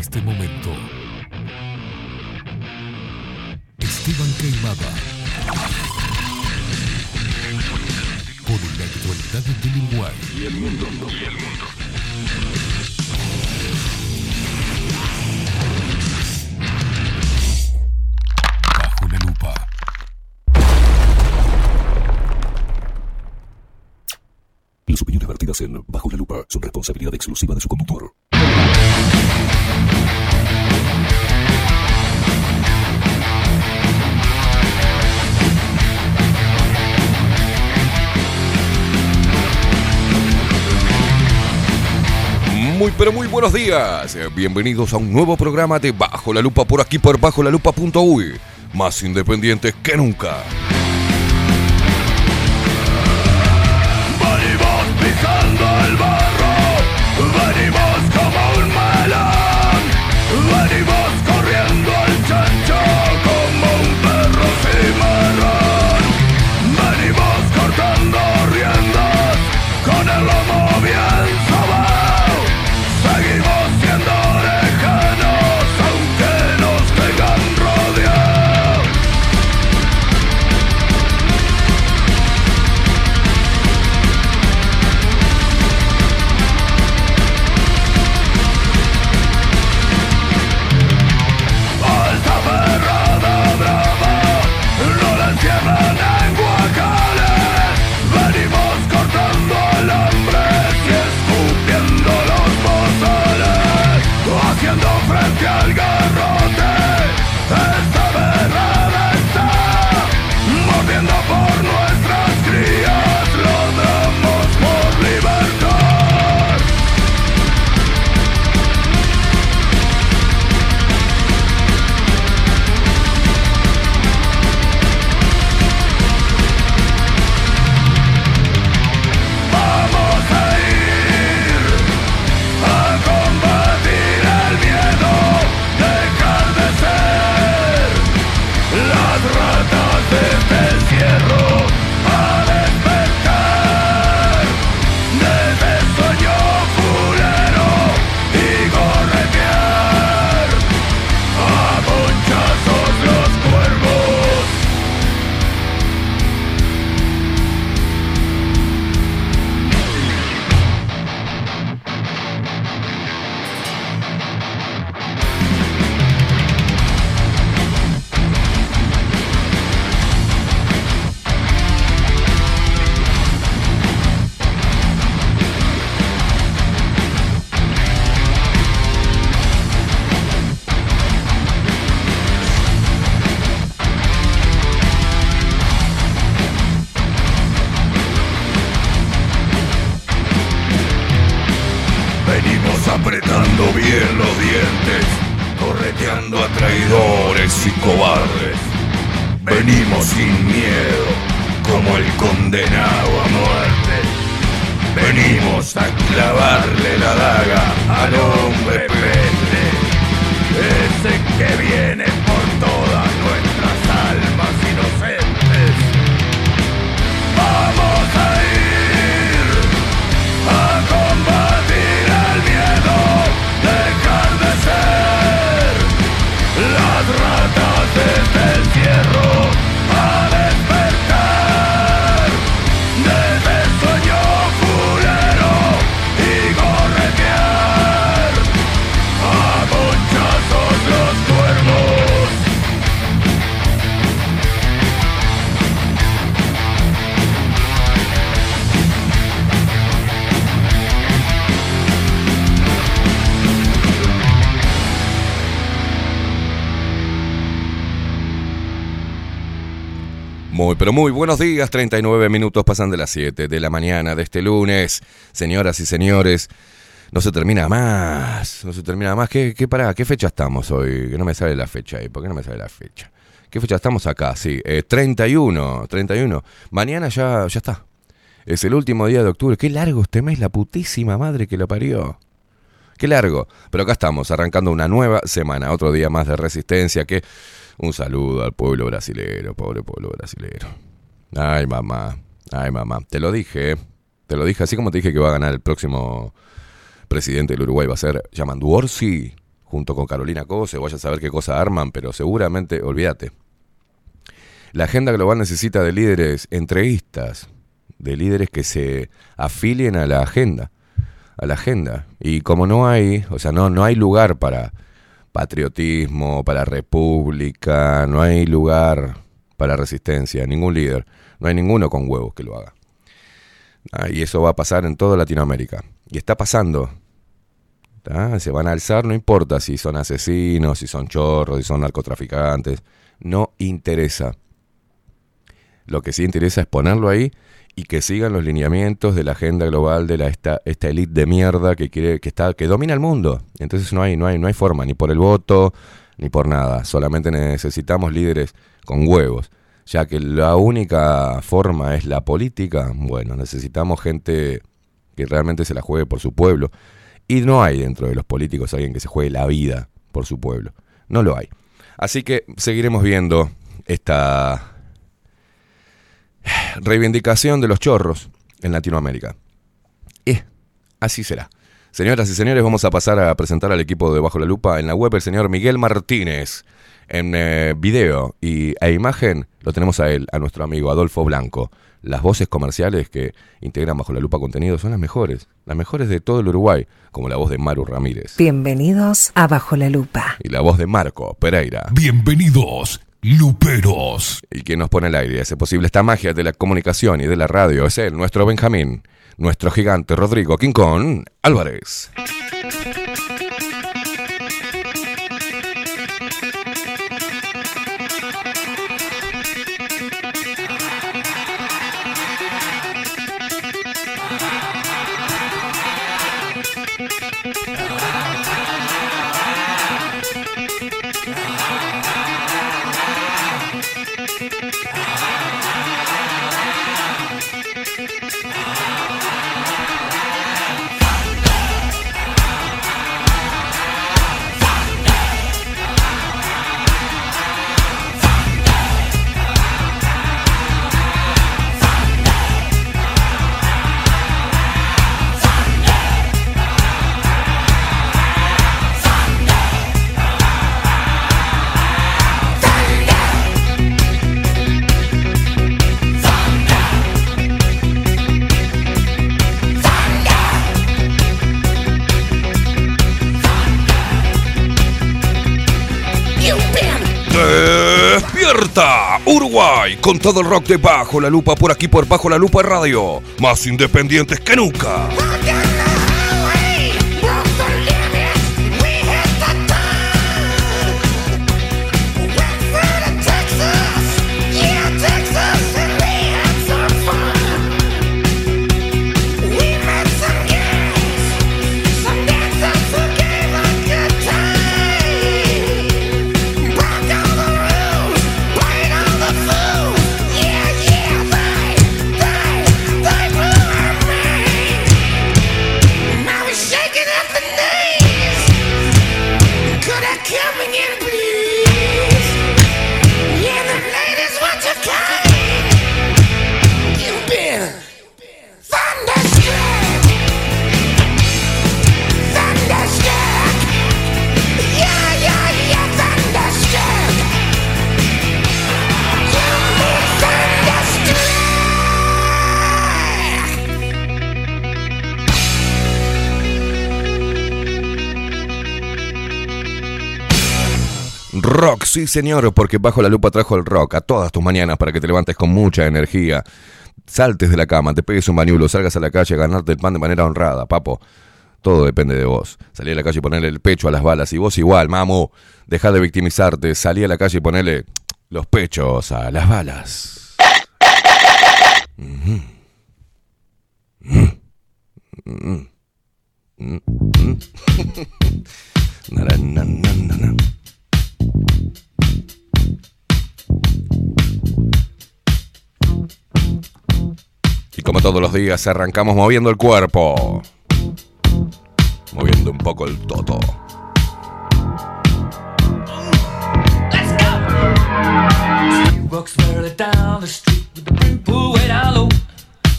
este momento. Esteban Queimada. Pone la actualidad del Uruguay y el mundo. Bajo la lupa. Las opiniones vertidas en Bajo la Lupa son responsabilidad exclusiva de su conductor. Muy buenos días. Bienvenidos a un nuevo programa de Bajo la Lupa por aquí por bajolalupa.uy. Más independientes que nunca. Venimos pisando el barro, venimos como un melón, venimos corriendo al chancho como un perro cimarrón, venimos cortando riendas con el lomo bien sobao, seguimos siendo lejanos aunque nos tengan rodeados. Alta perrada brava, no la encierran en guacales. Venimos cortando alambres y escupiendo los bozales, haciendo frente al garrote. Esta berrada está mordiendo por nuestras crías, lo damos por libertad. Vamos a ir a combatir el miedo, dejar de ser las ratas de este encierro, a despertar desde el sueño fulero y corretear a ponchazos los cuervos. Venimos apretando bien los dientes, correteando a traidores y cobardes. Venimos sin miedo, como el condenado a muerte. Venimos a clavarle la daga al hombre peste, ese que viene por todas nuestras almas inocentes. Vamos a ir a combatir el miedo, dejar de ser las ratas de este encierro, a despertar desde el sueño fulero y corretear a ponchazos los cuervos. Muy buenos días. 39 minutos pasan de las 7 de la mañana de este lunes. Señoras y señores, no se termina más. ¿Qué fecha estamos hoy? Que no me sale la fecha ahí. ¿Por qué no me sale la fecha? ¿Qué fecha estamos acá? Sí, 31. Mañana ya está. Es el último día de octubre. Qué largo este mes, la putísima madre que lo parió. Qué largo. Pero acá estamos, arrancando una nueva semana. Otro día más de resistencia. Un saludo al pueblo brasilero, pobre pueblo brasilero. Ay, mamá. Te lo dije, así como te dije que va a ganar el próximo presidente del Uruguay, va a ser Yamandu Orsi. junto con Carolina Cose, vaya a saber qué cosa arman, pero seguramente, olvídate. La agenda global necesita de líderes entreguistas, de líderes que se afilien a la agenda. Y como no hay, o sea, no hay lugar para patriotismo, para república, no hay lugar para resistencia, ningún líder, no hay ninguno con huevos que lo haga. Y eso va a pasar en toda Latinoamérica. Y está pasando. Se van a alzar, no importa si son asesinos, si son chorros, si son narcotraficantes. No interesa. Lo que sí interesa es ponerlo ahí y que sigan los lineamientos de la agenda global de esta élite de mierda que domina el mundo. Entonces no hay forma, ni por el voto, ni por nada. Solamente necesitamos líderes con huevos. Ya que la única forma es la política, bueno, necesitamos gente que realmente se la juegue por su pueblo. Y no hay dentro de los políticos alguien que se juegue la vida por su pueblo. No lo hay. Así que seguiremos viendo esta reivindicación de los chorros en Latinoamérica. Así será. Señoras y señores, vamos a pasar a presentar al equipo de Bajo la Lupa. En la web el señor Miguel Martínez. En video e imagen lo tenemos a él, a nuestro amigo Adolfo Blanco. Las voces comerciales que integran Bajo la Lupa contenido son las mejores de todo el Uruguay, como la voz de Maru Ramírez. Bienvenidos a Bajo la Lupa. Y la voz de Marco Pereira. Bienvenidos, luperos. Y quien nos pone al aire y hace posible esta magia de la comunicación y de la radio es él, nuestro Benjamín, nuestro gigante Rodrigo Quincón Álvarez. ¡Despierta! Uruguay, con todo el rock de Bajo la Lupa por aquí por Bajo la Lupa Radio. Más independientes que nunca. Rock, sí señor, porque Bajo la Lupa trajo el rock a todas tus mañanas para que te levantes con mucha energía, saltes de la cama, te pegues un bañuelo, salgas a la calle a ganarte el pan de manera honrada, papo. Todo depende de vos. Salí a la calle y ponerle el pecho a las balas, y vos igual, mamu, dejá de victimizarte, salí a la calle y ponerle los pechos a las balas. Y como todos los días arrancamos moviendo el cuerpo, moviendo un poco el toto. Let's go! She walks further down the street with the brim pulled way down low.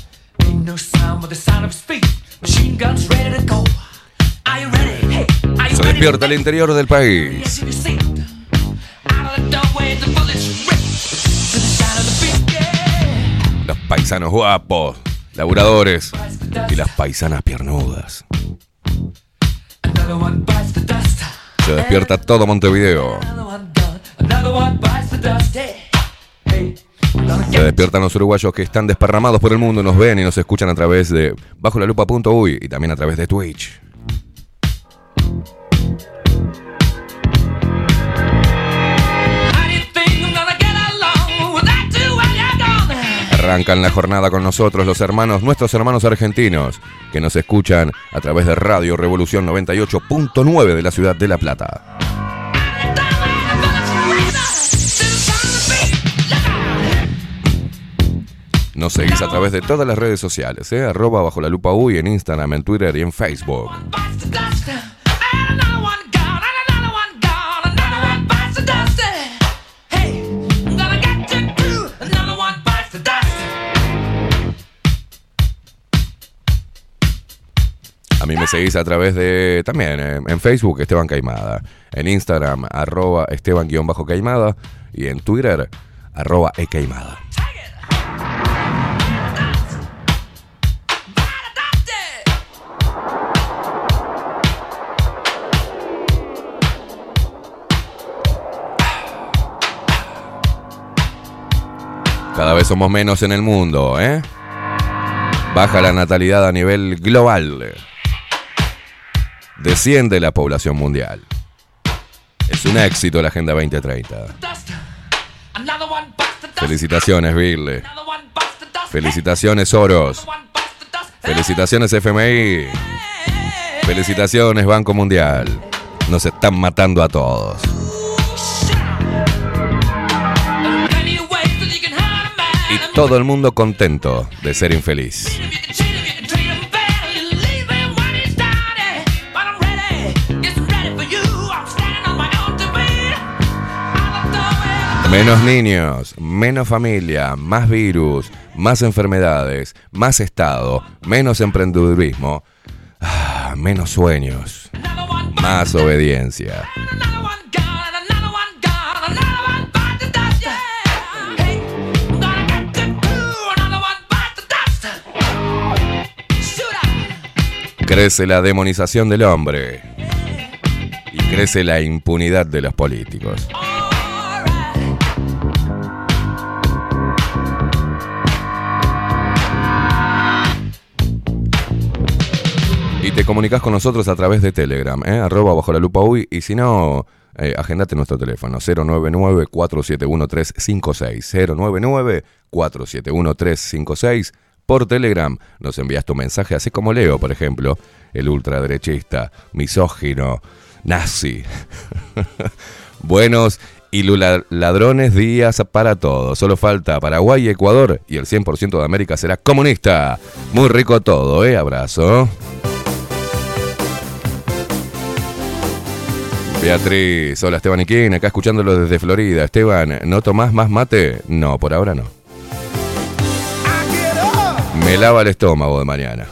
Ain't no sound but the sound of speed. Machine guns ready to go. Are you ready? Hey, are you Se despierta el interior del país. Los paisanos guapos, laburadores y las paisanas piernudas. Se despierta todo Montevideo. Se despiertan los uruguayos que están desparramados por el mundo, nos ven y nos escuchan a través de bajolalupa.uy y también a través de Twitch. Arrancan la jornada con nosotros nuestros hermanos argentinos, que nos escuchan a través de Radio Revolución 98.9 de la ciudad de La Plata. Nos seguís a través de todas las redes sociales, arroba bajo la lupa uy en Instagram, en Twitter y en Facebook. A mí me seguís a través de, también en Facebook, Esteban Caimada, en Instagram, arroba Esteban_Caimada y en Twitter, arroba ecaimada. Cada vez somos menos en el mundo, ¿eh? Baja la natalidad a nivel global. Desciende la población mundial. Es un éxito la Agenda 2030. Felicitaciones, Bill. Felicitaciones, Soros. Felicitaciones, FMI. Felicitaciones, Banco Mundial. Nos están matando a todos. Y todo el mundo contento de ser infeliz. Menos niños, menos familia, más virus, más enfermedades, más Estado, menos emprendedurismo, menos sueños, más obediencia. Crece la demonización del hombre y crece la impunidad de los políticos. Y te comunicas con nosotros a través de Telegram, arroba bajo la lupa uy, y si no, agendate nuestro teléfono, 099-471-356, 099-471-356. Por Telegram nos envías tu mensaje, así como Leo, por ejemplo, el ultraderechista, misógino, nazi. Buenos y ladrones días para todos. Solo falta Paraguay y Ecuador y el 100% de América será comunista. Muy rico todo, abrazo. Beatriz, hola Esteban Iquín, acá escuchándolo desde Florida. Esteban, ¿no tomás más mate? No, por ahora no. Me lava el estómago de mañana.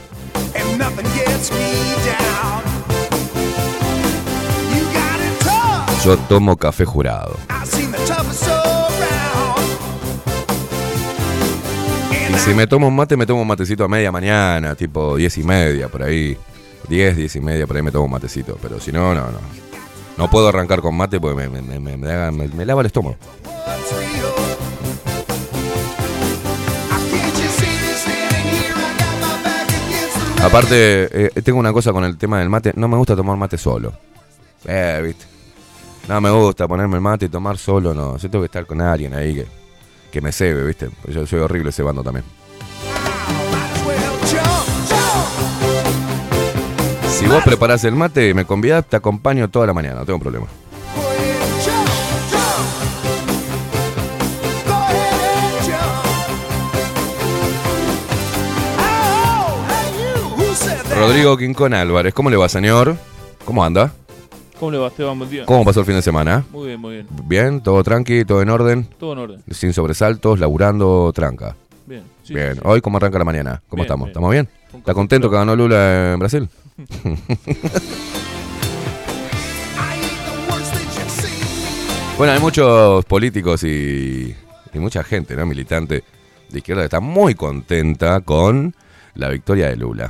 Yo tomo café jurado. Y si me tomo un mate, me tomo un matecito a media mañana, tipo 10:30, por ahí. 10:30, por ahí me tomo un matecito. Pero si no, no. No puedo arrancar con mate porque me lava el estómago. Aparte, tengo una cosa con el tema del mate. No me gusta tomar mate solo. ¿Viste? No me gusta ponerme el mate y tomar solo, no. Yo tengo que estar con alguien ahí que me cebe, ¿viste? Yo soy horrible cebando también. Si vos preparás el mate y me convidás, te acompaño toda la mañana, no tengo problema. Rodrigo Quincón Álvarez, ¿cómo le va, señor? ¿Cómo anda? ¿Cómo le va, Esteban? Buen día. ¿Cómo pasó el fin de semana? Muy bien, muy bien. ¿Bien? ¿Todo tranqui? ¿Todo en orden? Todo en orden. Sin sobresaltos, laburando, tranca. Bien. Sí, bien. sí. ¿Hoy cómo arranca la mañana? ¿Cómo Bien, estamos? bien. ¿Estamos bien? ¿Está contento que ganó Lula en Brasil? Bueno, hay muchos políticos y mucha gente, ¿no? Militante de izquierda que está muy contenta con la victoria de Lula.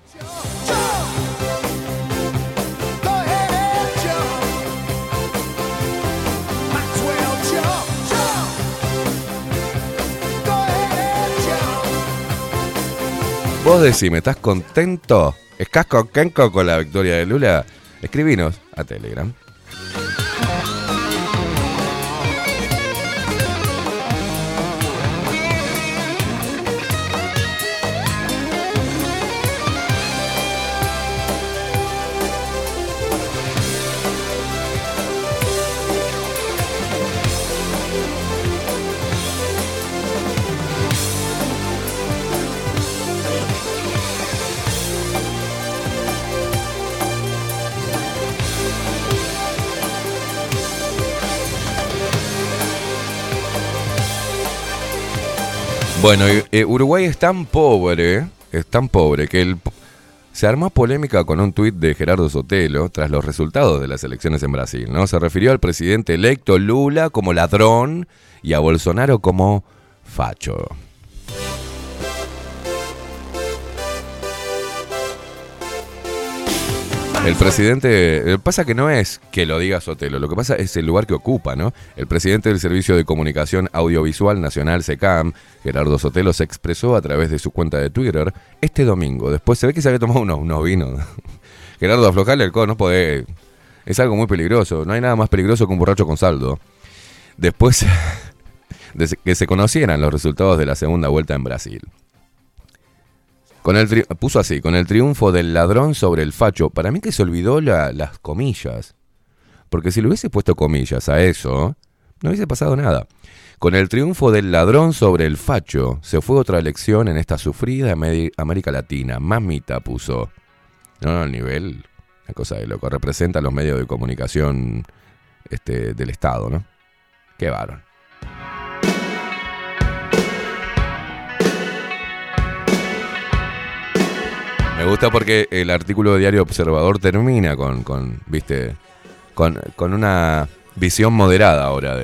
Vos decime, ¿estás contento? ¿Estás contento con la victoria de Lula? Escribinos a Telegram. Bueno, Uruguay es tan pobre que se armó polémica con un tuit de Gerardo Sotelo tras los resultados de las elecciones en Brasil, ¿no? Se refirió al presidente electo Lula como ladrón y a Bolsonaro como facho. El presidente, pasa que no es que lo diga Sotelo, lo que pasa es el lugar que ocupa, ¿no? El presidente del Servicio de Comunicación Audiovisual Nacional, SECAM, Gerardo Sotelo, se expresó a través de su cuenta de Twitter este domingo. Después se ve que se había tomado unos vinos. Gerardo, aflojale el codo, no podés. Es algo muy peligroso, no hay nada más peligroso que un borracho con saldo. Después de que se conocieran los resultados de la segunda vuelta en Brasil. Puso así, con el triunfo del ladrón sobre el facho. Para mí que se olvidó las comillas. Porque si le hubiese puesto comillas a eso, no hubiese pasado nada. Con el triunfo del ladrón sobre el facho, se fue otra elección en esta sufrida América Latina. Mamita puso. No, el nivel, una cosa de loco. Representa a los medios de comunicación del Estado, ¿no? Qué varón. Me gusta porque el artículo de Diario Observador termina con una visión moderada ahora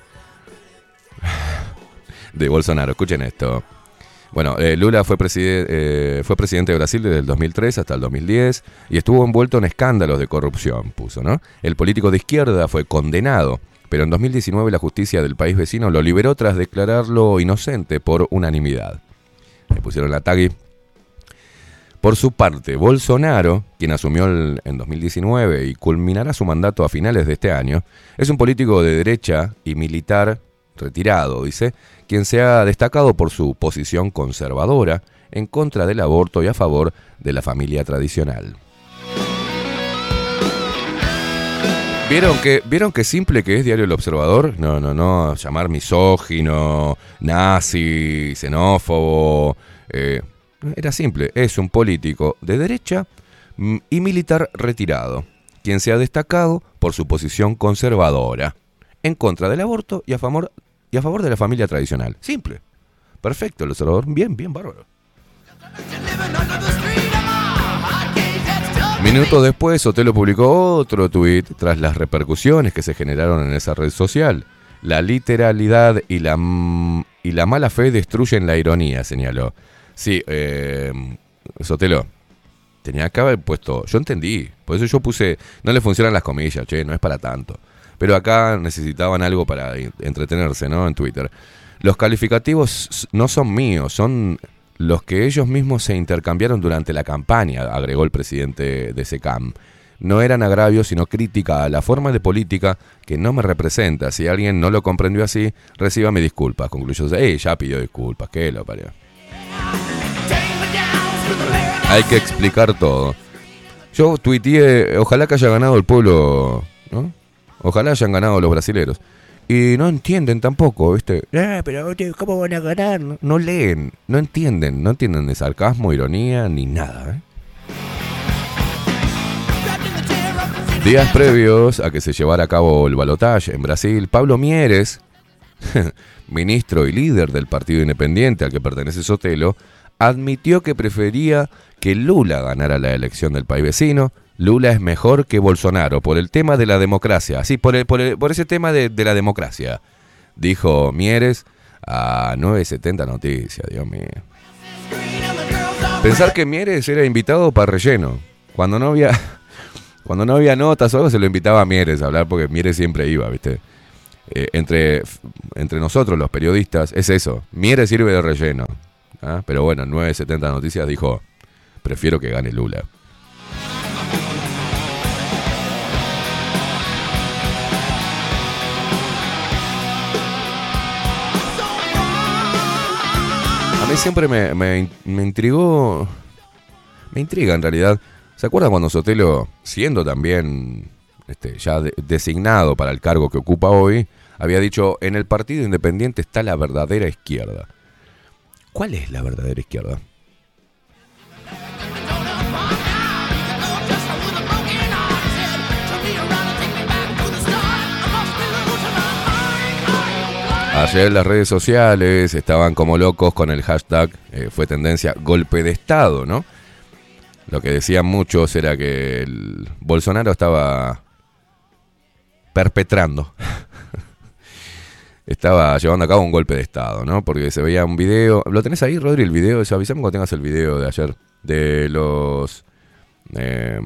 de Bolsonaro. Escuchen esto. Bueno, Lula fue presidente de Brasil desde el 2003 hasta el 2010 y estuvo envuelto en escándalos de corrupción, puso, ¿no? El político de izquierda fue condenado, pero en 2019 la justicia del país vecino lo liberó tras declararlo inocente por unanimidad. Le pusieron la tagui. Por su parte, Bolsonaro, quien asumió en 2019 y culminará su mandato a finales de este año, es un político de derecha y militar retirado, dice, quien se ha destacado por su posición conservadora en contra del aborto y a favor de la familia tradicional. ¿Vieron qué simple que es Diario El Observador? No, llamar misógino, nazi, xenófobo... Era simple, es un político de derecha y militar retirado, quien se ha destacado por su posición conservadora, en contra del aborto y a favor de la familia tradicional. Simple, perfecto, el observador, bien, bárbaro. Minutos después, Sotelo publicó otro tuit tras las repercusiones que se generaron en esa red social. La literalidad y la mala fe destruyen la ironía, señaló. Sí, Sotelo, tenía que haber puesto, yo entendí, por eso yo puse, no le funcionan las comillas, no es para tanto. Pero acá necesitaban algo para entretenerse, ¿no? En Twitter. Los calificativos no son míos, son los que ellos mismos se intercambiaron durante la campaña, agregó el presidente de SECAM. No eran agravios, sino crítica a la forma de política que no me representa. Si alguien no lo comprendió así, reciba mis disculpas. Concluyó, ya pidió disculpas, que lo parió. Hay que explicar todo. Yo tuiteé, ojalá que haya ganado el pueblo, ¿no? Ojalá hayan ganado los brasileros. Y no entienden tampoco, ¿viste? Pero ¿cómo van a ganar? No leen, no entienden de sarcasmo, ironía, ni nada, ¿eh? Días previos a que se llevara a cabo el balotaje en Brasil, Pablo Mieres, ministro y líder del Partido Independiente al que pertenece Sotelo, admitió que prefería que Lula ganara la elección del país vecino Lula es mejor que Bolsonaro por el tema de la democracia. Sí, por ese tema de la democracia. Dijo Mieres a 970 Noticias, Dios mío. Pensar que Mieres era invitado para relleno. Cuando no había notas o algo, se lo invitaba a Mieres a hablar, porque Mieres siempre iba, ¿viste? Entre nosotros, los periodistas, es eso. Mieres sirve de relleno. ¿Ah? Pero bueno, 970 Noticias dijo, prefiero que gane Lula. A mí siempre me intrigó, me intriga en realidad. ¿Se acuerdan cuando Sotelo, siendo también ya designado para el cargo que ocupa hoy, había dicho, en el Partido Independiente está la verdadera izquierda? ¿Cuál es la verdadera izquierda? Ayer las redes sociales estaban como locos con el hashtag, fue tendencia, golpe de Estado, ¿no? Lo que decían muchos era que el Bolsonaro estaba perpetrando, estaba llevando a cabo un golpe de Estado, ¿no? Porque se veía un video, ¿lo tenés ahí, Rodri, el video? Avísame cuando tengas el video de ayer, de los... de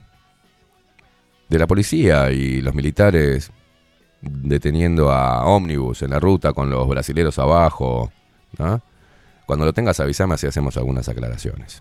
la policía y los militares deteniendo a ómnibus en la ruta con los brasileros abajo, ¿no? Cuando lo tengas avísame, así hacemos algunas aclaraciones.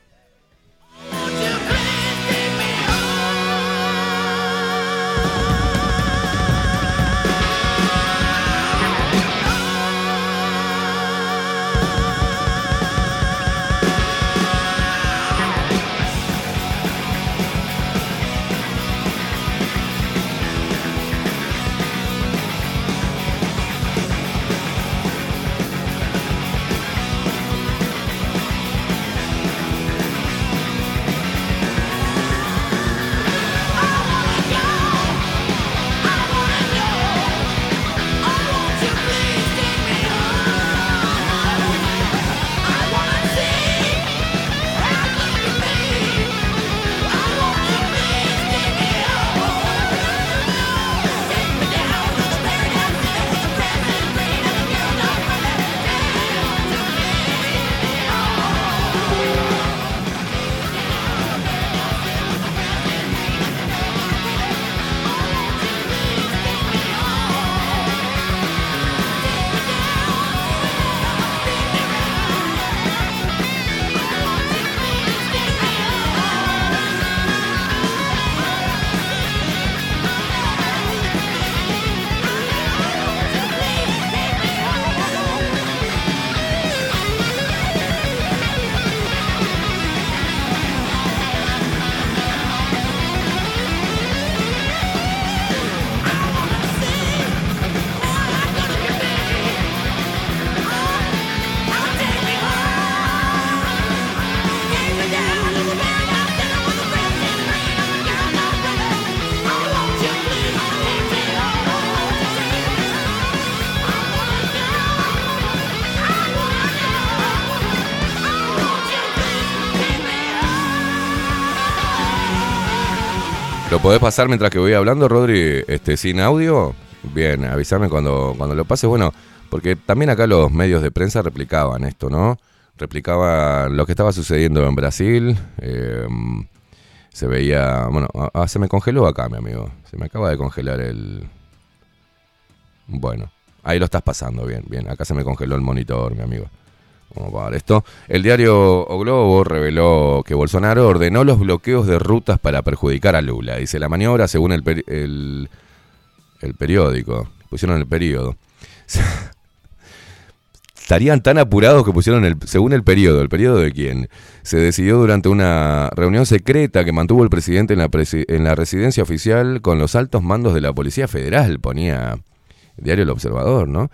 ¿Lo podés pasar mientras que voy hablando, Rodri, sin audio? Bien, avísame cuando lo pases. Bueno, porque también acá los medios de prensa replicaban esto, ¿no? Replicaban lo que estaba sucediendo en Brasil. Se veía... Bueno, se me congeló acá, mi amigo. Se me acaba de congelar el... Bueno, ahí lo estás pasando, bien, bien. Acá se me congeló el monitor, mi amigo. Vamos a ver esto. El diario O Globo reveló que Bolsonaro ordenó los bloqueos de rutas para perjudicar a Lula. Dice, la maniobra, según el periódico, pusieron el periodo. Estarían tan apurados que pusieron según el periodo de quién. Se decidió durante una reunión secreta que mantuvo el presidente en la residencia oficial con los altos mandos de la Policía Federal, ponía el diario El Observador, ¿no?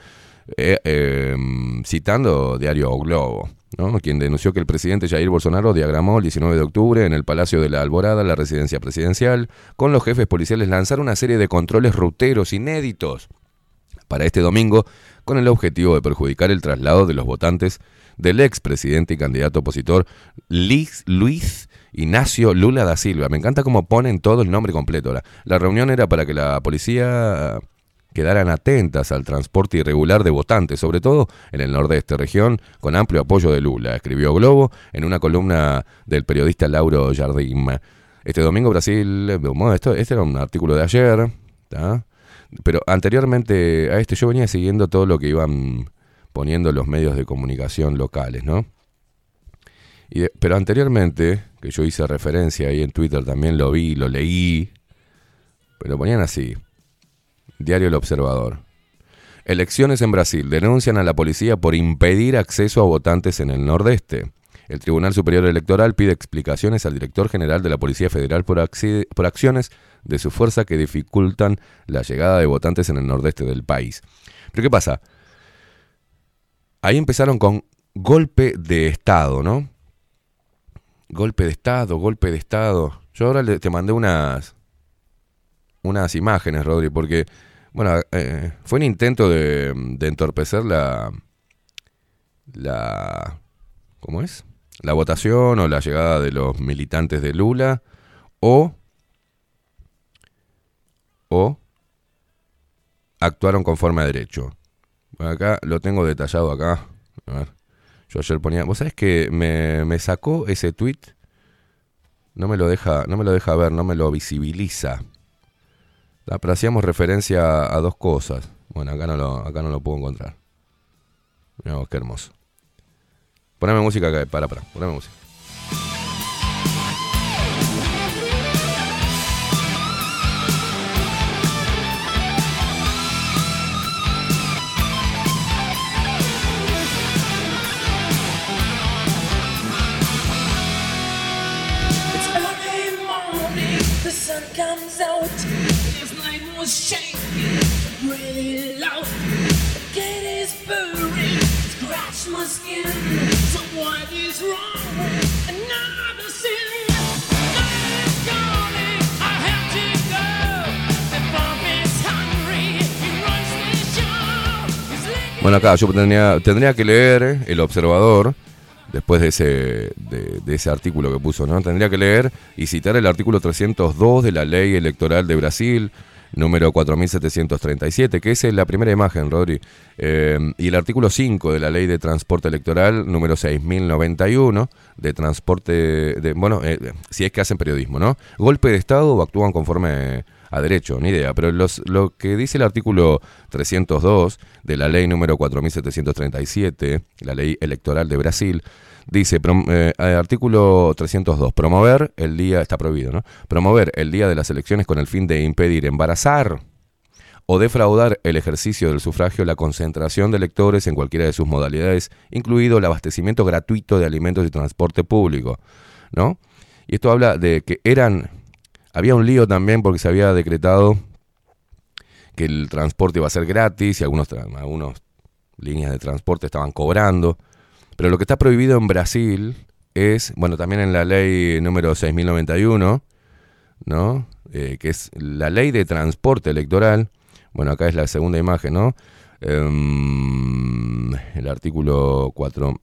Citando diario O Globo, ¿no? Quien denunció que el presidente Jair Bolsonaro diagramó el 19 de octubre en el Palacio de la Alborada, la residencia presidencial, con los jefes policiales lanzar una serie de controles ruteros inéditos para este domingo, con el objetivo de perjudicar el traslado de los votantes del expresidente y candidato opositor Luis Inácio Lula da Silva. Me encanta cómo ponen todo el nombre completo. La reunión era para que la policía quedaran atentas al transporte irregular de votantes, sobre todo en el nordeste, región con amplio apoyo de Lula, escribió Globo en una columna del periodista Lauro Jardim. Este domingo Brasil, este era un artículo de ayer, ¿tá? Pero anteriormente a este yo venía siguiendo todo lo que iban poniendo los medios de comunicación locales, ¿no? Pero anteriormente, que yo hice referencia ahí en Twitter, también lo vi, lo leí, pero ponían así: Diario El Observador. Elecciones en Brasil. Denuncian a la policía por impedir acceso a votantes en el nordeste. El Tribunal Superior Electoral pide explicaciones al director general de la Policía Federal por acciones de su fuerza que dificultan la llegada de votantes en el nordeste del país. Pero ¿qué pasa? Ahí empezaron con golpe de Estado, ¿no? Golpe de Estado. Yo ahora te mandé unas imágenes, Rodri, porque, bueno, fue un intento de entorpecer ¿cómo es? La votación o la llegada de los militantes de Lula, o actuaron conforme a derecho. Acá lo tengo detallado acá. A ver. Yo ayer ponía, vos sabés que me sacó ese tweet, no me lo deja ver, no me lo visibiliza. Pero hacíamos referencia a dos cosas. Bueno, acá no lo puedo encontrar. Mirá vos, qué hermoso. Poneme música acá, poneme música. It's early morning, the sun comes out. His night was shaking, really loud. The gate is burning, scratch my skin. So what is wrong? Another sin. Night is calling, I have to go. The bomb is hungry, he runs the show. He's licking. Bueno, acá yo tendría que leer El Observador, después de ese artículo que puso, ¿no? Tendría que leer y citar el artículo 302 de la Ley Electoral de Brasil, número 4737, que es la primera imagen, Rodri, y el artículo 5 de la Ley de Transporte Electoral, número 6091, de transporte, si es que hacen periodismo, ¿no? Golpe de Estado o actúan conforme a derecho, ni idea, pero lo que dice el artículo 302 de la Ley número 4737, la Ley Electoral de Brasil, dice, artículo 302, promover el día, está prohibido, ¿no? Promover el día de las elecciones con el fin de impedir, embarazar o defraudar el ejercicio del sufragio, la concentración de electores en cualquiera de sus modalidades, incluido el abastecimiento gratuito de alimentos y transporte público, ¿no? Y esto habla de que había un lío también porque se había decretado que el transporte iba a ser gratis y algunas líneas de transporte estaban cobrando. Pero lo que está prohibido en Brasil es, bueno, también en la ley número 6091, ¿no? Que es la ley de transporte electoral. Bueno, acá es la segunda imagen, ¿no? El artículo 4.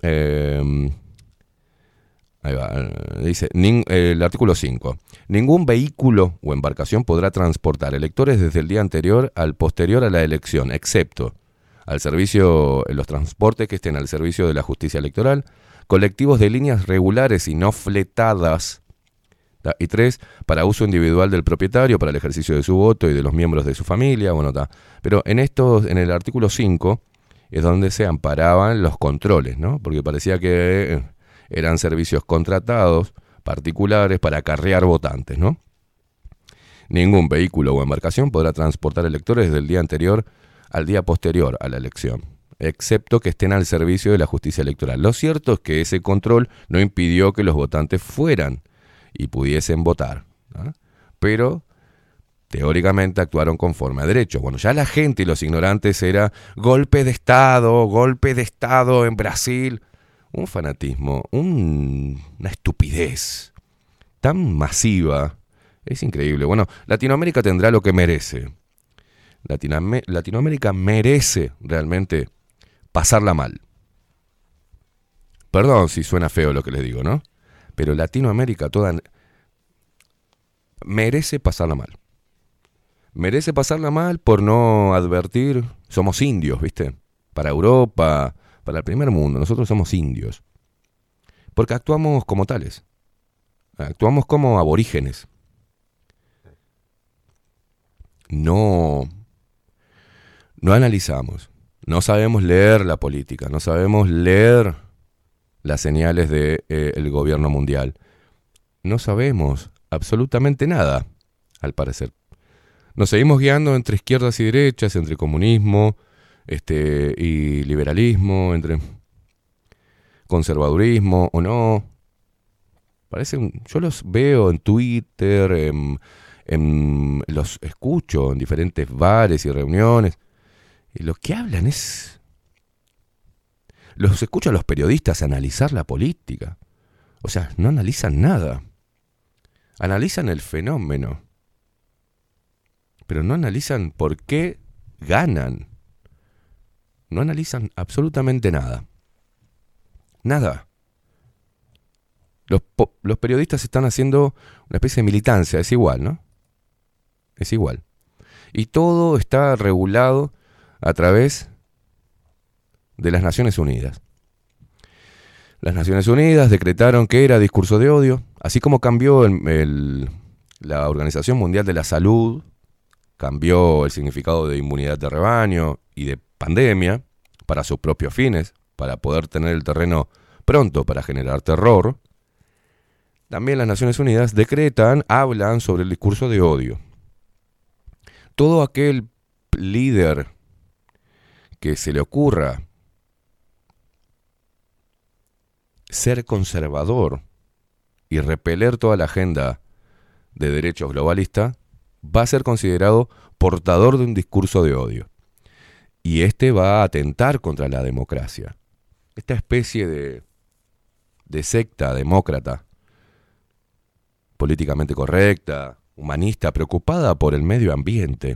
Ahí va, dice, el artículo 5. Ningún vehículo o embarcación podrá transportar electores desde el día anterior al posterior a la elección, excepto al servicio, los transportes que estén al servicio de la justicia electoral, colectivos de líneas regulares y no fletadas, ¿tá? Y 3, para uso individual del propietario, para el ejercicio de su voto y de los miembros de su familia, bueno, ¿tá? Pero en el artículo 5 es donde se amparaban los controles, ¿no? Porque parecía que eran servicios contratados, particulares, para acarrear votantes, ¿no? Ningún vehículo o embarcación podrá transportar electores desde el día anterior al día posterior a la elección, excepto que estén al servicio de la justicia electoral. Lo cierto es que ese control no impidió que los votantes fueran y pudiesen votar, ¿no? Pero teóricamente actuaron conforme a derecho. Bueno, ya la gente y los ignorantes era golpe de Estado en Brasil. Un fanatismo, una estupidez tan masiva, es increíble. Bueno, Latinoamérica tendrá lo que merece. Latinoamérica merece realmente pasarla mal. Perdón si suena feo lo que les digo, ¿no? pero Latinoamérica toda merece pasarla mal. Merece pasarla mal por no advertir, somos indios, ¿viste? Para Europa, para el primer mundo, nosotros somos indios. Porque actuamos como tales. Actuamos como aborígenes. No analizamos. No sabemos leer la política. No sabemos leer las señales del gobierno mundial. No sabemos absolutamente nada, al parecer. Nos seguimos guiando entre izquierdas y derechas, entre comunismo y liberalismo, entre conservadurismo o no. Yo los veo en Twitter, los escucho en diferentes bares y reuniones, y lo que hablan es... Los escucho a los periodistas analizar la política. O sea, no analizan nada. Analizan el fenómeno, pero no analizan por qué ganan. No analizan absolutamente nada. Nada. Los periodistas están haciendo una especie de militancia, es igual, ¿no? Es igual. Y todo está regulado a través de las Naciones Unidas. Las Naciones Unidas decretaron que era discurso de odio, así como cambió la Organización Mundial de la Salud, cambió el significado de inmunidad de rebaño y de pandemia para sus propios fines, para poder tener el terreno pronto para generar terror. También las Naciones Unidas hablan sobre el discurso de odio. Todo aquel líder que se le ocurra ser conservador y repeler toda la agenda de derechos globalista va a ser considerado portador de un discurso de odio. Y va a atentar contra la democracia. Esta especie de secta demócrata, políticamente correcta, humanista, preocupada por el medio ambiente.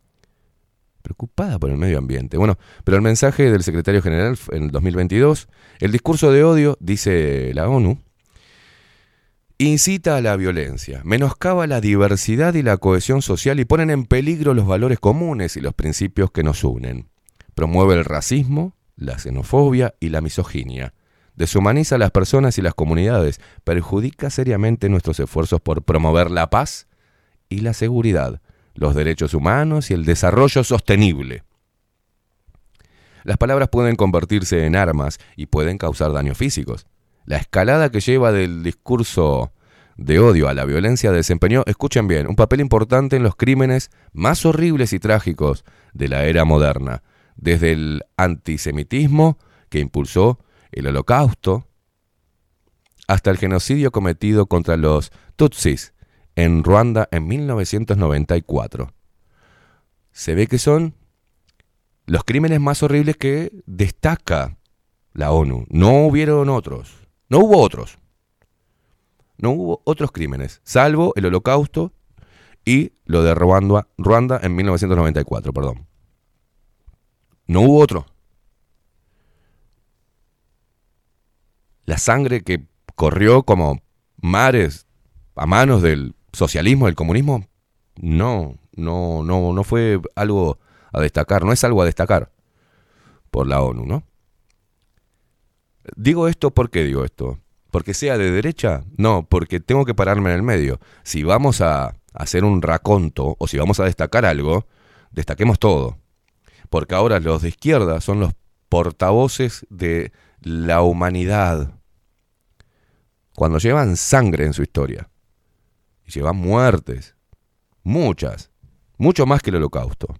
Bueno, pero el mensaje del secretario general en el 2022, el discurso de odio, dice la ONU, incita a la violencia, menoscaba la diversidad y la cohesión social y ponen en peligro los valores comunes y los principios que nos unen. Promueve el racismo, la xenofobia y la misoginia. Deshumaniza a las personas y las comunidades, perjudica seriamente nuestros esfuerzos por promover la paz y la seguridad, los derechos humanos y el desarrollo sostenible. Las palabras pueden convertirse en armas y pueden causar daños físicos. La escalada que lleva del discurso de odio a la violencia desempeñó, escuchen bien, un papel importante en los crímenes más horribles y trágicos de la era moderna, desde el antisemitismo que impulsó el Holocausto hasta el genocidio cometido contra los Tutsis en Ruanda en 1994. Se ve que son los crímenes más horribles que destaca la ONU. No hubieron otros. No hubo otros. No hubo otros crímenes, salvo el Holocausto y lo de Ruanda en 1994, perdón. No hubo otro. La sangre que corrió como mares a manos del socialismo, del comunismo, no fue algo a destacar, no es algo a destacar por la ONU, ¿no? Digo esto, ¿por qué digo esto? ¿Porque sea de derecha? No, porque tengo que pararme en el medio. Si vamos a hacer un raconto o si vamos a destacar algo, destaquemos todo. Porque ahora los de izquierda son los portavoces de la humanidad. Cuando llevan sangre en su historia. Y llevan muertes. Muchas. Mucho más que el Holocausto.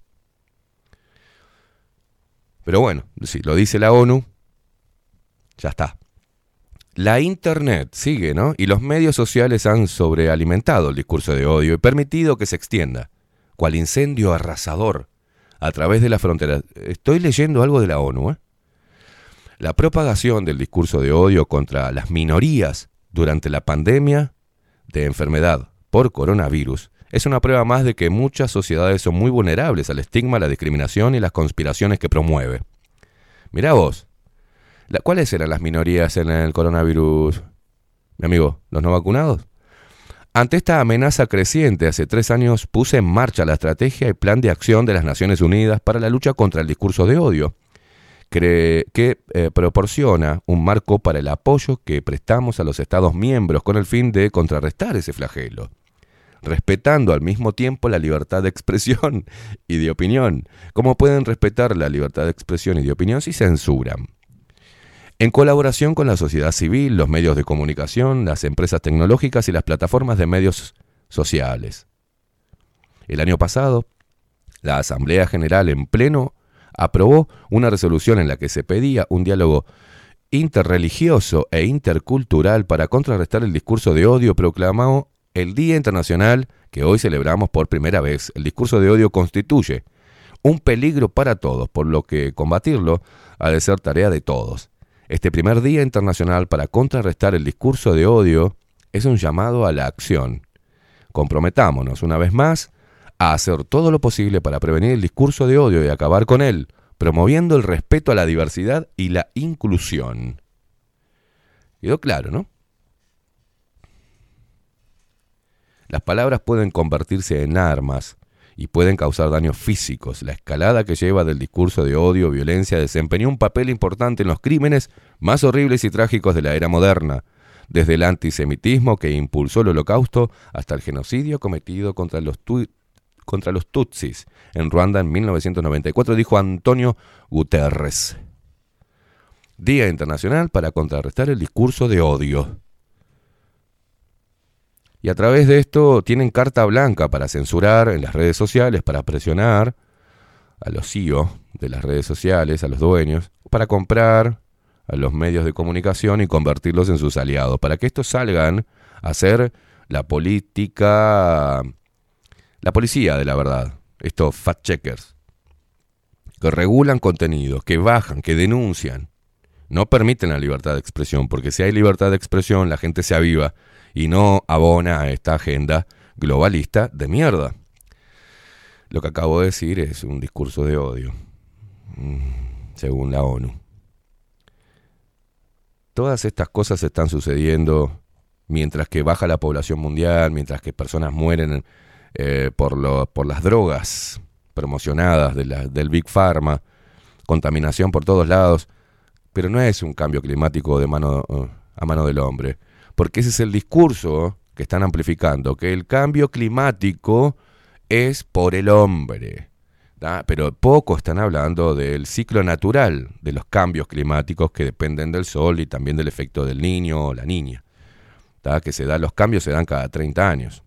Pero bueno, si lo dice la ONU, ya está. La Internet sigue, ¿no? Y los medios sociales han sobrealimentado el discurso de odio y permitido que se extienda, cual incendio arrasador, a través de la frontera. Estoy leyendo algo de la ONU, ¿eh? La propagación del discurso de odio contra las minorías durante la pandemia de enfermedad por coronavirus es una prueba más de que muchas sociedades son muy vulnerables al estigma, la discriminación y las conspiraciones que promueve. Mirá vos, ¿cuáles eran las minorías en el coronavirus? mi amigo, los no vacunados. Ante esta amenaza creciente, hace 3 años puse en marcha la estrategia y plan de acción de las Naciones Unidas para la lucha contra el discurso de odio, que proporciona un marco para el apoyo que prestamos a los Estados miembros con el fin de contrarrestar ese flagelo, respetando al mismo tiempo la libertad de expresión y de opinión. ¿Cómo pueden respetar la libertad de expresión y de opinión si censuran? En colaboración con la sociedad civil, los medios de comunicación, las empresas tecnológicas y las plataformas de medios sociales. El año pasado, la Asamblea General en pleno aprobó una resolución en la que se pedía un diálogo interreligioso e intercultural para contrarrestar el discurso de odio. Proclamó el Día Internacional que hoy celebramos por primera vez. El discurso de odio constituye un peligro para todos, por lo que combatirlo ha de ser tarea de todos. Este primer Día Internacional para contrarrestar el discurso de odio es un llamado a la acción. Comprometámonos una vez más a hacer todo lo posible para prevenir el discurso de odio y acabar con él, promoviendo el respeto a la diversidad y la inclusión. Quedó claro, ¿no? Las palabras pueden convertirse en armas y pueden causar daños físicos. La escalada que lleva del discurso de odio o violencia desempeñó un papel importante en los crímenes más horribles y trágicos de la era moderna, desde el antisemitismo que impulsó el Holocausto hasta el genocidio cometido contra los Tutsis en Ruanda en 1994, dijo Antonio Guterres. Día Internacional para contrarrestar el discurso de odio. Y a través de esto tienen carta blanca para censurar en las redes sociales, para presionar a los CEO de las redes sociales, a los dueños, para comprar a los medios de comunicación y convertirlos en sus aliados, para que estos salgan a hacer la policía de la verdad, estos fact-checkers, que regulan contenidos, que bajan, que denuncian, no permiten la libertad de expresión, porque si hay libertad de expresión la gente se aviva y no abona a esta agenda globalista de mierda. Lo que acabo de decir es un discurso de odio, según la ONU. Todas estas cosas están sucediendo mientras que baja la población mundial, mientras que personas mueren por las drogas promocionadas del Big Pharma, contaminación por todos lados, pero no es un cambio climático a mano del hombre, porque ese es el discurso que están amplificando, que el cambio climático es por el hombre, ¿tá? Pero poco están hablando del ciclo natural de los cambios climáticos que dependen del sol y también del efecto del niño o la niña, ¿tá? Los cambios se dan cada 30 años.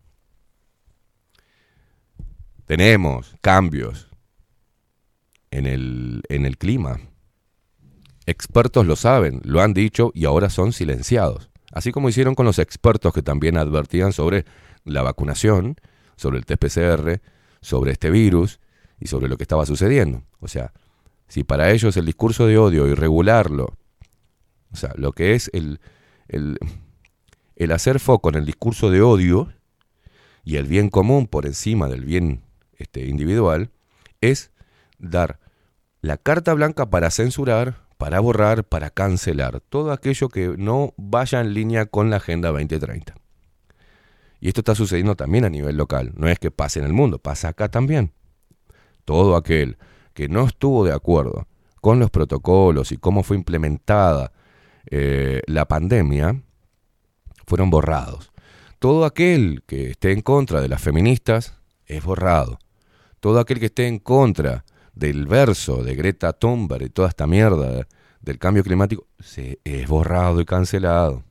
Tenemos cambios en el clima. Expertos lo saben, lo han dicho y ahora son silenciados. Así como hicieron con los expertos que también advertían sobre la vacunación, sobre el test PCR, sobre este virus y sobre lo que estaba sucediendo. O sea, si para ellos el discurso de odio y regularlo, o sea, lo que es el hacer foco en el discurso de odio y el bien común por encima del bien individual, es dar la carta blanca para censurar, para borrar, para cancelar todo aquello que no vaya en línea con la Agenda 2030. Y esto está sucediendo también a nivel local. No es que pase en el mundo, pasa acá también. Todo aquel que no estuvo de acuerdo con los protocolos y cómo fue implementada la pandemia, fueron borrados. Todo aquel que esté en contra de las feministas es borrado. Todo aquel que esté en contra del verso de Greta Thunberg y toda esta mierda del cambio climático es borrado y cancelado.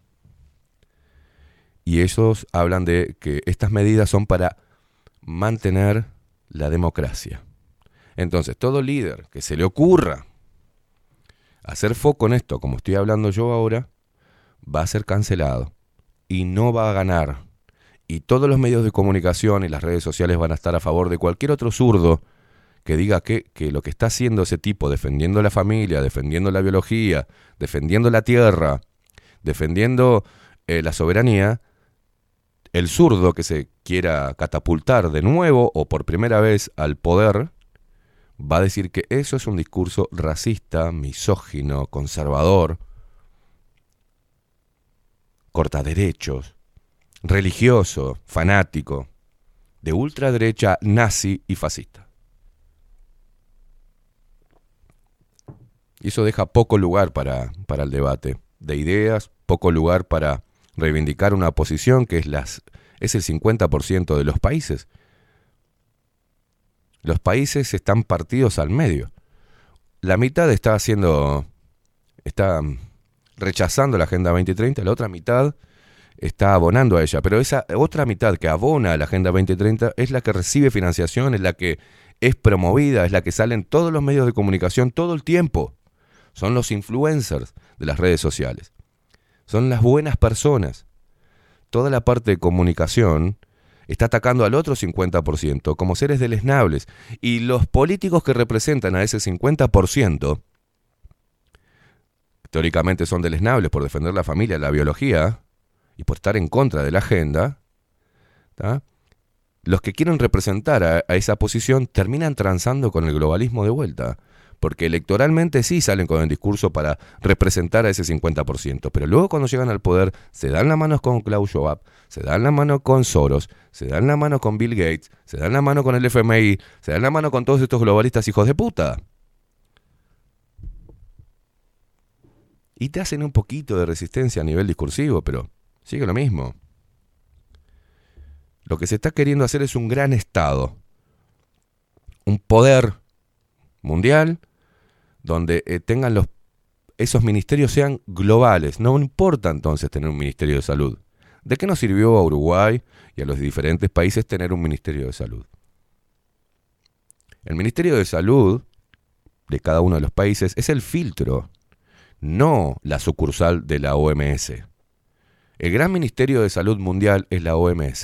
Y ellos hablan de que estas medidas son para mantener la democracia. Entonces, todo líder que se le ocurra hacer foco en esto, como estoy hablando yo ahora, va a ser cancelado y no va a ganar. Y todos los medios de comunicación y las redes sociales van a estar a favor de cualquier otro zurdo que diga que lo que está haciendo ese tipo, defendiendo la familia, defendiendo la biología, defendiendo la tierra, defendiendo la soberanía, el zurdo que se quiera catapultar de nuevo o por primera vez al poder, va a decir que eso es un discurso racista, misógino, conservador, cortaderechos, religioso, fanático, de ultraderecha, nazi y fascista. Y eso deja poco lugar para el debate de ideas, poco lugar para reivindicar una posición que es el 50% de los países. Los países están partidos al medio. La mitad está rechazando la Agenda 2030, la otra mitad está abonando a ella. Pero esa otra mitad que abona a la Agenda 2030 es la que recibe financiación, es la que es promovida, es la que sale en todos los medios de comunicación todo el tiempo. Son los influencers de las redes sociales. Son las buenas personas. Toda la parte de comunicación está atacando al otro 50% como seres deleznables. Y los políticos que representan a ese 50%, teóricamente son deleznables por defender la familia, la biología, y por estar en contra de la agenda, ¿tá? Los que quieren representar a esa posición terminan transando con el globalismo de vuelta. Porque electoralmente sí salen con el discurso para representar a ese 50%, pero luego cuando llegan al poder se dan la mano con Klaus Schwab, se dan la mano con Soros, se dan la mano con Bill Gates, se dan la mano con el FMI, se dan la mano con todos estos globalistas hijos de puta. Y te hacen un poquito de resistencia a nivel discursivo, pero sigue lo mismo. Lo que se está queriendo hacer es un gran Estado, un poder mundial, donde esos ministerios sean globales. No importa entonces tener un ministerio de salud. ¿De qué nos sirvió a Uruguay y a los diferentes países tener un ministerio de salud? El ministerio de salud de cada uno de los países es el filtro, no la sucursal de la OMS. El gran ministerio de salud mundial es la OMS.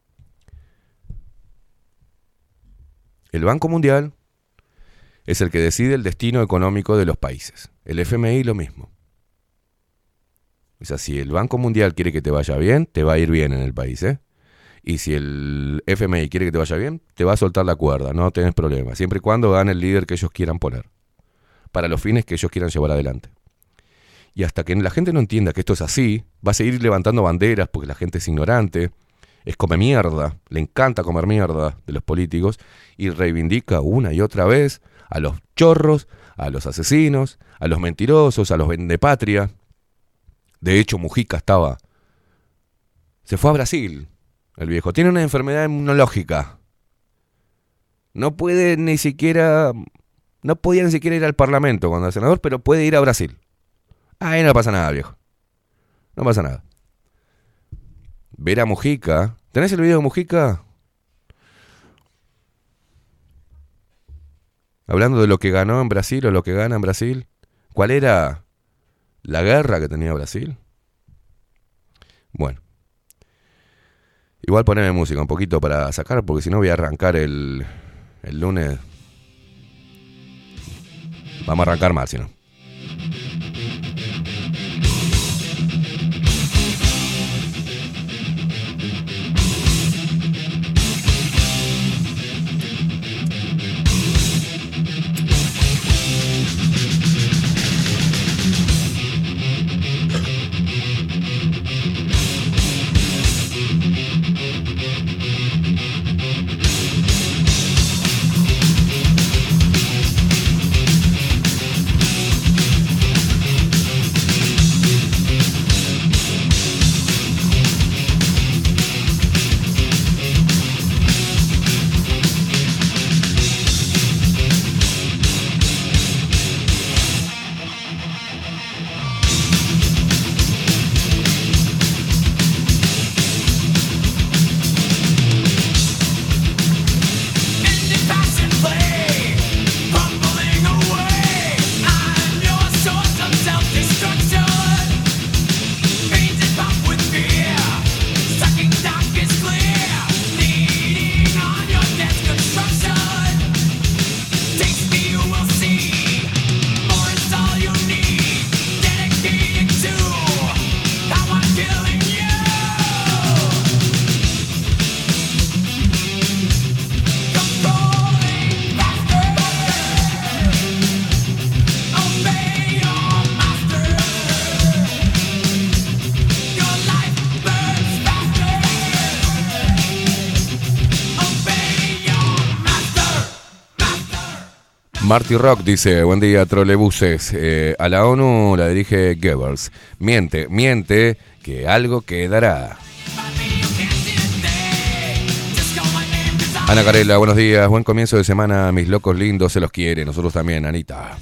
El Banco Mundial es el que decide el destino económico de los países. El FMI lo mismo. O sea, si el Banco Mundial quiere que te vaya bien, te va a ir bien en el país, ¿eh? Y si el FMI quiere que te vaya bien, te va a soltar la cuerda, no tenés problema. Siempre y cuando gane el líder que ellos quieran poner, para los fines que ellos quieran llevar adelante. Y hasta que la gente no entienda que esto es así, va a seguir levantando banderas porque la gente es ignorante, es come mierda, le encanta comer mierda de los políticos y reivindica una y otra vez a los chorros, a los asesinos, a los mentirosos, a los vendepatria. De hecho, Mujica se fue a Brasil, el viejo. Tiene una enfermedad inmunológica. No podía ni siquiera ir al Parlamento cuando era senador, pero puede ir a Brasil. Ahí no pasa nada, viejo. No pasa nada. Ver a Mujica. ¿Tenés el video de Mujica? Hablando de lo que ganó en Brasil o lo que gana en Brasil. ¿Cuál era la guerra que tenía Brasil? Bueno. Igual poneme música un poquito para sacar, porque si no voy a arrancar el lunes. Vamos a arrancar mal, si no. Marty Rock dice, buen día, trolebuses. A la ONU la dirige Goebbels. Miente, que algo quedará. Ana Carela, buenos días, buen comienzo de semana, mis locos lindos, se los quiere, nosotros también, Anita.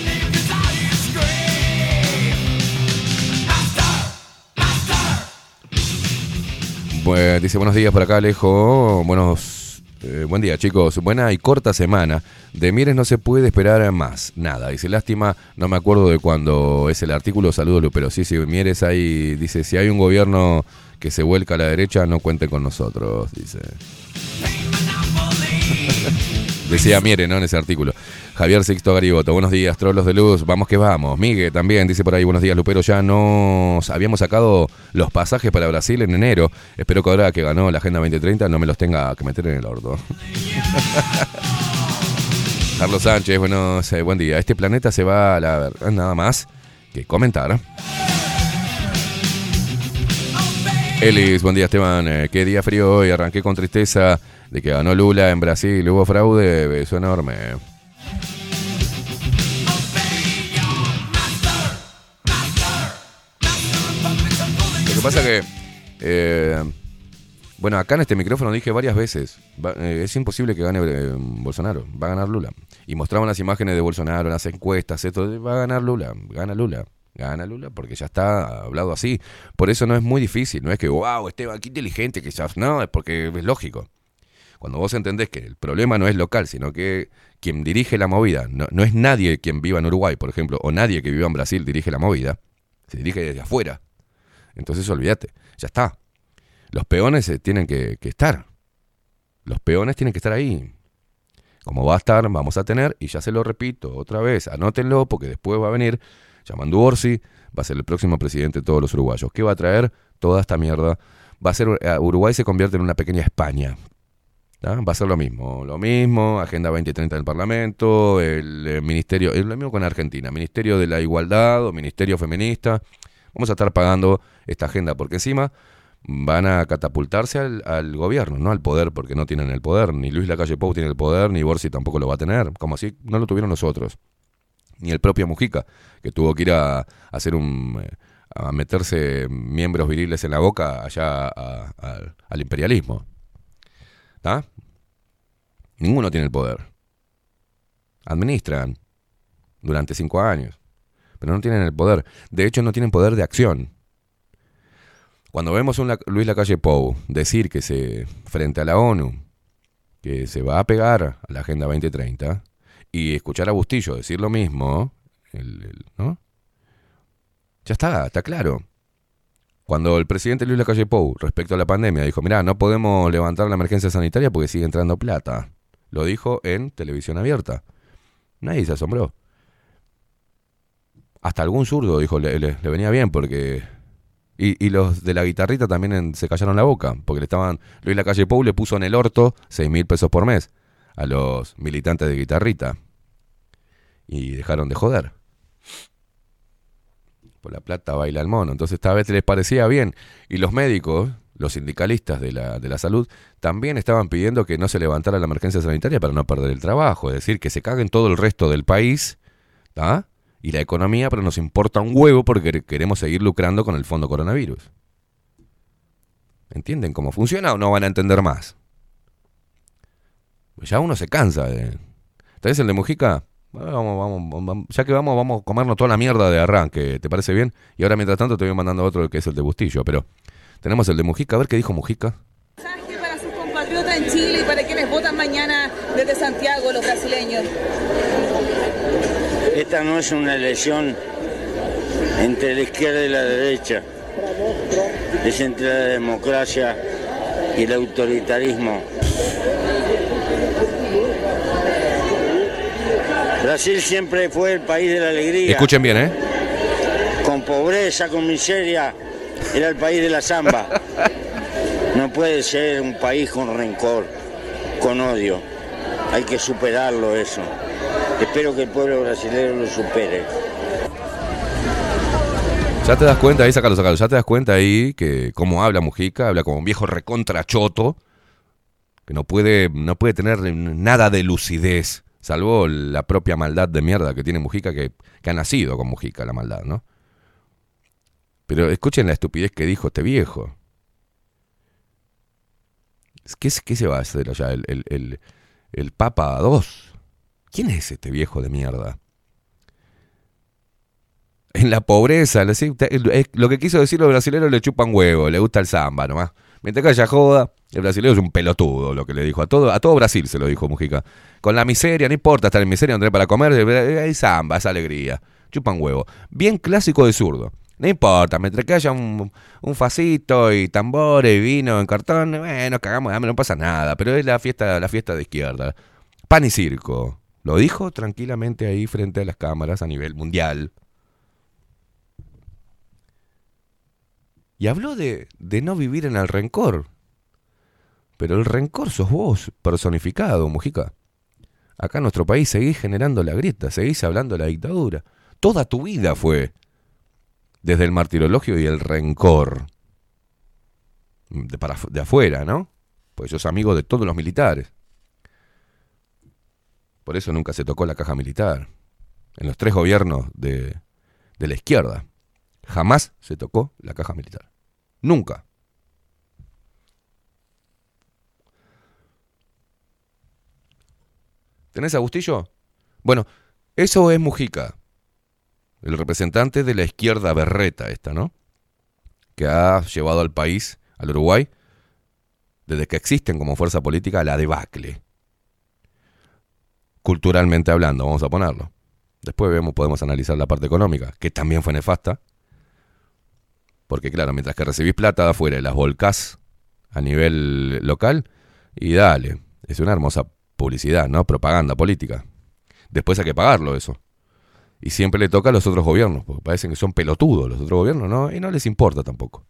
Pues, dice, buenos días por acá, Alejo, buen día, chicos, buena y corta semana, de Mieres no se puede esperar más, nada, dice, lástima, no me acuerdo de cuándo es el artículo, saludos, pero sí, Mieres hay, dice, si hay un gobierno que se vuelca a la derecha, no cuenten con nosotros, dice. Decía Miere, ¿no? En ese artículo. Javier Sixto Gariboto, buenos días, trolos de luz, vamos que vamos. Miguel también dice por ahí, buenos días, Lupero, ya nos habíamos sacado los pasajes para Brasil en enero. Espero que ahora que ganó la Agenda 2030 no me los tenga que meter en el orto. Carlos Sánchez, buen día. Este planeta se va a la verdad, nada más que comentar. Elis, buen día, Esteban. Qué día frío hoy, arranqué con tristeza de que ganó Lula en Brasil, hubo fraude, beso enorme. Lo que pasa que, bueno, acá en este micrófono dije varias veces, es imposible que gane Bolsonaro, va a ganar Lula. Y mostraban las imágenes de Bolsonaro, las encuestas, esto, va a ganar Lula, gana Lula porque ya está hablado así. Por eso no es muy difícil, no es que, wow, Esteban, qué inteligente que sos. No, es porque es lógico. Cuando vos entendés que el problema no es local, sino que quien dirige la movida, no es nadie quien viva en Uruguay, por ejemplo, o nadie que viva en Brasil dirige la movida, se dirige desde afuera. Entonces olvídate, ya está. Los peones tienen que estar. Los peones tienen que estar ahí. Como va a estar, vamos a tener, y ya se lo repito otra vez, anótenlo porque después va a venir Yamandu Orsi, va a ser el próximo presidente de todos los uruguayos. ¿Qué va a traer? Toda esta mierda. Va a ser, Uruguay se convierte en una pequeña España. ¿Ah? Va a ser lo mismo, Agenda 2030 del Parlamento, el ministerio, es lo mismo con Argentina, Ministerio de la Igualdad o Ministerio Feminista. Vamos a estar pagando esta agenda porque encima van a catapultarse al gobierno, no al poder, porque no tienen el poder, ni Luis Lacalle Pou tiene el poder, ni Borsi tampoco lo va a tener, como así no lo tuvieron los otros, ni el propio Mujica, que tuvo que ir a hacer a meterse miembros viriles en la boca allá al imperialismo. ¿Ah? Ninguno tiene el poder. Administran durante 5 años, pero no tienen el poder. De hecho, no tienen poder de acción. Cuando vemos a Luis Lacalle Pou decir que frente a la ONU que se va a pegar a la Agenda 2030 y escuchar a Bustillo decir lo mismo, ¿no? Ya está claro. Cuando el presidente Luis Lacalle Pou, respecto a la pandemia, dijo, mirá, no podemos levantar la emergencia sanitaria porque sigue entrando plata. Lo dijo en televisión abierta. Nadie se asombró. Hasta algún zurdo dijo, le venía bien porque... Y los de la guitarrita también se callaron la boca, porque Luis Lacalle Pou le puso en el orto 6.000 pesos por mes a los militantes de guitarrita. Y dejaron de joder. Por la plata baila el mono. Entonces esta vez les parecía bien. Y los médicos, los sindicalistas de la salud, también estaban pidiendo que no se levantara la emergencia sanitaria para no perder el trabajo. Es decir, que se caguen todo el resto del país, ¿ah? Y la economía, pero nos importa un huevo porque queremos seguir lucrando con el fondo coronavirus. ¿Entienden cómo funciona o no van a entender más? Pues ya uno se cansa de... Entonces el de Mujica... Vamos, ya que vamos a comernos toda la mierda de arranque, ¿te parece bien? Y ahora mientras tanto te voy mandando otro que es el de Bustillo, pero tenemos el de Mujica, a ver qué dijo Mujica. Mensaje para sus compatriotas en Chile y para quienes votan mañana desde Santiago, los brasileños. Esta no es una elección entre la izquierda y la derecha, es entre la democracia y el autoritarismo. Brasil siempre fue el país de la alegría. Escuchen bien, ¿eh? Con pobreza, con miseria, era el país de la samba. No puede ser un país con rencor, con odio. Hay que superarlo eso. Espero que el pueblo brasileño lo supere. Ya te das cuenta ahí, sácalo, ya te das cuenta ahí que cómo habla Mujica, habla como un viejo recontrachoto, que no puede tener nada de lucidez. Salvo la propia maldad de mierda que tiene Mujica, que ha nacido con Mujica, la maldad, ¿no? Pero escuchen la estupidez que dijo este viejo. ¿Qué se va a hacer allá? El Papa II. ¿Quién es este viejo de mierda? En la pobreza, lo que quiso decir los brasileños, le chupan huevo, le gusta el samba nomás. Mientras que haya joda, el brasileño es un pelotudo, lo que le dijo. A todo Brasil se lo dijo Mujica. Con la miseria, no importa estar en miseria, no tener para comer, hay samba, es alegría. Chupan huevo. Bien clásico de zurdo. No importa, mientras que haya un facito y tambores y vino en cartón, bueno, cagamos de hambre, no pasa nada. Pero es la fiesta de izquierda. Pan y circo. Lo dijo tranquilamente ahí frente a las cámaras a nivel mundial. Y habló de no vivir en el rencor. Pero el rencor sos vos, personificado, Mujica. Acá en nuestro país seguís generando la grieta, seguís hablando de la dictadura. Toda tu vida fue desde el martirologio y el rencor. De afuera, ¿no? Pues sos amigo de todos los militares. Por eso nunca se tocó la caja militar. En los 3 gobiernos de la izquierda. Jamás se tocó la caja militar. Nunca. ¿Tenés a Bustillo? Bueno, eso es Mujica. El representante de la izquierda berreta esta, ¿no? Que ha llevado al país, al Uruguay, desde que existen como fuerza política, a la debacle. Culturalmente hablando, vamos a ponerlo. Después podemos analizar la parte económica, que también fue nefasta. Porque claro, mientras que recibís plata de afuera y las volcás a nivel local, y dale, es una hermosa publicidad, ¿no? Propaganda política. Después hay que pagarlo eso. Y siempre le toca a los otros gobiernos, porque parecen que son pelotudos los otros gobiernos, ¿no? Y no les importa tampoco.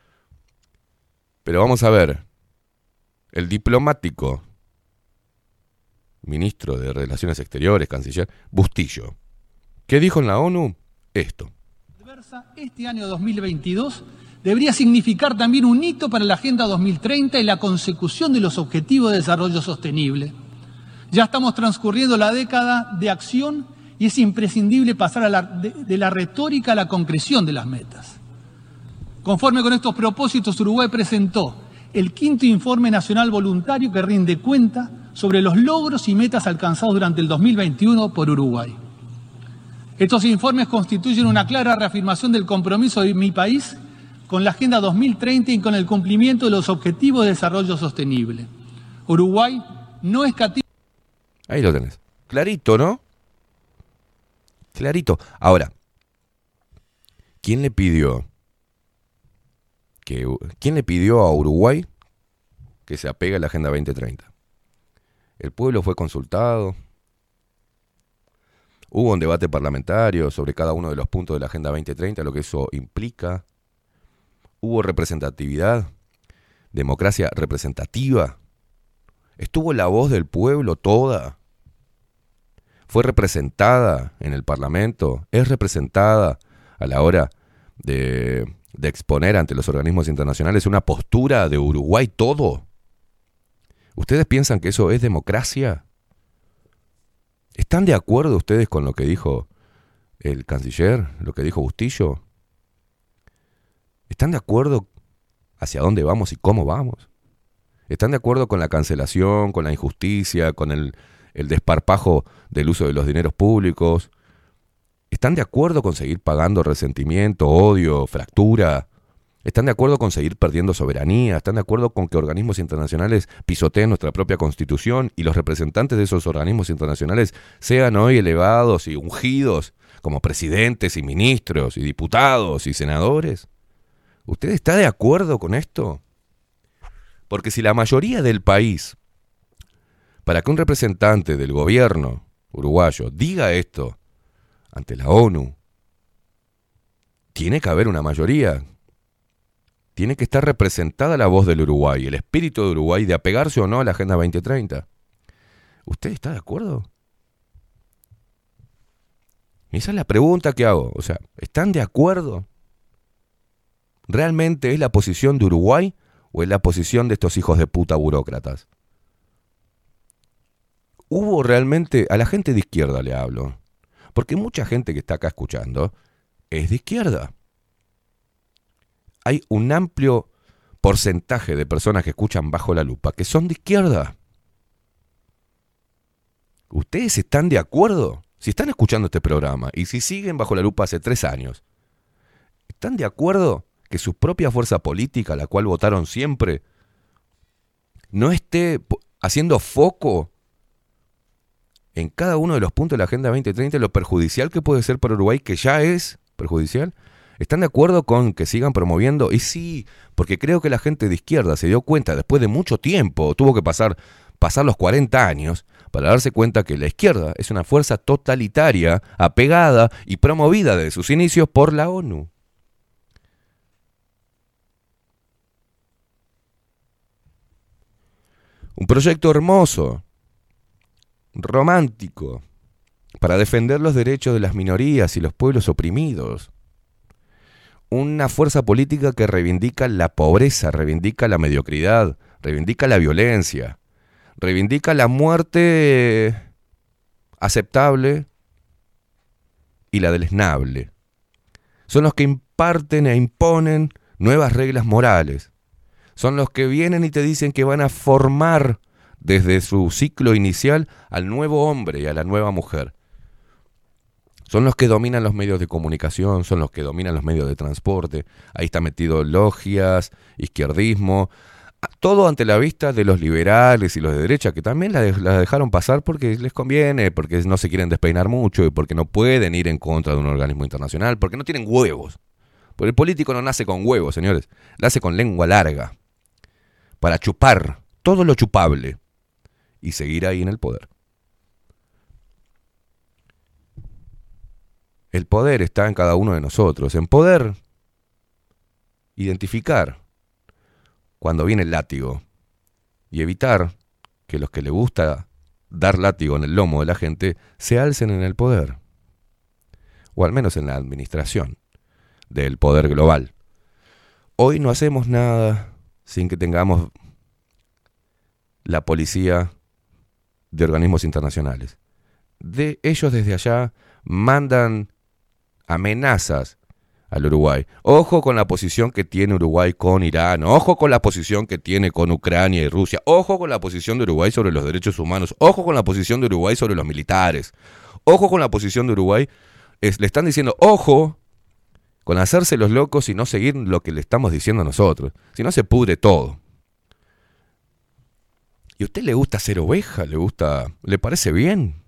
Pero vamos a ver, el diplomático, ministro de Relaciones Exteriores, canciller, Bustillo, ¿qué dijo en la ONU? Esto. Este año 2022 debería significar también un hito para la Agenda 2030 y la consecución de los Objetivos de Desarrollo Sostenible. Ya estamos transcurriendo la década de acción y es imprescindible pasar de la retórica a la concreción de las metas. Conforme con estos propósitos, Uruguay presentó el 5º Informe Nacional Voluntario que rinde cuenta sobre los logros y metas alcanzados durante el 2021 por Uruguay. Estos informes constituyen una clara reafirmación del compromiso de mi país con la Agenda 2030 y con el cumplimiento de los Objetivos de Desarrollo Sostenible. Uruguay no escatima. Ahí lo tenés. Clarito, ¿no? Clarito. Ahora, ¿quién le pidió a Uruguay que se apegue a la Agenda 2030? El pueblo fue consultado. Hubo un debate parlamentario sobre cada uno de los puntos de la Agenda 2030, lo que eso implica. Hubo representatividad, democracia representativa. Estuvo la voz del pueblo toda. Fue representada en el Parlamento, es representada a la hora de exponer ante los organismos internacionales una postura de Uruguay todo. ¿Ustedes piensan que eso es democracia? ¿Están de acuerdo ustedes con lo que dijo el canciller, lo que dijo Bustillo? ¿Están de acuerdo hacia dónde vamos y cómo vamos? ¿Están de acuerdo con la cancelación, con la injusticia, con el desparpajo del uso de los dineros públicos? ¿Están de acuerdo con seguir pagando resentimiento, odio, fractura? ¿Están de acuerdo con seguir perdiendo soberanía? ¿Están de acuerdo con que organismos internacionales pisoteen nuestra propia constitución y los representantes de esos organismos internacionales sean hoy elevados y ungidos como presidentes y ministros y diputados y senadores? ¿Usted está de acuerdo con esto? Porque si la mayoría del país, para que un representante del gobierno uruguayo diga esto ante la ONU, tiene que haber una mayoría. Tiene que estar representada la voz del Uruguay, el espíritu de Uruguay de apegarse o no a la Agenda 2030. ¿Usted está de acuerdo? Esa es la pregunta que hago. O sea, ¿están de acuerdo? ¿Realmente es la posición de Uruguay o es la posición de estos hijos de puta burócratas? Hubo realmente, a la gente de izquierda le hablo, porque mucha gente que está acá escuchando es de izquierda. Hay un amplio porcentaje de personas que escuchan Bajo la Lupa que son de izquierda. ¿Ustedes están de acuerdo? Si están escuchando este programa y si siguen Bajo la Lupa hace 3 años, ¿están de acuerdo que su propia fuerza política, la cual votaron siempre, no esté haciendo foco en cada uno de los puntos de la Agenda 2030, lo perjudicial que puede ser para Uruguay, que ya es perjudicial? ¿Están de acuerdo con que sigan promoviendo? Y sí, porque creo que la gente de izquierda se dio cuenta después de mucho tiempo, tuvo que pasar los 40 años, para darse cuenta que la izquierda es una fuerza totalitaria, apegada y promovida desde sus inicios por la ONU. Un proyecto hermoso, romántico, para defender los derechos de las minorías y los pueblos oprimidos. Una fuerza política que reivindica la pobreza, reivindica la mediocridad, reivindica la violencia, reivindica la muerte aceptable y la deleznable. Son los que imparten e imponen nuevas reglas morales. Son los que vienen y te dicen que van a formar desde su ciclo inicial al nuevo hombre y a la nueva mujer. Son los que dominan los medios de comunicación, son los que dominan los medios de transporte. Ahí está metido logias, izquierdismo, todo ante la vista de los liberales y los de derecha, que también la dejaron pasar porque les conviene, porque no se quieren despeinar mucho y porque no pueden ir en contra de un organismo internacional, porque no tienen huevos. Porque el político no nace con huevos, señores, nace con lengua larga, para chupar todo lo chupable y seguir ahí en el poder. El poder está en cada uno de nosotros, en poder identificar cuando viene el látigo y evitar que los que le gusta dar látigo en el lomo de la gente se alcen en el poder, o al menos en la administración del poder global. Hoy no hacemos nada sin que tengamos la policía de organismos internacionales. Ellos desde allá mandan amenazas al Uruguay. Ojo con la posición que tiene Uruguay con Irán, ojo con la posición que tiene con Ucrania y Rusia, ojo con la posición de Uruguay sobre los derechos humanos, ojo con la posición de Uruguay sobre los militares, ojo con la posición de Uruguay, le están diciendo ojo con hacerse los locos y no seguir lo que le estamos diciendo nosotros, si no se pudre todo. ¿Y a usted le gusta ser oveja? ¿Le parece bien?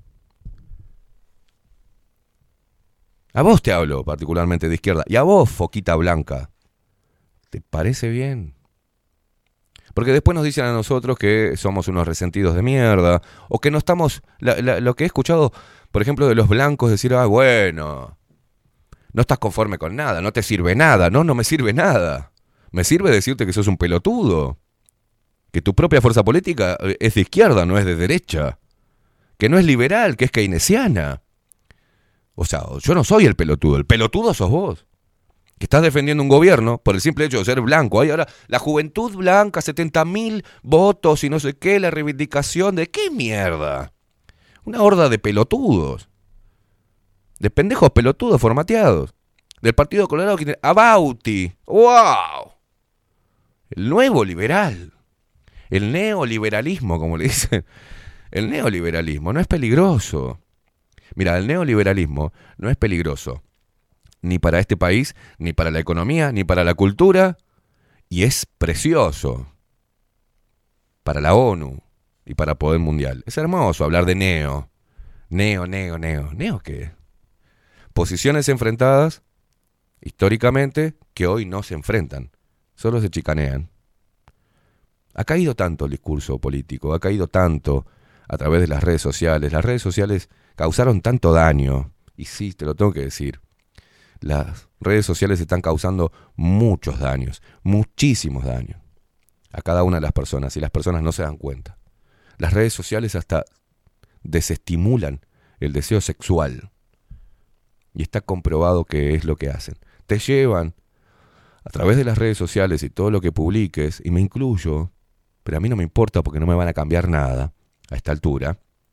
A vos te hablo particularmente de izquierda. Y a vos, foquita blanca. ¿Te parece bien? Porque después nos dicen a nosotros que somos unos resentidos de mierda. O que no estamos... Lo que he escuchado, por ejemplo, de los blancos decir, bueno, no estás conforme con nada, no te sirve nada. No me sirve nada. Me sirve decirte que sos un pelotudo. Que tu propia fuerza política es de izquierda, no es de derecha. Que no es liberal, que es keynesiana. O sea, yo no soy el pelotudo sos vos, que estás defendiendo un gobierno por el simple hecho de ser blanco. Ay, ahora, la juventud blanca, 70.000 votos y no sé qué, la reivindicación de qué mierda. Una horda de pelotudos, de pendejos pelotudos formateados, del Partido Colorado que tiene a Bauti. ¡Wow! El nuevo liberal, el neoliberalismo, como le dicen. El neoliberalismo no es peligroso. Mira, el neoliberalismo no es peligroso ni para este país, ni para la economía, ni para la cultura, y es precioso para la ONU y para Poder Mundial. Es hermoso hablar de neo. ¿Neo qué? Posiciones enfrentadas, históricamente, que hoy no se enfrentan, solo se chicanean. Ha caído tanto el discurso político, ha caído tanto a través de las redes sociales. Las redes sociales causaron tanto daño, y sí, te lo tengo que decir, las redes sociales están causando muchos daños, muchísimos daños a cada una de las personas, y las personas no se dan cuenta. Las redes sociales hasta desestimulan el deseo sexual, y está comprobado que es lo que hacen. Te llevan a través de las redes sociales y todo lo que publiques, y me incluyo, pero a mí no me importa porque no me van a cambiar nada a esta altura,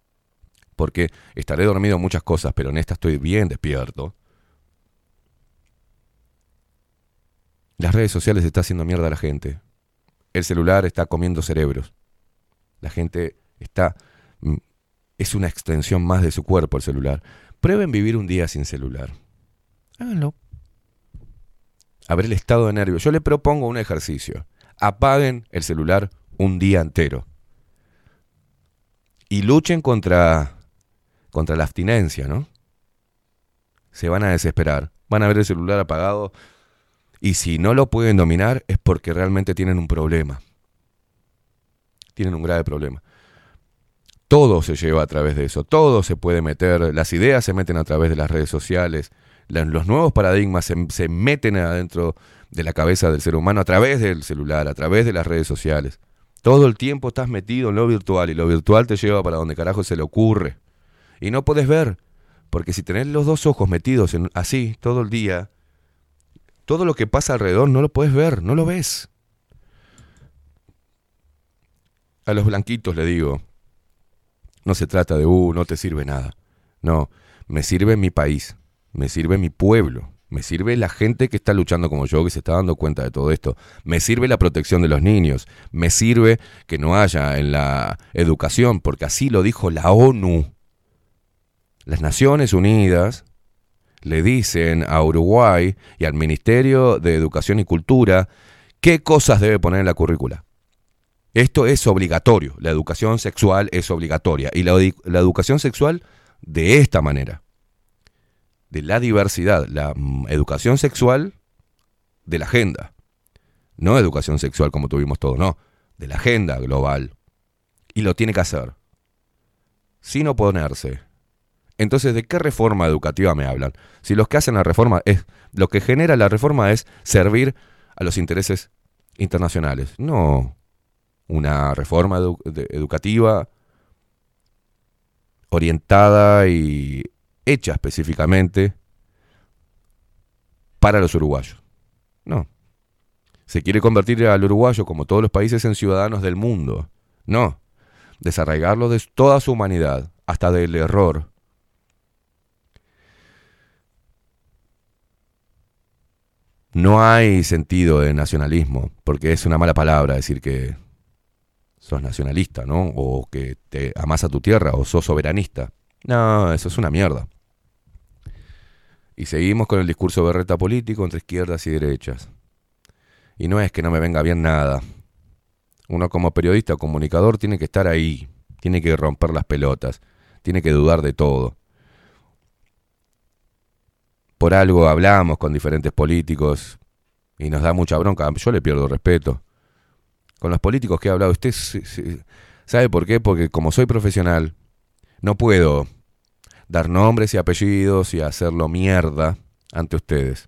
porque estaré dormido en muchas cosas, pero en esta estoy bien despierto. Las redes sociales están haciendo mierda a la gente. El celular está comiendo cerebros. La gente es una extensión más de su cuerpo el celular. Prueben vivir un día sin celular. Háganlo. A ver el estado de nervio. Yo le propongo un ejercicio. Apaguen el celular un día entero. Y luchen contra la abstinencia, ¿no? Se van a desesperar. Van a ver el celular apagado. Y si no lo pueden dominar es porque realmente tienen un problema. Tienen un grave problema. Todo se lleva a través de eso. Todo se puede meter. Las ideas se meten a través de las redes sociales. Los nuevos paradigmas se meten adentro de la cabeza del ser humano a través del celular, a través de las redes sociales. Todo el tiempo estás metido en lo virtual y lo virtual te lleva para donde carajo se le ocurre. Y no podés ver, porque si tenés los dos ojos metidos así todo el día, todo lo que pasa alrededor no lo podés ver, no lo ves. A los blanquitos le digo, no se trata de, no te sirve nada. No, me sirve mi país, me sirve mi pueblo, me sirve la gente que está luchando como yo, que se está dando cuenta de todo esto. Me sirve la protección de los niños, me sirve que no haya en la educación, porque así lo dijo la ONU. Las Naciones Unidas le dicen a Uruguay y al Ministerio de Educación y Cultura qué cosas debe poner en la currícula. Esto es obligatorio, la educación sexual es obligatoria. Y la educación sexual de esta manera, de la diversidad, la educación sexual de la agenda. No educación sexual como tuvimos todos, no, de la agenda global. Y lo tiene que hacer, sin oponerse. Entonces, ¿de qué reforma educativa me hablan? Si los que hacen la reforma lo que genera la reforma es servir a los intereses internacionales. No una reforma educativa orientada y hecha específicamente para los uruguayos. No. Se quiere convertir al uruguayo, como todos los países, en ciudadanos del mundo. No. Desarraigarlo de toda su humanidad, hasta del error. No hay sentido de nacionalismo, porque es una mala palabra decir que sos nacionalista, ¿no? O que te amás a tu tierra, o sos soberanista. No, eso es una mierda. Y seguimos con el discurso berreta político entre izquierdas y derechas. Y no es que no me venga bien nada. Uno como periodista o comunicador tiene que estar ahí, tiene que romper las pelotas, tiene que dudar de todo. Por algo hablamos con diferentes políticos y nos da mucha bronca. Yo le pierdo respeto. Con los políticos que he hablado, usted ¿sabe por qué? Porque como soy profesional, no puedo dar nombres y apellidos y hacerlo mierda ante ustedes.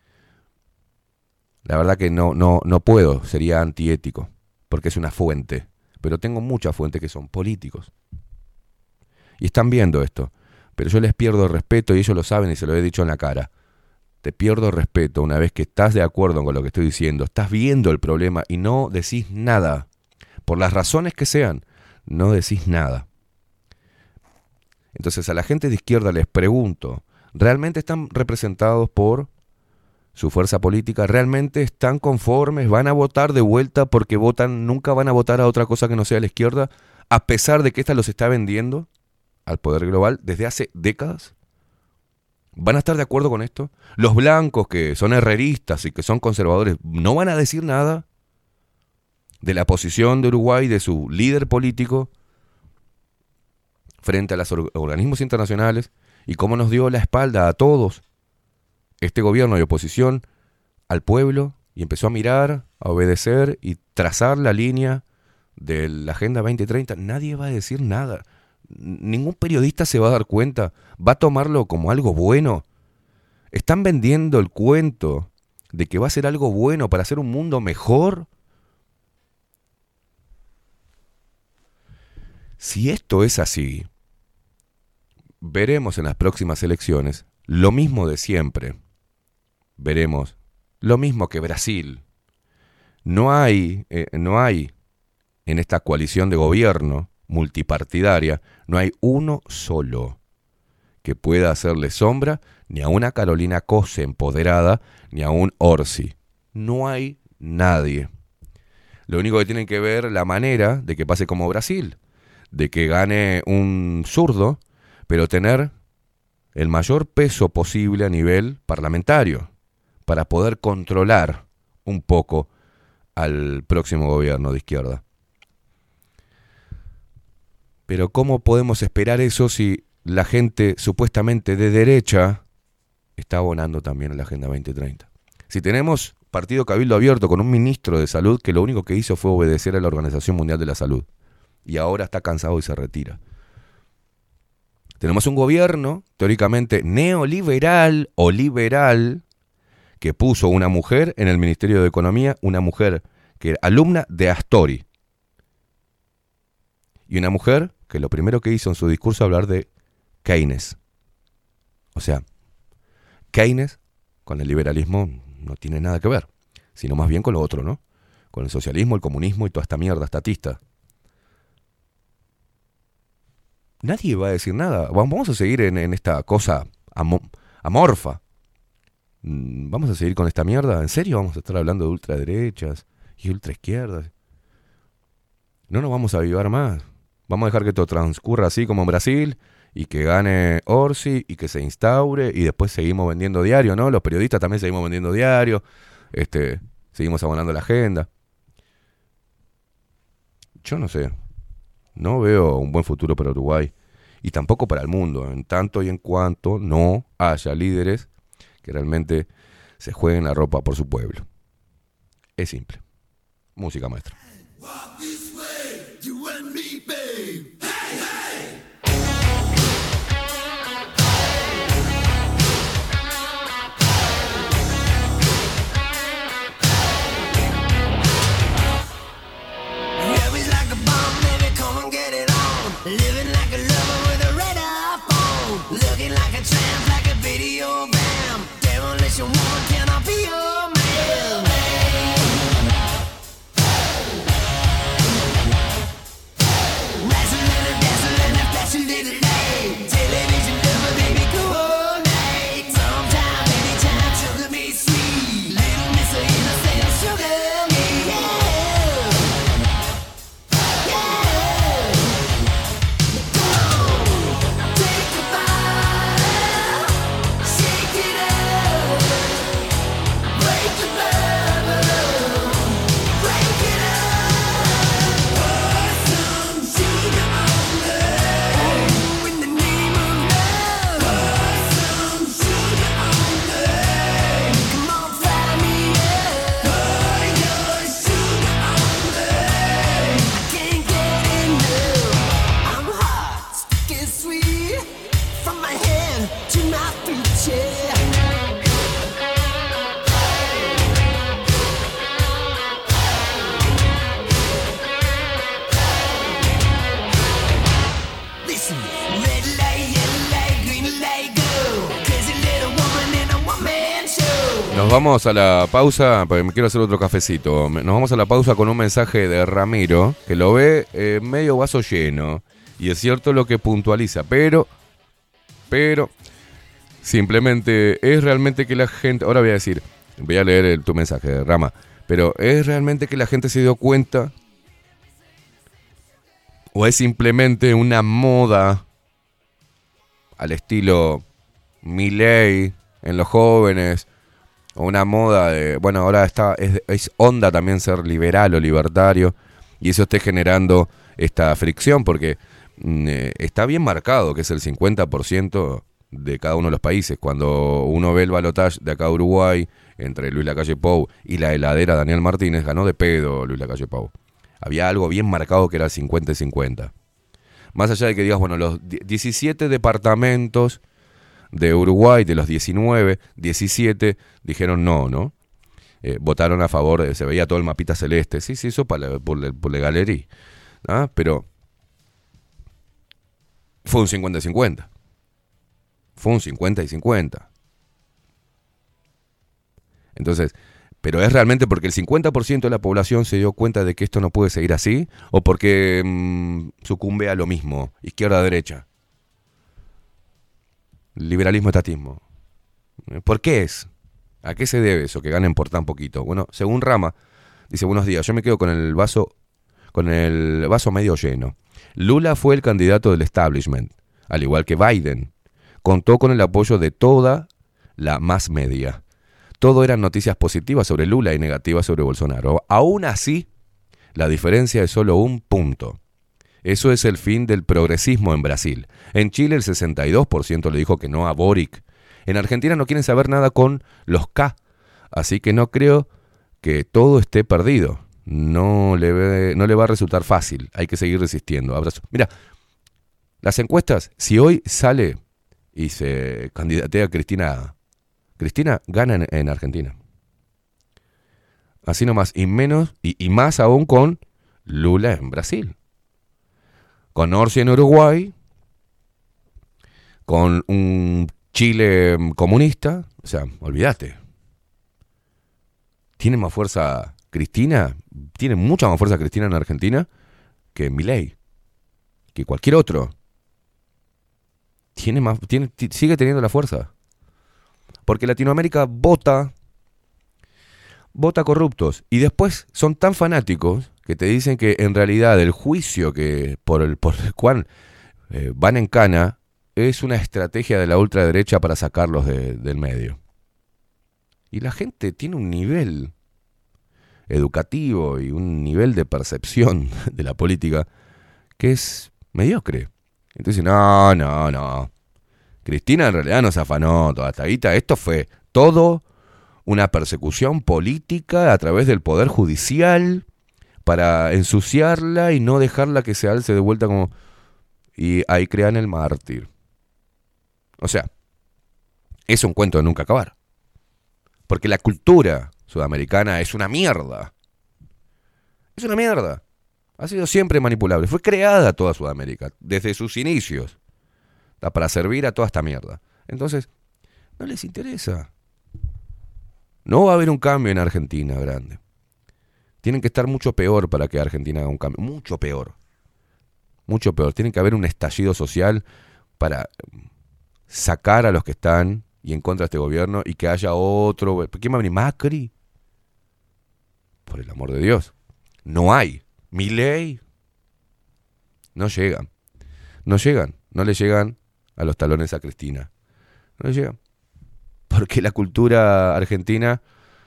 La verdad que no puedo, sería antiético, porque es una fuente. Pero tengo muchas fuentes que son políticos. Y están viendo esto. Pero yo les pierdo el respeto y ellos lo saben y se lo he dicho en la cara. Te pierdo el respeto una vez que estás de acuerdo con lo que estoy diciendo, estás viendo el problema y no decís nada. Por las razones que sean, no decís nada. Entonces a la gente de izquierda les pregunto, ¿realmente están representados por su fuerza política? ¿Realmente están conformes? ¿Van a votar de vuelta porque nunca van a votar a otra cosa que no sea la izquierda? A pesar de que esta los está vendiendo al poder global desde hace décadas. ¿Van a estar de acuerdo con esto? Los blancos que son herreristas y que son conservadores, ¿no van a decir nada de la posición de Uruguay, de su líder político frente a los organismos internacionales y cómo nos dio la espalda a todos este gobierno de oposición al pueblo y empezó a mirar, a obedecer y trazar la línea de la Agenda 2030? Nadie va a decir nada. Ningún periodista se va a dar cuenta, va a tomarlo como algo bueno. Están vendiendo el cuento de que va a ser algo bueno para hacer un mundo mejor. Si esto es así, veremos en las próximas elecciones lo mismo de siempre. Veremos lo mismo que Brasil. No hay en esta coalición de gobierno multipartidaria, no hay uno solo que pueda hacerle sombra ni a una Carolina Cose empoderada, ni a un Orsi. No hay nadie. Lo único que tienen que ver la manera de que pase como Brasil, de que gane un zurdo, pero tener el mayor peso posible a nivel parlamentario, para poder controlar un poco al próximo gobierno de izquierda. Pero ¿cómo podemos esperar eso si la gente supuestamente de derecha está abonando también a la Agenda 2030? Si tenemos Partido Cabildo Abierto con un ministro de Salud que lo único que hizo fue obedecer a la Organización Mundial de la Salud y ahora está cansado y se retira. Tenemos un gobierno teóricamente neoliberal o liberal que puso una mujer en el Ministerio de Economía, una mujer que era alumna de Astori y una mujer que lo primero que hizo en su discurso hablar de Keynes. O sea, Keynes con el liberalismo no tiene nada que ver, sino más bien con lo otro, ¿no? Con el socialismo, el comunismo y toda esta mierda estatista. Nadie va a decir nada. Vamos a seguir en esta cosa amorfa. ¿Vamos a seguir con esta mierda? ¿En serio vamos a estar hablando de ultraderechas y ultraizquierdas? No nos vamos a avivar más. Vamos a dejar que todo transcurra así como en Brasil y que gane Orsi y que se instaure y después seguimos vendiendo diario, ¿no? Los periodistas también seguimos vendiendo diario, seguimos abonando la agenda. Yo no sé, no veo un buen futuro para Uruguay y tampoco para el mundo, en tanto y en cuanto no haya líderes que realmente se jueguen la ropa por su pueblo. Es simple. Música maestra. Living like a lover with a red iPhone. Looking like a tramp, like a video bam. Demolition woman, can I be your man? Razzling and dazzling and flashing little light. Television lover, baby, coordinate. Sometime, anytime, sugar me sweet. Little miss of innocent, sugar me, yeah. Nos vamos a la pausa, porque me quiero hacer otro cafecito. Nos vamos a la pausa con un mensaje de Ramiro, que lo ve medio vaso lleno. Y es cierto lo que puntualiza, pero, simplemente es realmente que la gente... Ahora voy a leer tu mensaje, Rama. Pero es realmente que la gente se dio cuenta, o es simplemente una moda al estilo Milei en los jóvenes, o una moda de, bueno, ahora es onda también ser liberal o libertario, y eso esté generando esta fricción, porque está bien marcado que es el 50% de cada uno de los países. Cuando uno ve el balotaje de acá de Uruguay, entre Luis Lacalle Pou y la heladera Daniel Martínez, ganó de pedo Luis Lacalle Pou. Había algo bien marcado que era 50 y 50. Más allá de que digas, bueno, los 17 departamentos de Uruguay, de los 19, 17 dijeron no. Votaron a favor, se veía todo el mapita celeste. Sí, eso por la galería. ¿Ah? Pero fue un 50 y 50. Fue un 50 y 50. Entonces, Pero ¿es realmente porque el 50% de la población se dio cuenta de que esto no puede seguir así? ¿O porque sucumbe a lo mismo? Izquierda-derecha. Liberalismo-estatismo. ¿Por qué es? ¿A qué se debe eso, que ganen por tan poquito? Bueno, según Rama, dice, buenos días, yo me quedo con el vaso medio lleno. Lula fue el candidato del establishment, al igual que Biden. Contó con el apoyo de toda la mass media. Todo eran noticias positivas sobre Lula y negativas sobre Bolsonaro. Aún así, la diferencia es solo un punto. Eso es el fin del progresismo en Brasil. En Chile el 62% le dijo que no a Boric. En Argentina no quieren saber nada con los K. Así que no creo que todo esté perdido. No le va a resultar fácil. Hay que seguir resistiendo. Abrazo. Mira, las encuestas, si hoy sale y se candidatea Cristina gana en Argentina. Así nomás, y menos, y más aún con Lula en Brasil. Con Orsi en Uruguay, con un Chile comunista, o sea, olvídate. Tiene más fuerza Cristina, tiene mucha más fuerza Cristina en Argentina que Milei, que cualquier otro. Sigue teniendo la fuerza. Porque Latinoamérica vota corruptos. Y después son tan fanáticos que te dicen que en realidad el juicio por el cual van en cana es una estrategia de la ultraderecha para sacarlos del medio. Y la gente tiene un nivel educativo y un nivel de percepción de la política que es mediocre. Entonces, no. Cristina en realidad nos afanó toda esta guita. Esto fue todo una persecución política a través del Poder Judicial para ensuciarla y no dejarla que se alce de vuelta como... Y ahí crean el mártir. O sea, es un cuento de nunca acabar. Porque la cultura sudamericana es una mierda. Es una mierda. Ha sido siempre manipulable. Fue creada toda Sudamérica, desde sus inicios, para servir a toda esta mierda. Entonces, no les interesa. No va a haber un cambio en Argentina grande. Tienen que estar mucho peor para que Argentina haga un cambio. Mucho peor. Mucho peor. Tiene que haber un estallido social para sacar a los que están y en contra de este gobierno y que haya otro. ¿Quién va a venir? ¿Macri? Por el amor de Dios. No hay. Milei. No llegan. No le llegan a los talones a Cristina. No le llegan. Porque la cultura argentina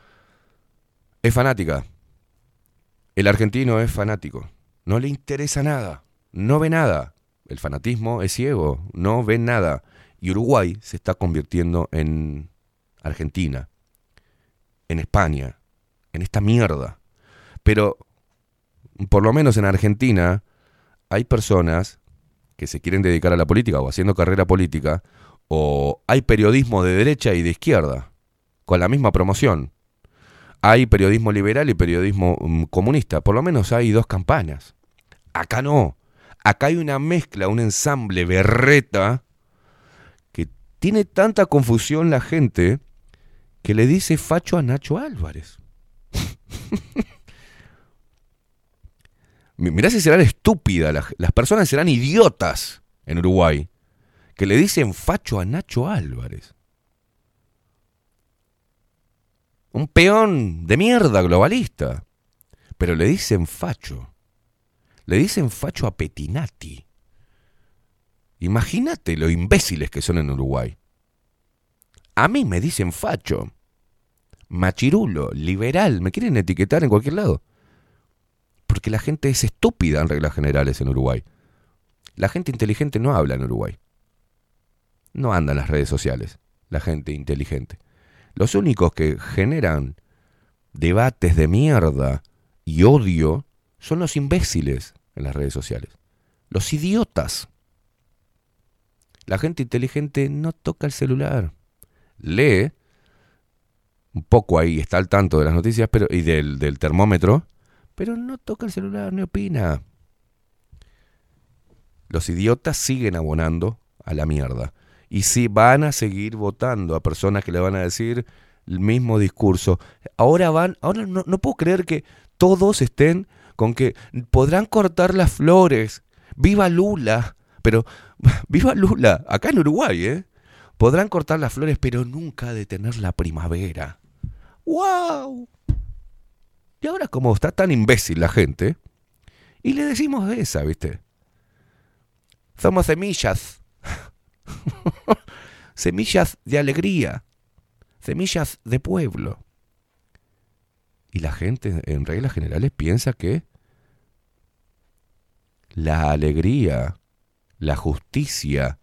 es fanática. El argentino es fanático. No le interesa nada. No ve nada. El fanatismo es ciego. No ve nada. Y Uruguay se está convirtiendo en Argentina. En España. En esta mierda. Pero, por lo menos en Argentina, hay personas que se quieren dedicar a la política o haciendo carrera política, o hay periodismo de derecha y de izquierda, con la misma promoción. Hay periodismo liberal y periodismo comunista. Por lo menos hay dos campanas. Acá no. Acá hay una mezcla, un ensamble berreta, que tiene tanta confusión la gente que le dice facho a Nacho Álvarez. Mirá si serán estúpidas, las personas serán idiotas en Uruguay, que le dicen facho a Nacho Álvarez. Un peón de mierda globalista. Pero le dicen facho. Le dicen facho a Pettinati. Imagínate lo imbéciles que son en Uruguay. A mí me dicen facho, machirulo, liberal, me quieren etiquetar en cualquier lado. Porque la gente es estúpida en reglas generales en Uruguay. La gente inteligente no habla en Uruguay. No anda en las redes sociales, la gente inteligente. Los únicos que generan debates de mierda y odio son los imbéciles en las redes sociales. Los idiotas. La gente inteligente no toca el celular. Lee un poco ahí, está al tanto de las noticias y del termómetro, pero no toca el celular, ni opina. Los idiotas siguen abonando a la mierda. Y si van a seguir votando a personas que le van a decir el mismo discurso. Ahora no puedo creer que todos estén con que podrán cortar las flores. ¡Viva Lula! Pero, ¡viva Lula! Acá en Uruguay, podrán cortar las flores, pero nunca detener la primavera. ¡Wow! Y ahora como está tan imbécil la gente, y le decimos esa, ¿viste? Somos semillas. Semillas de alegría. Semillas de pueblo. Y la gente, en reglas generales, piensa que la alegría, la justicia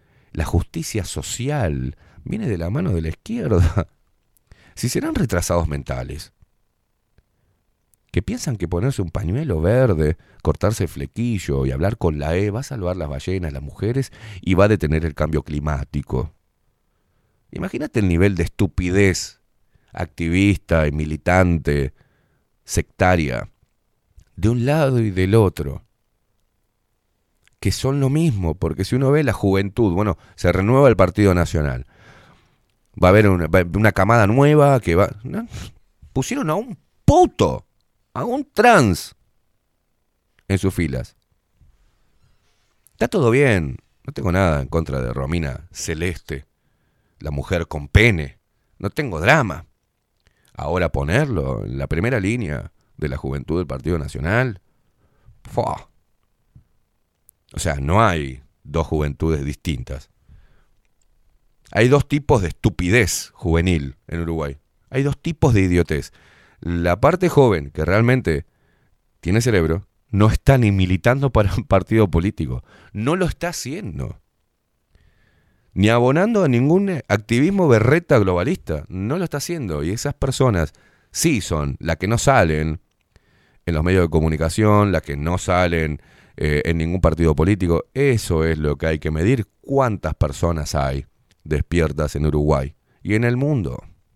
social, viene de la mano de la izquierda. Si serán retrasados mentales, que piensan que ponerse un pañuelo verde, cortarse el flequillo y hablar con la E va a salvar las ballenas, las mujeres y va a detener el cambio climático. Imagínate el nivel de estupidez activista y militante, sectaria, de un lado y del otro, que son lo mismo, porque si uno ve la juventud, bueno, se renueva el Partido Nacional, va a haber una camada nueva que va... ¿no? Pusieron a un puto, a un trans en sus filas. Está todo bien, no tengo nada en contra de Romina Celeste, la mujer con pene, no tengo drama. Ahora ponerlo en la primera línea de la juventud del Partido Nacional, ¡fua! O sea, no hay dos juventudes distintas. Hay dos tipos de estupidez juvenil en Uruguay. Hay dos tipos de idiotez. La parte joven, que realmente tiene cerebro, no está ni militando para un partido político. No lo está haciendo. Ni abonando a ningún activismo berreta globalista. No lo está haciendo. Y esas personas sí son las que no salen en los medios de comunicación, las que no salen en ningún partido político. Eso es lo que hay que medir. ¿Cuántas personas hay despiertas en Uruguay y en el mundo?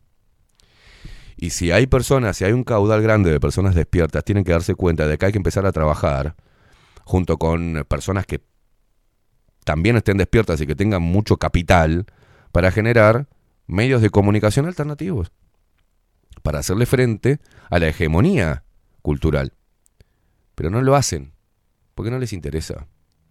Y si hay personas, si hay un caudal grande de personas despiertas, tienen que darse cuenta de que hay que empezar a trabajar junto con personas que también estén despiertas y que tengan mucho capital para generar medios de comunicación alternativos, para hacerle frente a la hegemonía cultural. Pero no lo hacen, porque no les interesa.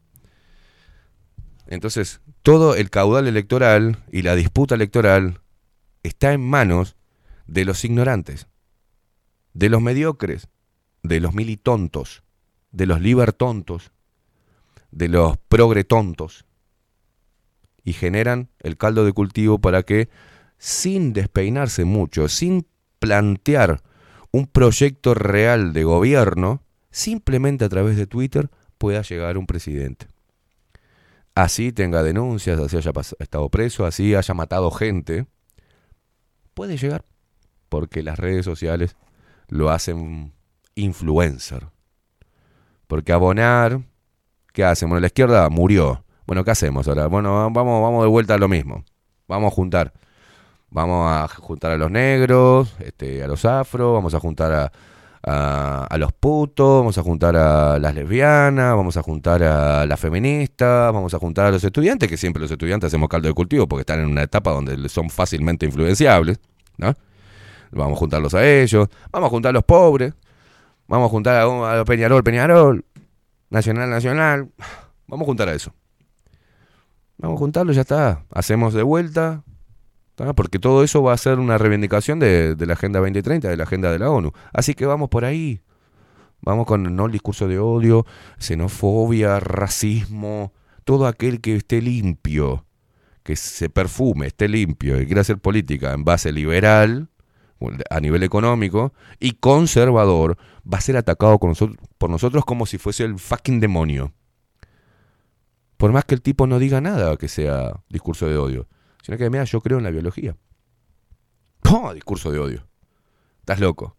Entonces, todo el caudal electoral y la disputa electoral está en manos de los ignorantes, de los mediocres, de los militontos, de los libertontos, de los progretontos, y generan el caldo de cultivo para que, sin despeinarse mucho, sin plantear un proyecto real de gobierno, simplemente a través de Twitter pueda llegar un presidente. Así tenga denuncias, así haya estado preso, así haya matado gente, puede llegar, porque las redes sociales lo hacen influencer. Porque abonar, ¿qué hacen? Bueno, la izquierda murió. Bueno, ¿qué hacemos ahora? Bueno, vamos de vuelta a lo mismo. Vamos a juntar a los negros, a los afro, vamos a juntar a los putos, vamos a juntar a las lesbianas, vamos a juntar a las feministas, vamos a juntar a los estudiantes, que siempre los estudiantes hacemos caldo de cultivo porque están en una etapa donde son fácilmente influenciables, ¿no? Vamos a juntarlos a ellos, vamos a juntar a los pobres, vamos a juntar a los Peñarol, Nacional, vamos a juntar a eso. Vamos a juntarlo, ya está, hacemos de vuelta, ¿tá? Porque todo eso va a ser una reivindicación de la Agenda 2030, de la Agenda de la ONU. Así que vamos por ahí, vamos con no el discurso de odio, xenofobia, racismo, todo aquel que esté limpio, que se perfume, esté limpio y quiera hacer política en base liberal, a nivel económico, y conservador, va a ser atacado por nosotros como si fuese el fucking demonio. Por más que el tipo no diga nada que sea discurso de odio, sino que, mira, yo creo en la biología. ¡Oh, discurso de odio! Estás loco.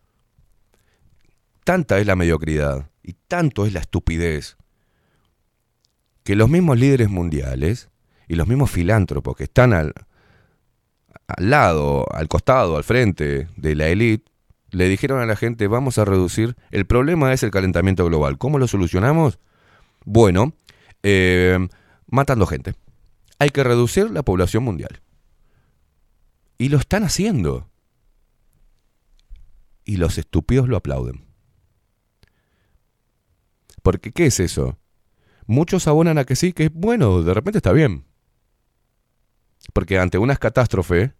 Tanta es la mediocridad y tanto es la estupidez que los mismos líderes mundiales y los mismos filántropos que están al lado, al costado, al frente de la élite, le dijeron a la gente, vamos a reducir, el problema es el calentamiento global. ¿Cómo lo solucionamos? Bueno, matando gente. Hay que reducir la población mundial. Y lo están haciendo. Y los estúpidos lo aplauden. Porque, ¿qué es eso? Muchos abonan a que sí, que bueno, de repente está bien. Porque ante una catástrofe,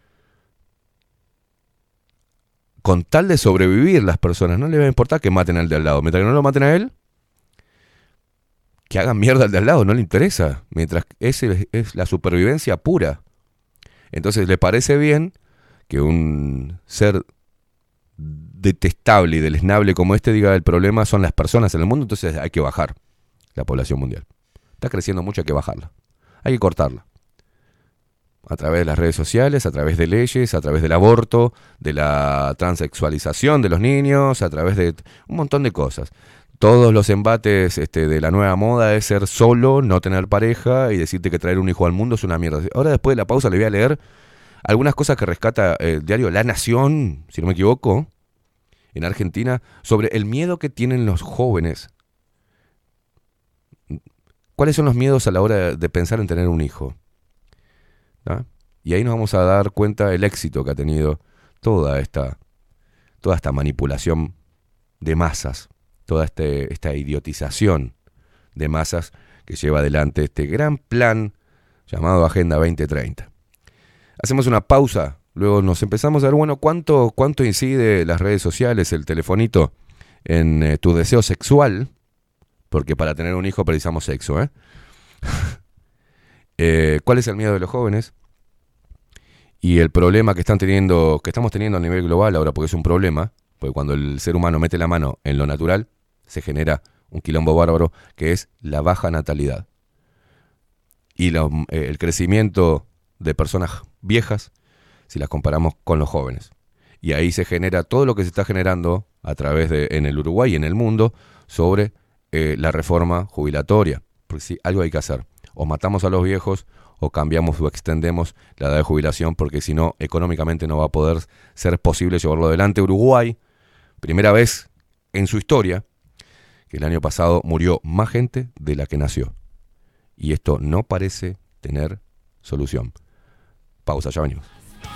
con tal de sobrevivir las personas, no les va a importar que maten al de al lado. Mientras que no lo maten a él, que hagan mierda al de al lado, no le interesa. Mientras ese es la supervivencia pura. Entonces le parece bien que un ser detestable y deleznable como este diga el problema son las personas en el mundo, entonces hay que bajar la población mundial. Está creciendo mucho, hay que bajarla. Hay que cortarla. A través de las redes sociales, a través de leyes, a través del aborto, de la transexualización de los niños, a través de un montón de cosas. Todos los embates de la nueva moda es ser solo, no tener pareja y decirte que traer un hijo al mundo es una mierda. Ahora después de la pausa le voy a leer algunas cosas que rescata el diario La Nación, si no me equivoco, en Argentina, sobre el miedo que tienen los jóvenes. ¿Cuáles son los miedos a la hora de pensar en tener un hijo? ¿No? Y ahí nos vamos a dar cuenta del éxito que ha tenido toda esta manipulación de masas, toda esta idiotización de masas que lleva adelante este gran plan llamado Agenda 2030. Hacemos una pausa, luego nos empezamos a ver, bueno, cuánto incide las redes sociales, el telefonito, en tu deseo sexual, porque para tener un hijo precisamos sexo, ¿eh? ¿Cuál es el miedo de los jóvenes? Y el problema que estamos teniendo a nivel global ahora, porque es un problema, porque cuando el ser humano mete la mano en lo natural, se genera un quilombo bárbaro, que es la baja natalidad. Y el crecimiento de personas viejas, si las comparamos con los jóvenes. Y ahí se genera todo lo que se está generando a través en el Uruguay y en el mundo sobre la reforma jubilatoria. Porque sí, algo hay que hacer. O matamos a los viejos o cambiamos o extendemos la edad de jubilación, porque si no, económicamente no va a poder ser posible llevarlo adelante. Uruguay, primera vez en su historia, que el año pasado murió más gente de la que nació. Y esto no parece tener solución. Pausa, ya venimos.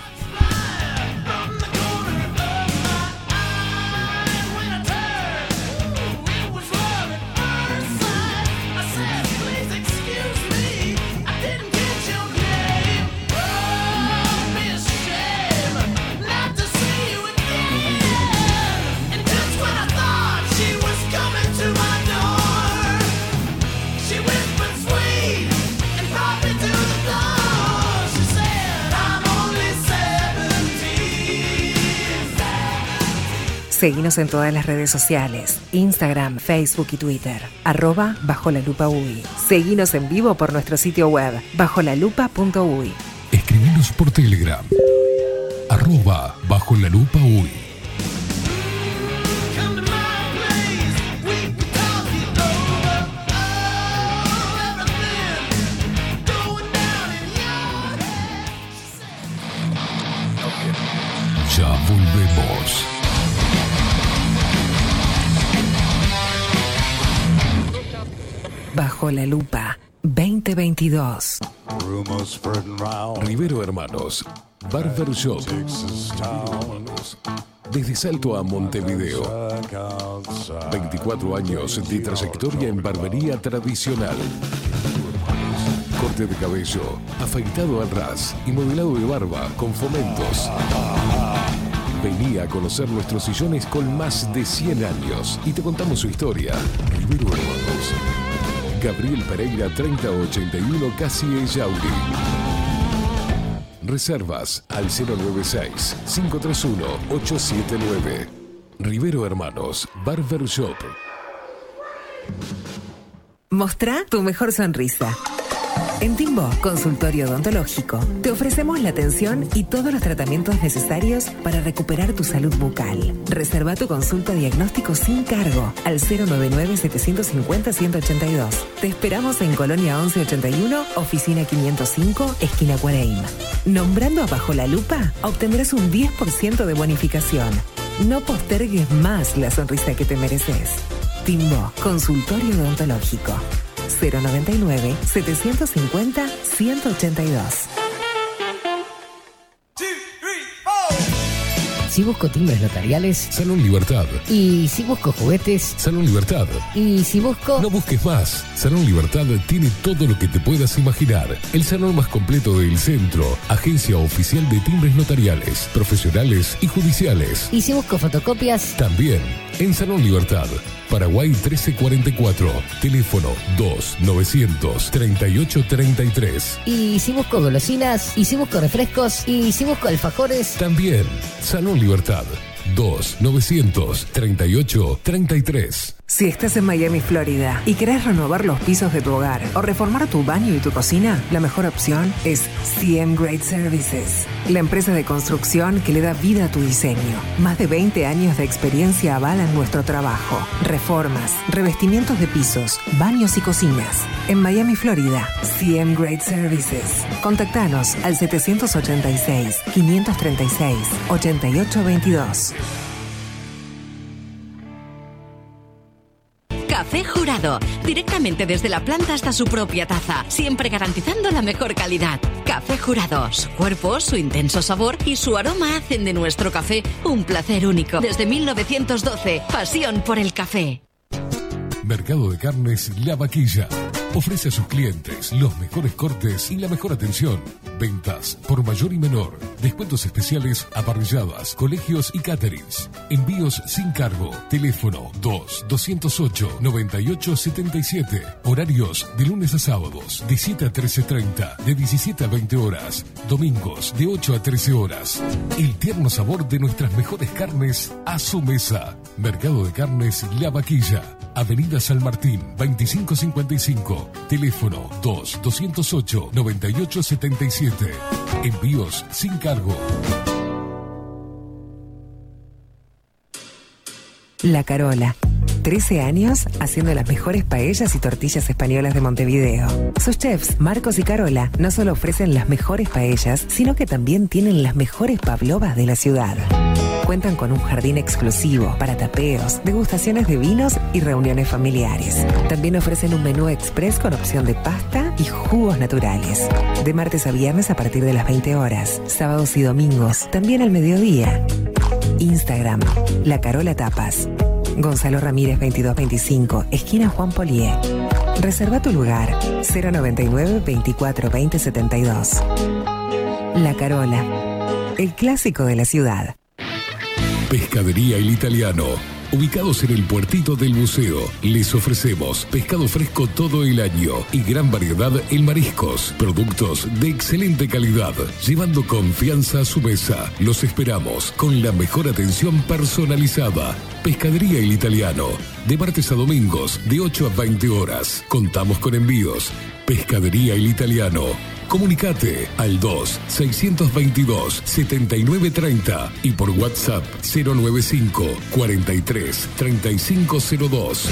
Seguinos en todas las redes sociales, Instagram, Facebook y Twitter, @BajoLaLupaUY. Seguinos en vivo por nuestro sitio web, bajolalupa.uy. Escribinos por Telegram, @BajoLaLupaUY. Ya volvemos. Bajo la Lupa 2022. Rivero Hermanos, Barber Shop. Desde Salto a Montevideo. 24 años de trayectoria en barbería tradicional. Corte de cabello, afeitado al ras y modelado de barba con fomentos. Vení a conocer nuestros sillones con más de 100 años y te contamos su historia. Rivero Hermanos. Gabriel Pereira 3081 Casi Ellauri. Reservas al 096-531-879. Rivero Hermanos, Barber Shop. Mostrá tu mejor sonrisa. En Timbo, consultorio odontológico, te ofrecemos la atención y todos los tratamientos necesarios para recuperar tu salud bucal. Reserva tu consulta diagnóstico sin cargo al 099-750-182. Te esperamos en Colonia 1181, oficina 505, esquina Cuareim. Nombrando a Bajo la Lupa, obtendrás un 10% de bonificación. No postergues más la sonrisa que te mereces. Timbo, consultorio odontológico. 099-750-182. Si busco timbres notariales, Salón Libertad. y si busco juguetes, Salón Libertad. y si busco... No busques más. Salón Libertad tiene todo lo que te puedas imaginar. El salón más completo del centro. Agencia oficial de timbres notariales, profesionales y judiciales. Y si busco fotocopias, También en Salón Libertad. Paraguay 1344. Teléfono 293833. y si busco golosinas, y si busco refrescos, y si busco alfajores... También Salón Libertad. 293833. Si estás en Miami, Florida, y querés renovar los pisos de tu hogar o reformar tu baño y tu cocina, la mejor opción es CM Great Services, la empresa de construcción que le da vida a tu diseño. Más de 20 años de experiencia avalan nuestro trabajo. Reformas, revestimientos de pisos, baños y cocinas. En Miami, Florida, CM Great Services. Contactanos al 786-536-8822. Café Jurado, directamente desde la planta hasta su propia taza, siempre garantizando la mejor calidad. Café Jurado, su cuerpo, su intenso sabor y su aroma hacen de nuestro café un placer único. Desde 1912, pasión por el café. Mercado de Carnes La Vaquilla. Ofrece a sus clientes los mejores cortes y la mejor atención. Ventas por mayor y menor. Descuentos especiales a parrilladas, colegios y caterings. Envíos sin cargo. Teléfono 2-208-9877. Horarios de lunes a sábados de 7 a 13:30, de 17 a 20 horas. Domingos de 8 a 13 horas. El tierno sabor de nuestras mejores carnes a su mesa. Mercado de Carnes La Vaquilla. Avenida San Martín, 2555. Teléfono 2-208-9877. Envíos sin cargo. La Carola. 13 años haciendo las mejores paellas y tortillas españolas de Montevideo. Sus chefs, Marcos y Carola, no solo ofrecen las mejores paellas, sino que también tienen las mejores pavlovas de la ciudad. Cuentan con un jardín exclusivo para tapeos, degustaciones de vinos y reuniones familiares. También ofrecen un menú express con opción de pasta y jugos naturales. De martes a viernes a partir de las 20 horas, sábados y domingos, también al mediodía. Instagram, La Carola Tapas. Gonzalo Ramírez 2225, esquina Juan Polié. Reserva tu lugar, 099 24 20 72. La Carola, el clásico de la ciudad. Pescadería El Italiano. Ubicados en el puertito del buceo, les ofrecemos pescado fresco todo el año y gran variedad en mariscos, productos de excelente calidad, llevando confianza a su mesa. Los esperamos con la mejor atención personalizada. Pescadería El Italiano, de martes a domingos, de 8 a 20 horas. Contamos con envíos. Pescadería El Italiano. Comunicate al 2-622-7930 y por WhatsApp 095 43 3502.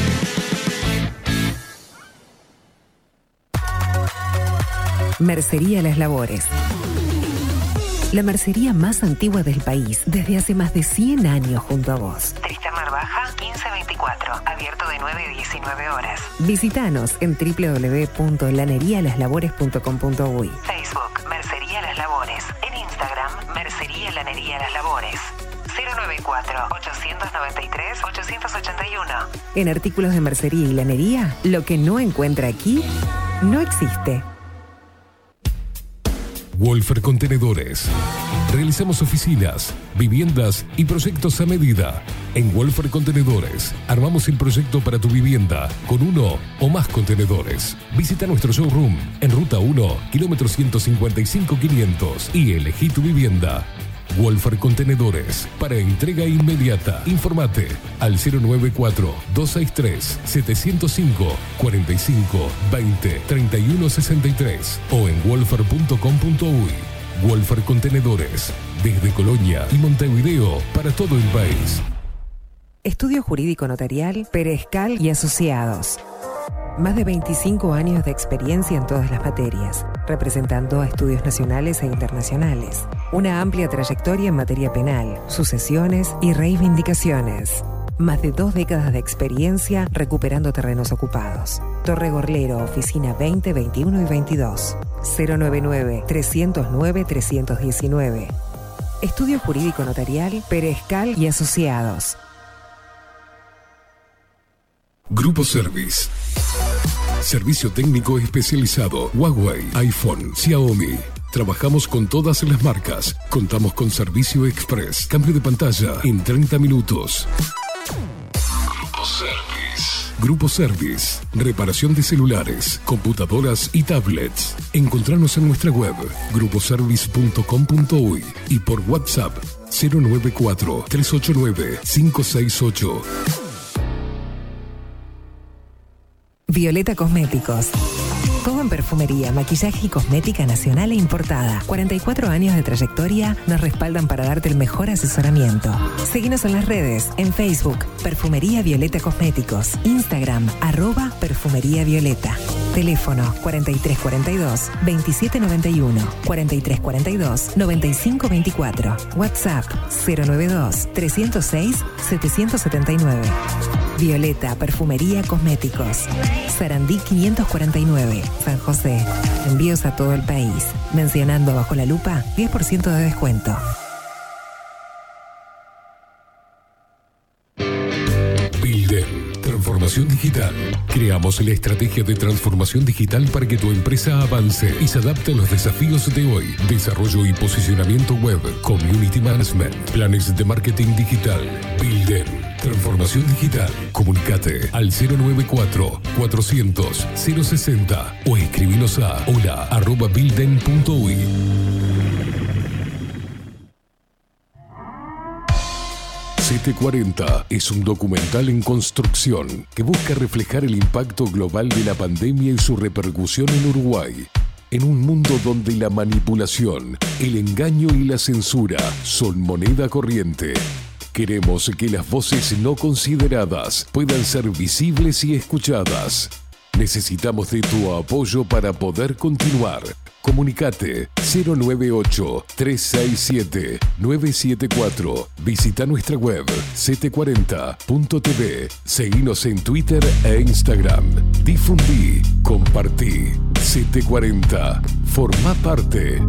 Mercería Las Labores. La mercería más antigua del país, desde hace más de 100 años junto a vos. Tristán Marbaja, 1524, abierto de 9 a 19 horas. Visítanos en www.lanerialaslabores.com.uy. Facebook, Mercería Las Labores. En Instagram, Mercería Lanería Las Labores. 094-893-881. En artículos de mercería y lanería, lo que no encuentra aquí, no existe. Wolfer Contenedores. Realizamos oficinas, viviendas y proyectos a medida. En Wolfer Contenedores armamos el proyecto para tu vivienda con uno o más contenedores. Visita nuestro showroom en Ruta 1, kilómetro 155-500 y elegí tu vivienda. Wolfer Contenedores, para entrega inmediata. Informate al 094-263-705-45-20-3163 o en wolfer.com.uy. Wolfer Contenedores, desde Colonia y Montevideo para todo el país. Estudio Jurídico Notarial, Perezcal y Asociados. Más de 25 años de experiencia en todas las materias, representando a estudios nacionales e internacionales. Una amplia trayectoria en materia penal, sucesiones y reivindicaciones. Más de 2 décadas de experiencia recuperando terrenos ocupados. Torre Gorlero, oficina 20, 21 y 22. 099-309-319. Estudio Jurídico Notarial, Perezcal y Asociados. Grupo Service. Servicio técnico especializado. Huawei, iPhone, Xiaomi. Trabajamos con todas las marcas. Contamos con servicio express. Cambio de pantalla en 30 minutos. Grupo Service. Grupo Service. Reparación de celulares, computadoras y tablets. Encontranos en nuestra web gruposervice.com.uy y por WhatsApp 094-389-568. Violeta Cosméticos. Todo en perfumería, maquillaje y cosmética nacional e importada. 44 años de trayectoria nos respaldan para darte el mejor asesoramiento. Seguinos en las redes, en Facebook, Perfumería Violeta Cosméticos, Instagram, @Perfumería Violeta. Teléfono 4342-2791, 4342-9524. WhatsApp 092-306-779. Violeta Perfumería Cosméticos. Sarandí 549, San José. Envíos a todo el país. Mencionando Bajo la Lupa, 10% de descuento. Bilden, transformación digital. Creamos la estrategia de transformación digital para que tu empresa avance y se adapte a los desafíos de hoy. Desarrollo y posicionamiento web, community management, planes de marketing digital. Bilden, transformación digital. Comunicate al 094-400-060 o escribinos a hola@bilden.uy. CT40 es un documental en construcción que busca reflejar el impacto global de la pandemia y su repercusión en Uruguay. En un mundo donde la manipulación, el engaño y la censura son moneda corriente, queremos que las voces no consideradas puedan ser visibles y escuchadas. Necesitamos de tu apoyo para poder continuar. Comunicate 098-367-974. Visita nuestra web ct40.tv. Seguinos en Twitter e Instagram. Difundí, compartí. CT40. Forma parte.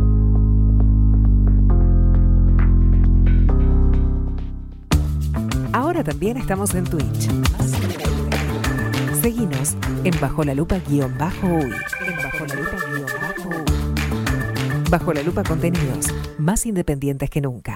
Ahora también estamos en Twitch. Seguinos en Bajo la Lupa _uy. En Bajo la Lupa _uy. Bajo la Lupa contenidos más independientes que nunca.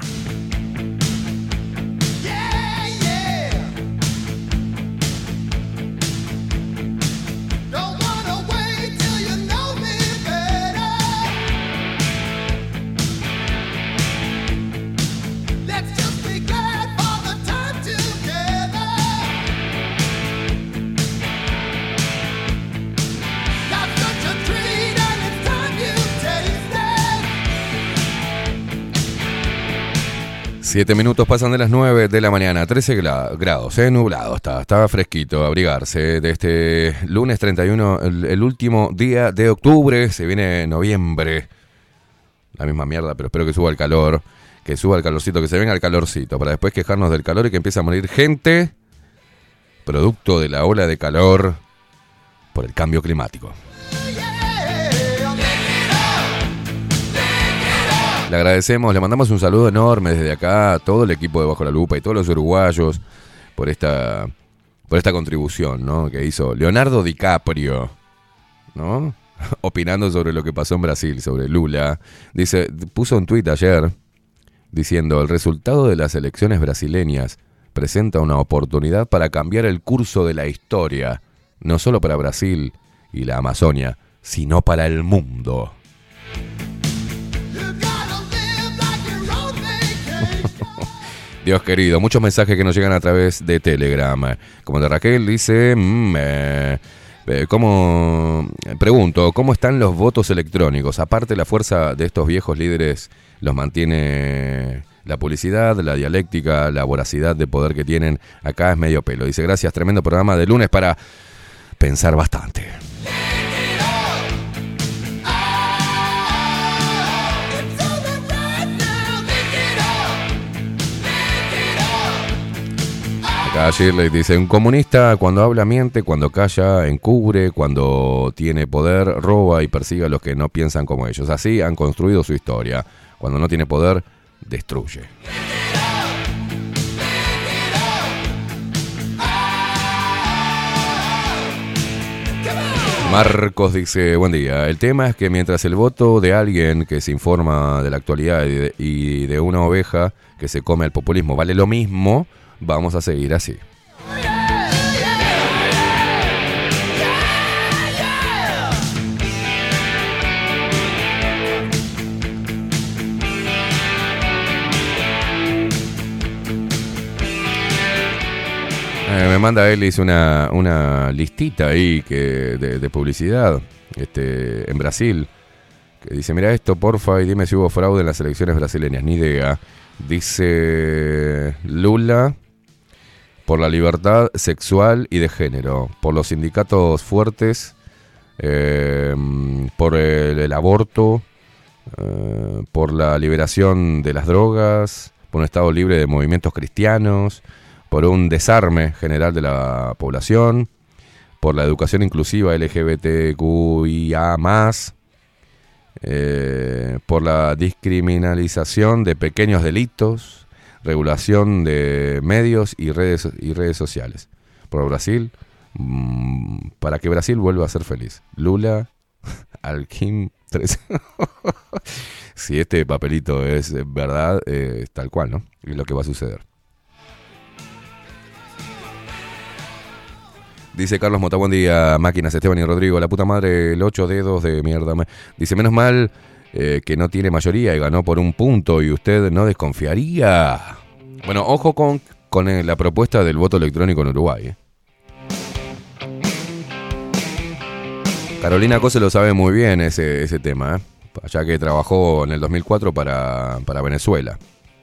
Siete minutos pasan de las 9 de la mañana, 13 grados, nublado está fresquito, abrigarse de este lunes 31, el último día de octubre, se viene noviembre, la misma mierda, pero espero que suba el calor, que suba el calorcito, que se venga el calorcito, para después quejarnos del calor y que empiece a morir gente, producto de la ola de calor por el cambio climático. Le agradecemos, le mandamos un saludo enorme desde acá a todo el equipo de Bajo la Lupa y todos los uruguayos por esta contribución, ¿no?, que hizo Leonardo DiCaprio, ¿no?, opinando sobre lo que pasó en Brasil, sobre Lula. Dice, puso un tuit ayer diciendo: el resultado de las elecciones brasileñas presenta una oportunidad para cambiar el curso de la historia, no solo para Brasil y la Amazonia, sino para el mundo. Dios querido, muchos mensajes que nos llegan a través de Telegram. Como de Raquel, dice, pregunto, ¿cómo están los votos electrónicos? Aparte, la fuerza de estos viejos líderes los mantiene la publicidad, la dialéctica, la voracidad de poder que tienen. Acá es medio pelo. Dice, gracias, tremendo programa de lunes para pensar bastante. Acá Shirley dice, un comunista cuando habla miente, cuando calla encubre, cuando tiene poder roba y persigue a los que no piensan como ellos. Así han construido su historia. Cuando no tiene poder destruye. Marcos dice, buen día. El tema es que mientras el voto de alguien que se informa de la actualidad y de una oveja que se come al populismo vale lo mismo, vamos a seguir así. Me manda Elis una listita ahí de publicidad en Brasil, que dice, mira esto, porfa, y dime si hubo fraude en las elecciones brasileñas. Ni idea. Dice Lula por la libertad sexual y de género, por los sindicatos fuertes, por el aborto, por la liberación de las drogas, por un estado libre de movimientos cristianos, por un desarme general de la población, por la educación inclusiva LGBTQIA+, por la descriminalización de pequeños delitos, regulación de medios y redes sociales. Por Brasil, para que Brasil vuelva a ser feliz. Lula, Alquim 3. Si este papelito es verdad, tal cual, ¿no? Es lo que va a suceder. Dice Carlos Mota, buen día, máquinas, Esteban y Rodrigo. La puta madre, el 8 dedos de mierda. Dice, menos mal que no tiene mayoría y ganó por un punto y usted no desconfiaría. Bueno, ojo con la propuesta del voto electrónico en Uruguay. Carolina Cose lo sabe muy bien ese tema, ya que trabajó en el 2004 para Venezuela.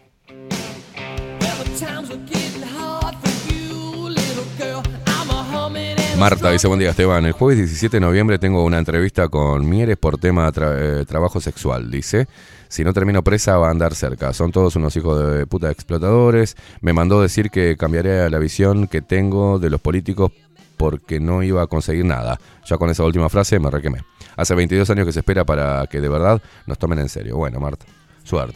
Marta dice, buen día Esteban, el jueves 17 de noviembre tengo una entrevista con Mieres por tema trabajo sexual. Dice, si no termino presa va a andar cerca, son todos unos hijos de puta explotadores. Me mandó decir que cambiaría la visión que tengo de los políticos porque no iba a conseguir nada. Ya con esa última frase me requemé. Hace 22 años que se espera para que de verdad nos tomen en serio. Bueno, Marta, suerte.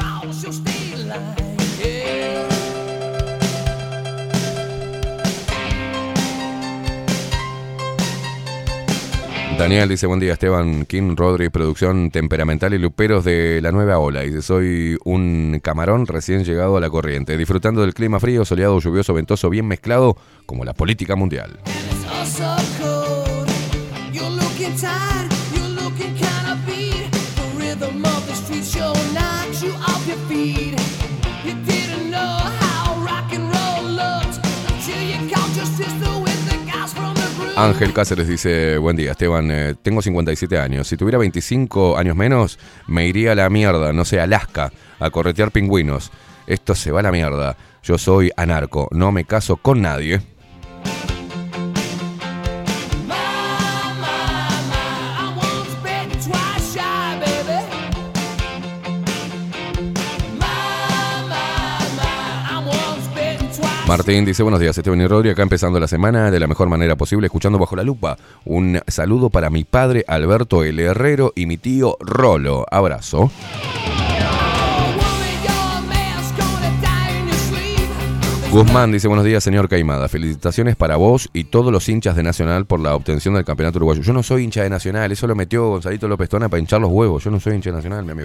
Daniel dice, buen día Esteban, Kim, Rodri, producción temperamental y luperos de la nueva ola. Dice, soy un camarón recién llegado a la corriente, disfrutando del clima frío, soleado, lluvioso, ventoso, bien mezclado, como la política mundial. Ángel Cáceres dice, buen día Esteban, tengo 57 años, si tuviera 25 años menos me iría a la mierda, no sé, Alaska, a corretear pingüinos. Esto se va a la mierda, yo soy anarco, no me caso con nadie. Martín dice, buenos días Esteban y Rodri, acá empezando la semana de la mejor manera posible, escuchando Bajo la Lupa. Un saludo para mi padre Alberto el Herrero y mi tío Rolo. Abrazo. Guzmán dice, buenos días señor Caimada, felicitaciones para vos y todos los hinchas de Nacional por la obtención del campeonato uruguayo. Yo no soy hincha de Nacional, eso lo metió Gonzalito López Tona para hinchar los huevos. Yo no soy hincha de Nacional, mi amigo.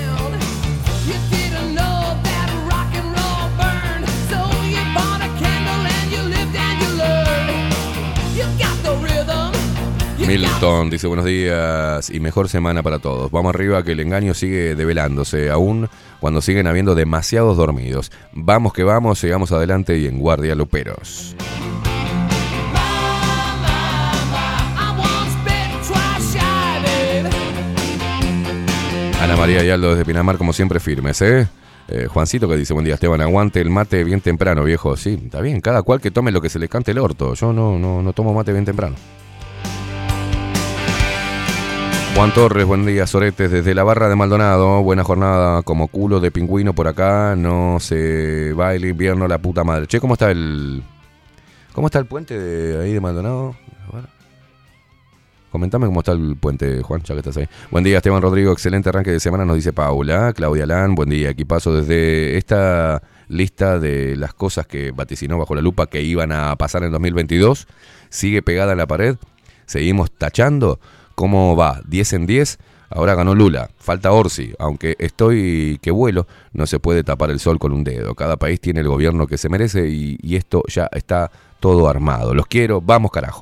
Milton dice, buenos días y mejor semana para todos. Vamos arriba que el engaño sigue develándose, aún cuando siguen habiendo demasiados dormidos. Vamos que vamos, sigamos adelante y en guardia luperos. Ana María y Aldo desde Pinamar, como siempre, firmes, Juancito que dice, buen día Esteban, aguante el mate bien temprano, viejo. Sí, está bien, cada cual que tome lo que se le cante el orto. Yo no tomo mate bien temprano. Juan Torres, buen día, Soretes, desde la Barra de Maldonado, buena jornada, como culo de pingüino por acá, no se va el invierno la puta madre. Che, ¿cómo está el puente de ahí de Maldonado? Comentame cómo está el puente, Juan, ya que estás ahí. Buen día, Esteban Rodrigo, excelente arranque de semana, nos dice Paula. Claudia Lan, buen día, aquí paso desde esta lista de las cosas que vaticinó Bajo la Lupa que iban a pasar en 2022. Sigue pegada en la pared, seguimos tachando. ¿Cómo va? 10 en 10. Ahora ganó Lula, falta Orsi, aunque estoy que vuelo, no se puede tapar el sol con un dedo. Cada país tiene el gobierno que se merece y esto ya está todo armado. Los quiero, vamos carajo.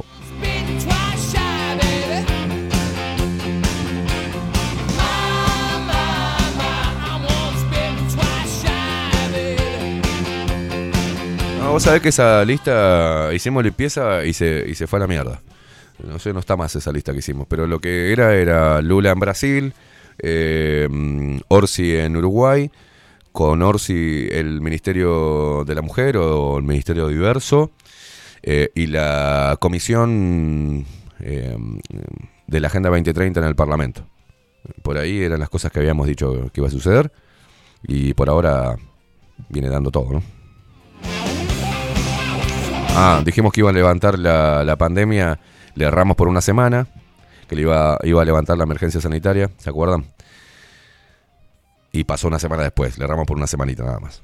No, vos sabés que esa lista hicimos limpieza y se fue a la mierda. No sé, no está más esa lista que hicimos, pero lo que era Lula en Brasil, Orsi en Uruguay, con Orsi el Ministerio de la Mujer o el Ministerio Diverso, y la Comisión de la Agenda 2030 en el Parlamento. Por ahí eran las cosas que habíamos dicho que iba a suceder, y por ahora viene dando todo, ¿no? Dijimos que iba a levantar la pandemia. Le erramos por una semana, que le iba a levantar la emergencia sanitaria, ¿se acuerdan? Y pasó una semana después, le erramos por una semanita nada más.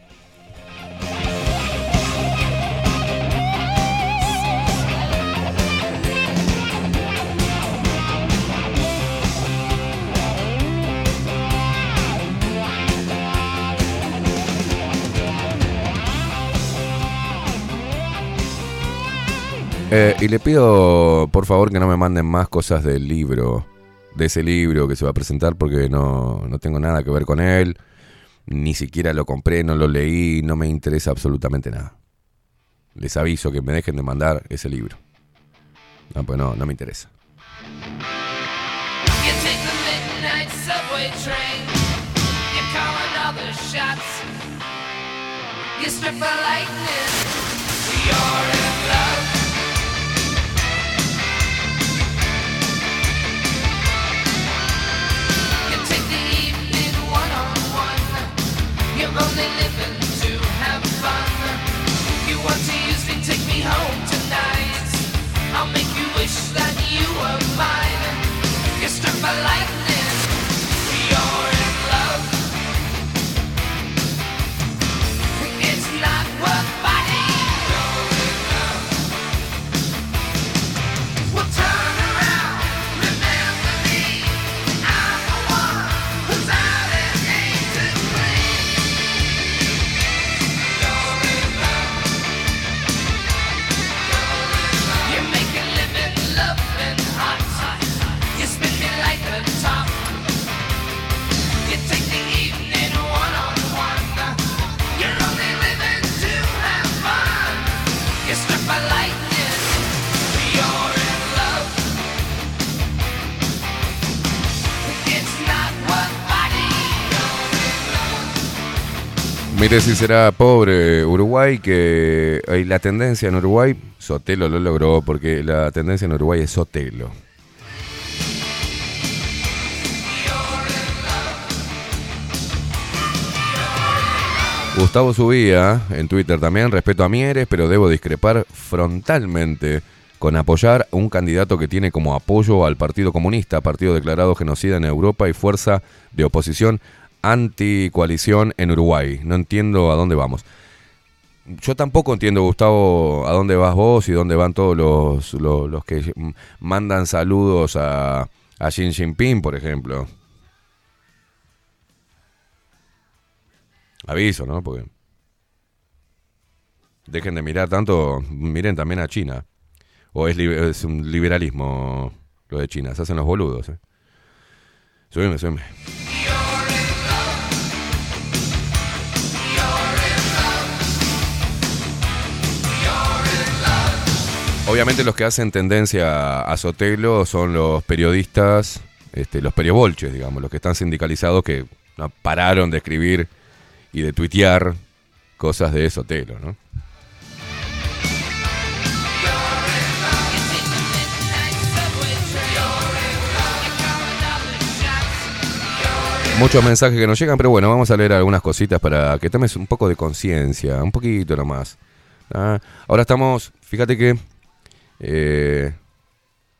Y le pido, por favor, que no me manden más cosas del libro, de ese libro que se va a presentar, porque no tengo nada que ver con él, ni siquiera lo compré, no lo leí, no me interesa absolutamente nada. Les aviso que me dejen de mandar ese libro. No, pues no me interesa. You're only living to have fun. You want to use me, take me home tonight. I'll make you wish that you were mine. You're struck by lightning. You're in love. It's not worth fighting. You're in love. Well, turn around. Remember me. I'm the one who's out and aimed to play. Mire si será pobre Uruguay, que la tendencia en Uruguay, Sotelo lo logró, porque la tendencia en Uruguay es Sotelo. Gustavo subía en Twitter también: respeto a Mieres, pero debo discrepar frontalmente con apoyar a un candidato que tiene como apoyo al Partido Comunista, partido declarado genocida en Europa y fuerza de oposición anticoalición en Uruguay. No entiendo a dónde vamos. Yo tampoco entiendo, Gustavo, a dónde vas vos y dónde van todos los que mandan saludos a Xi Jinping, por ejemplo. Aviso, ¿no? Porque dejen de mirar tanto, miren también a China. O es un liberalismo lo de China, se hacen los boludos, ¿eh? Subime. Obviamente los que hacen tendencia a Sotelo son los periodistas, los periobolches, digamos, los que están sindicalizados, que no pararon de escribir y de tuitear cosas de Sotelo, ¿no? Muchos mensajes que nos llegan, pero bueno, vamos a leer algunas cositas para que tomes un poco de conciencia, un poquito nomás. Ahora estamos, fíjate que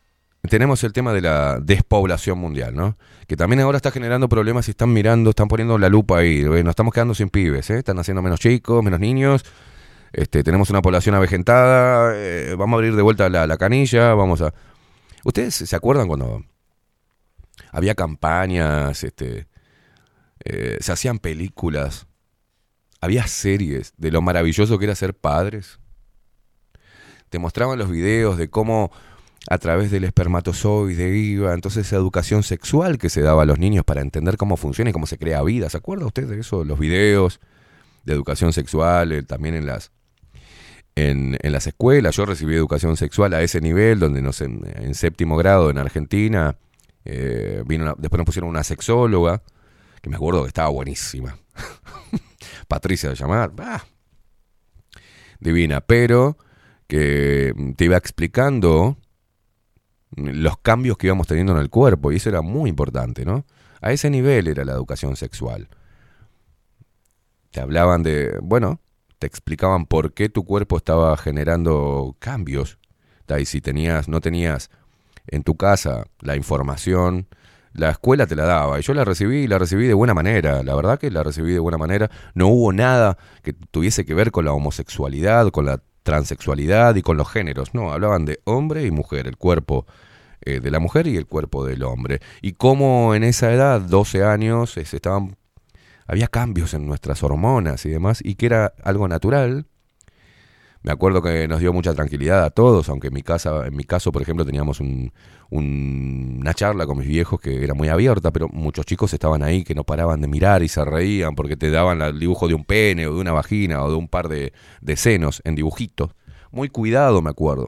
tenemos el tema de la despoblación mundial, ¿no? Que también ahora está generando problemas y están mirando, están poniendo la lupa ahí. Nos estamos quedando sin pibes, ¿eh? Están haciendo menos chicos, menos niños. Tenemos una población avejentada. Vamos a abrir de vuelta la canilla. ¿Ustedes se acuerdan cuando había campañas? Se hacían películas. Había series de lo maravilloso que era ser padres. Te mostraban los videos de cómo a través del espermatozoide iba entonces esa educación sexual que se daba a los niños para entender cómo funciona y cómo se crea vida. ¿Se acuerda usted de eso? Los videos de educación sexual, también en las escuelas. Yo recibí educación sexual a ese nivel, donde no sé, en séptimo grado en Argentina, después nos pusieron una sexóloga, que me acuerdo que estaba buenísima. Patricia de llamar, divina, pero que te iba explicando los cambios que íbamos teniendo en el cuerpo, y eso era muy importante, ¿no? A ese nivel era la educación sexual. Te hablaban te explicaban por qué tu cuerpo estaba generando cambios. Y si no tenías en tu casa la información, la escuela te la daba. Y yo la recibí de buena manera. La verdad que la recibí de buena manera. No hubo nada que tuviese que ver con la homosexualidad, con la transexualidad y con los géneros. No, hablaban de hombre y mujer, el cuerpo de la mujer y el cuerpo del hombre. Y cómo en esa edad, 12 años, había cambios en nuestras hormonas y demás, y que era algo natural. Me acuerdo que nos dio mucha tranquilidad a todos, aunque en mi caso, por ejemplo, teníamos una charla con mis viejos que era muy abierta, pero muchos chicos estaban ahí que no paraban de mirar y se reían porque te daban el dibujo de un pene o de una vagina o de un par de senos en dibujitos. Muy cuidado, me acuerdo.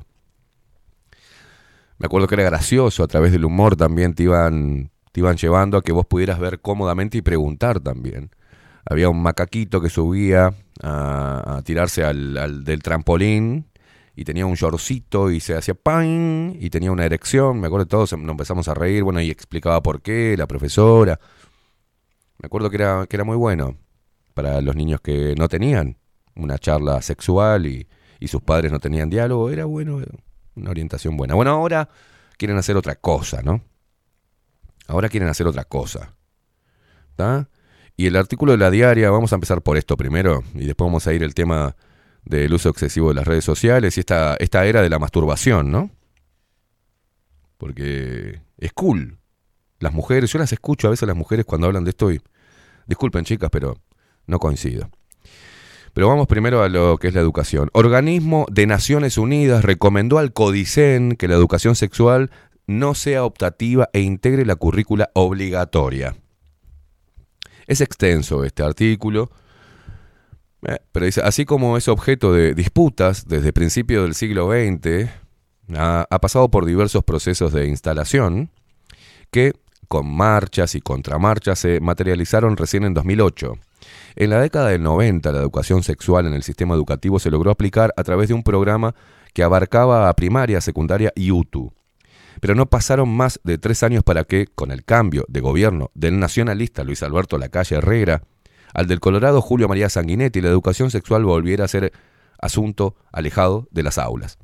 Me acuerdo que era gracioso, a través del humor también te iban llevando a que vos pudieras ver cómodamente y preguntar también. Había un macaquito que subía a tirarse del trampolín y tenía un shortcito y se hacía ¡pam! Y tenía una erección. Me acuerdo que todos nos empezamos a reír, y explicaba por qué, la profesora. Me acuerdo que era muy bueno para los niños que no tenían una charla sexual y sus padres no tenían diálogo. Era bueno, una orientación buena. Bueno, ahora quieren hacer otra cosa, ¿no? Ahora quieren hacer otra cosa. ¿Está? Y el artículo de La Diaria, vamos a empezar por esto primero, y después vamos a ir al tema del uso excesivo de las redes sociales y esta era de la masturbación, ¿no? Porque es cool. Las mujeres, yo las escucho a veces las mujeres cuando hablan de esto y, disculpen chicas, pero no coincido. Pero vamos primero a lo que es la educación. Organismo de Naciones Unidas recomendó al CODICEN que la educación sexual no sea optativa e integre la currícula obligatoria. Es extenso este artículo, pero dice, así como es objeto de disputas desde principios del siglo XX, ha pasado por diversos procesos de instalación que, con marchas y contramarchas, se materializaron recién en 2008. En la década del 90, la educación sexual en el sistema educativo se logró aplicar a través de un programa que abarcaba a primaria, secundaria y UTU. Pero no pasaron más de 3 años para que, con el cambio de gobierno del nacionalista Luis Alberto Lacalle Herrera al del colorado Julio María Sanguinetti, la educación sexual volviera a ser asunto alejado de las aulas.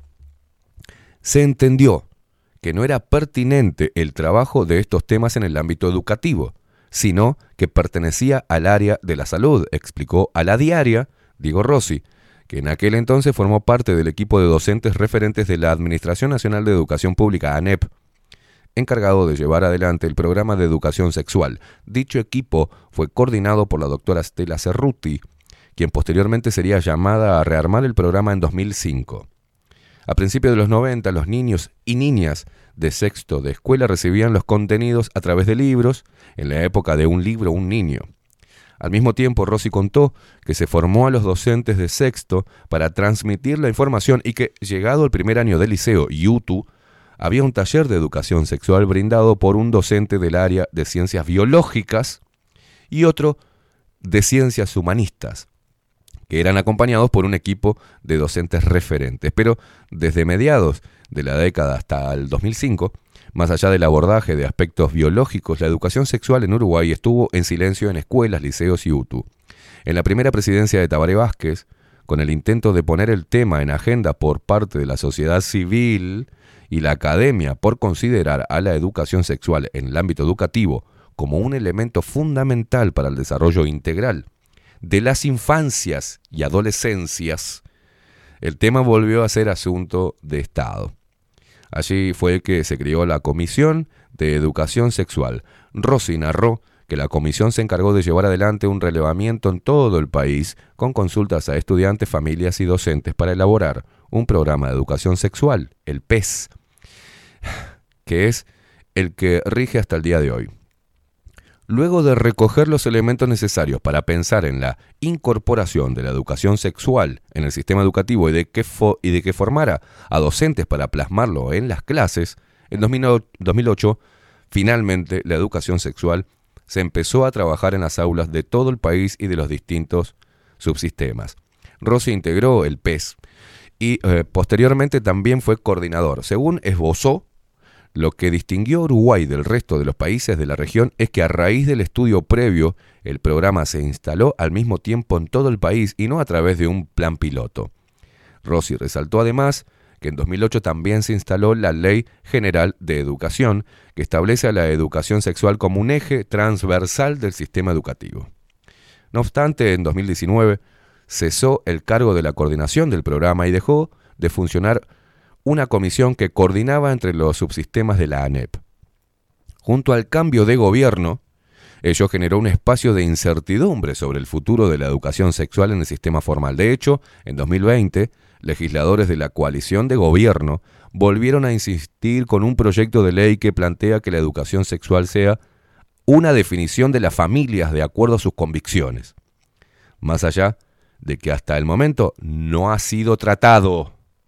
Se entendió que no era pertinente el trabajo de estos temas en el ámbito educativo, sino que pertenecía al área de la salud, explicó a La Diaria Diego Rossi, que en aquel entonces formó parte del equipo de docentes referentes de la Administración Nacional de Educación Pública, ANEP, encargado de llevar adelante el programa de educación sexual. Dicho equipo fue coordinado por la doctora Stella Cerruti, quien posteriormente sería llamada a rearmar el programa en 2005. A principios de los 90, los niños y niñas de sexto de escuela recibían los contenidos a través de libros, en la época de un libro, un niño. Al mismo tiempo, Rossi contó que se formó a los docentes de sexto para transmitir la información y que, llegado el primer año del liceo y UTU, había un taller de educación sexual brindado por un docente del área de ciencias biológicas y otro de ciencias humanistas, que eran acompañados por un equipo de docentes referentes. Pero desde mediados de la década hasta el 2005, más allá del abordaje de aspectos biológicos, la educación sexual en Uruguay estuvo en silencio en escuelas, liceos y UTU. En la primera presidencia de Tabaré Vázquez, con el intento de poner el tema en agenda por parte de la sociedad civil y la academia por considerar a la educación sexual en el ámbito educativo como un elemento fundamental para el desarrollo integral de las infancias y adolescencias, el tema volvió a ser asunto de Estado. Allí fue que se creó la Comisión de Educación Sexual. Rossi narró que la comisión se encargó de llevar adelante un relevamiento en todo el país con consultas a estudiantes, familias y docentes para elaborar un programa de educación sexual, el PES, que es el que rige hasta el día de hoy. Luego de recoger los elementos necesarios para pensar en la incorporación de la educación sexual en el sistema educativo y de que formara a docentes para plasmarlo en las clases, en 2008, finalmente la educación sexual se empezó a trabajar en las aulas de todo el país y de los distintos subsistemas. Rossi integró el PES y posteriormente también fue coordinador. Según esbozó, lo que distinguió a Uruguay del resto de los países de la región es que a raíz del estudio previo, el programa se instaló al mismo tiempo en todo el país y no a través de un plan piloto. Rossi resaltó además que en 2008 también se instaló la Ley General de Educación, que establece a la educación sexual como un eje transversal del sistema educativo. No obstante, en 2019 cesó el cargo de la coordinación del programa y dejó de funcionar una comisión que coordinaba entre los subsistemas de la ANEP. Junto al cambio de gobierno, ello generó un espacio de incertidumbre sobre el futuro de la educación sexual en el sistema formal. De hecho, en 2020, legisladores de la coalición de gobierno volvieron a insistir con un proyecto de ley que plantea que la educación sexual sea una definición de las familias de acuerdo a sus convicciones, más allá de que hasta el momento no ha sido tratado.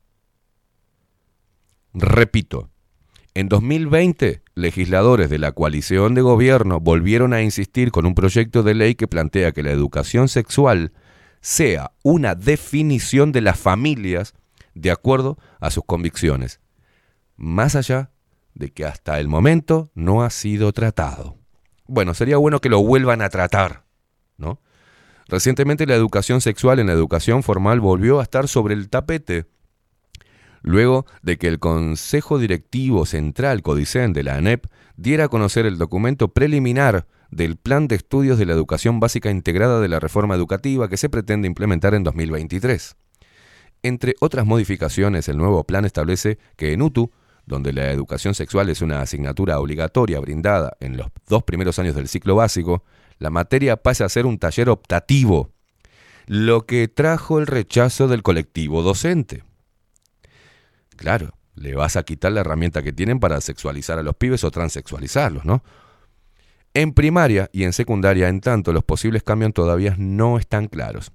Repito, en 2020, legisladores de la coalición de gobierno volvieron a insistir con un proyecto de ley que plantea que la educación sexual sea una definición de las familias de acuerdo a sus convicciones, más allá de que hasta el momento no ha sido tratado. Bueno, sería bueno que lo vuelvan a tratar, ¿no? Recientemente la educación sexual en la educación formal volvió a estar sobre el tapete, luego de que el Consejo Directivo Central Codicen de la ANEP diera a conocer el documento preliminar del Plan de Estudios de la Educación Básica Integrada de la Reforma Educativa que se pretende implementar en 2023. Entre otras modificaciones, el nuevo plan establece que en UTU, donde la educación sexual es una asignatura obligatoria brindada en los 2 primeros años del ciclo básico, la materia pasa a ser un taller optativo, lo que trajo el rechazo del colectivo docente. Claro, le vas a quitar la herramienta que tienen para sexualizar a los pibes o transexualizarlos, ¿no? En primaria y en secundaria, en tanto, los posibles cambios todavía no están claros.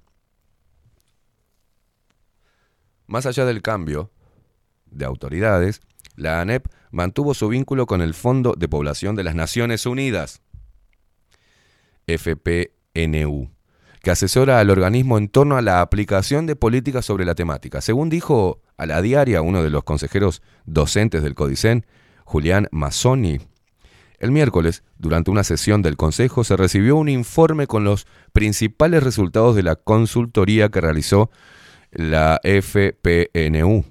Más allá del cambio de autoridades, la ANEP mantuvo su vínculo con el Fondo de Población de las Naciones Unidas, FPNU, que asesora al organismo en torno a la aplicación de políticas sobre la temática. Según dijo a La Diaria uno de los consejeros docentes del Codicen, Julián Mazzoni, el miércoles, durante una sesión del Consejo, se recibió un informe con los principales resultados de la consultoría que realizó la FPNU,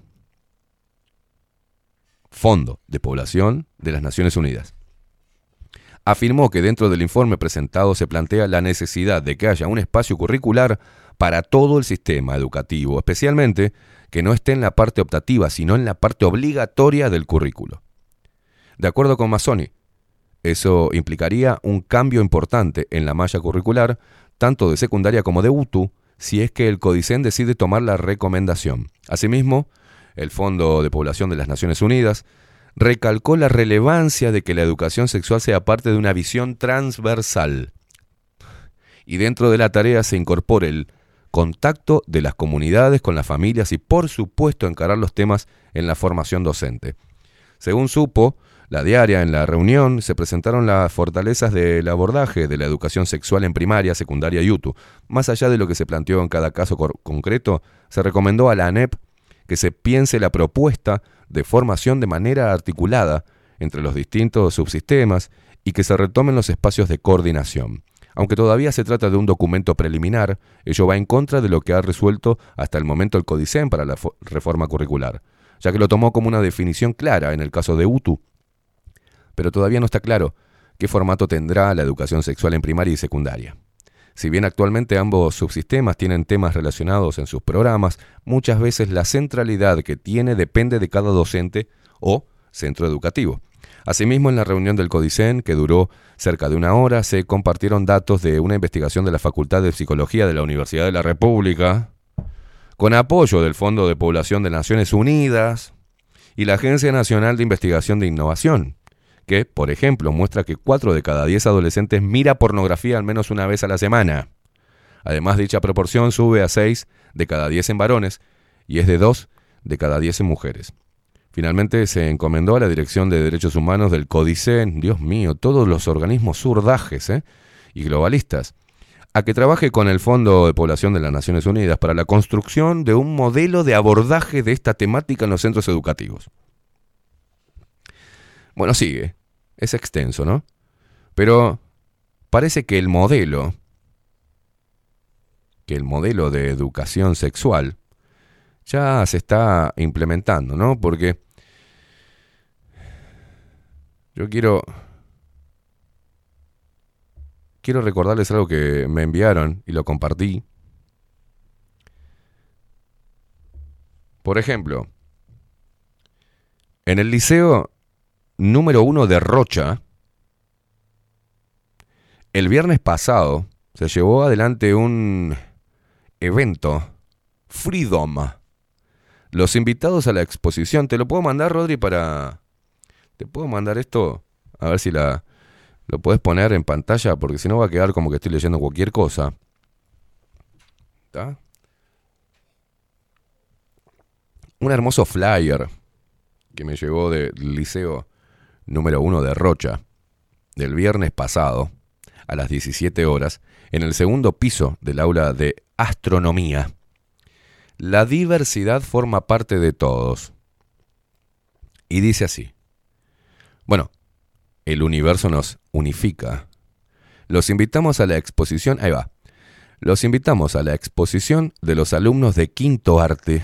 Fondo de Población de las Naciones Unidas. Afirmó que dentro del informe presentado se plantea la necesidad de que haya un espacio curricular para todo el sistema educativo, especialmente que no esté en la parte optativa, sino en la parte obligatoria del currículo. De acuerdo con Mazzoni, eso implicaría un cambio importante en la malla curricular, tanto de secundaria como de UTU, si es que el Codicen decide tomar la recomendación. Asimismo, el Fondo de Población de las Naciones Unidas recalcó la relevancia de que la educación sexual sea parte de una visión transversal y dentro de la tarea se incorpore el contacto de las comunidades con las familias y, por supuesto, encarar los temas en la formación docente. Según supo La Diaria, en la reunión se presentaron las fortalezas del abordaje de la educación sexual en primaria, secundaria y UTU. Más allá de lo que se planteó en cada caso concreto, se recomendó a la ANEP que se piense la propuesta de formación de manera articulada entre los distintos subsistemas y que se retomen los espacios de coordinación. Aunque todavía se trata de un documento preliminar, ello va en contra de lo que ha resuelto hasta el momento el Codicen para la reforma curricular, ya que lo tomó como una definición clara en el caso de UTU. Pero todavía no está claro qué formato tendrá la educación sexual en primaria y secundaria. Si bien actualmente ambos subsistemas tienen temas relacionados en sus programas, muchas veces la centralidad que tiene depende de cada docente o centro educativo. Asimismo, en la reunión del Codicen, que duró cerca de 1 hora, se compartieron datos de una investigación de la Facultad de Psicología de la Universidad de la República, con apoyo del Fondo de Población de Naciones Unidas y la Agencia Nacional de Investigación de Innovación, que, por ejemplo, muestra que 4 de cada 10 adolescentes mira pornografía al menos una vez a la semana. Además, dicha proporción sube a 6 de cada 10 en varones y es de 2 de cada 10 en mujeres. Finalmente se encomendó a la Dirección de Derechos Humanos del Codicen, Dios mío, todos los organismos surdajes y globalistas, a que trabaje con el Fondo de Población de las Naciones Unidas para la construcción de un modelo de abordaje de esta temática en los centros educativos. Bueno, sigue. Es extenso, ¿no? Pero parece que el modelo de educación sexual ya se está implementando, ¿no? Porque yo quiero recordarles algo que me enviaron y lo compartí. Por ejemplo, en el liceo número 1 de Rocha, el viernes pasado se llevó adelante un evento Freedom. Los invitados a la exposición, te lo puedo mandar, Rodri, te puedo mandar esto, a ver si lo puedes poner en pantalla, porque si no va a quedar como que estoy leyendo cualquier cosa. ¿Está? Un hermoso flyer que me llegó del liceo número 1 de Rocha, del viernes pasado, a las 17 horas, en el segundo piso del aula de astronomía. La diversidad forma parte de todos. Y dice así. Bueno, el universo nos unifica. Los invitamos a la exposición, ahí va. Los invitamos a la exposición de los alumnos de quinto arte,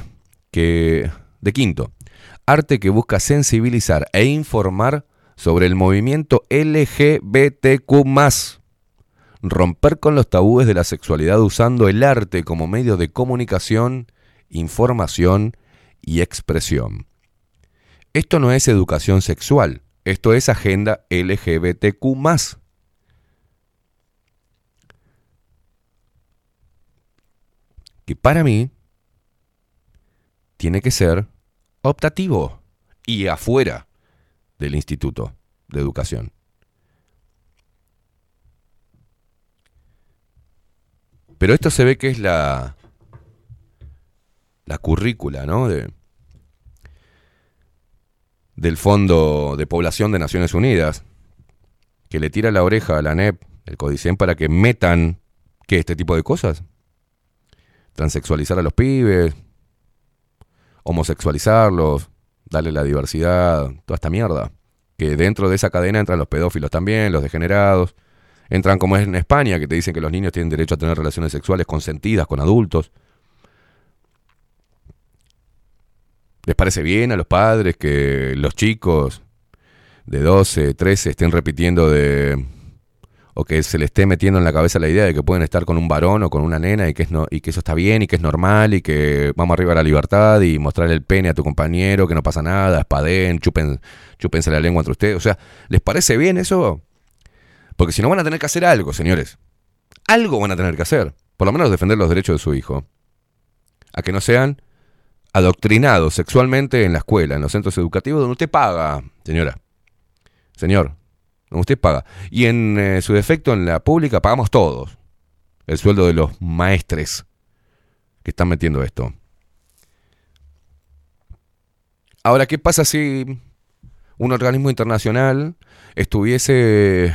arte que busca sensibilizar e informar sobre el movimiento LGBTQ+. Romper con los tabúes de la sexualidad usando el arte como medio de comunicación, información y expresión. Esto no es educación sexual, esto es agenda LGBTQ+. Que para mí tiene que ser optativo y afuera del Instituto de Educación. Pero esto se ve que es la currícula, ¿no? Del Fondo de Población de Naciones Unidas, que le tira la oreja a la ANEP, el Codicen, para que metan, ¿qué? Este tipo de cosas. Transexualizar a los pibes, homosexualizarlos, darle la diversidad, toda esta mierda. Que dentro de esa cadena entran los pedófilos también, los degenerados. Entran como es en España, que te dicen que los niños tienen derecho a tener relaciones sexuales consentidas con adultos. ¿Les parece bien a los padres que los chicos de 12, 13 estén repitiendo o que se les esté metiendo en la cabeza la idea de que pueden estar con un varón o con una nena y que eso está bien y que es normal y que vamos arriba a la libertad y mostrarle el pene a tu compañero, que no pasa nada, espadén, chúpense la lengua entre ustedes? O sea, ¿les parece bien eso? Porque si no van a tener que hacer algo, señores. Algo van a tener que hacer. Por lo menos defender los derechos de su hijo. A que no sean adoctrinados sexualmente en la escuela, en los centros educativos donde usted paga, señora. Señor, donde usted paga. Y en su defecto en la pública pagamos todos. El sueldo de los maestres que están metiendo esto. Ahora, ¿qué pasa si un organismo internacional estuviese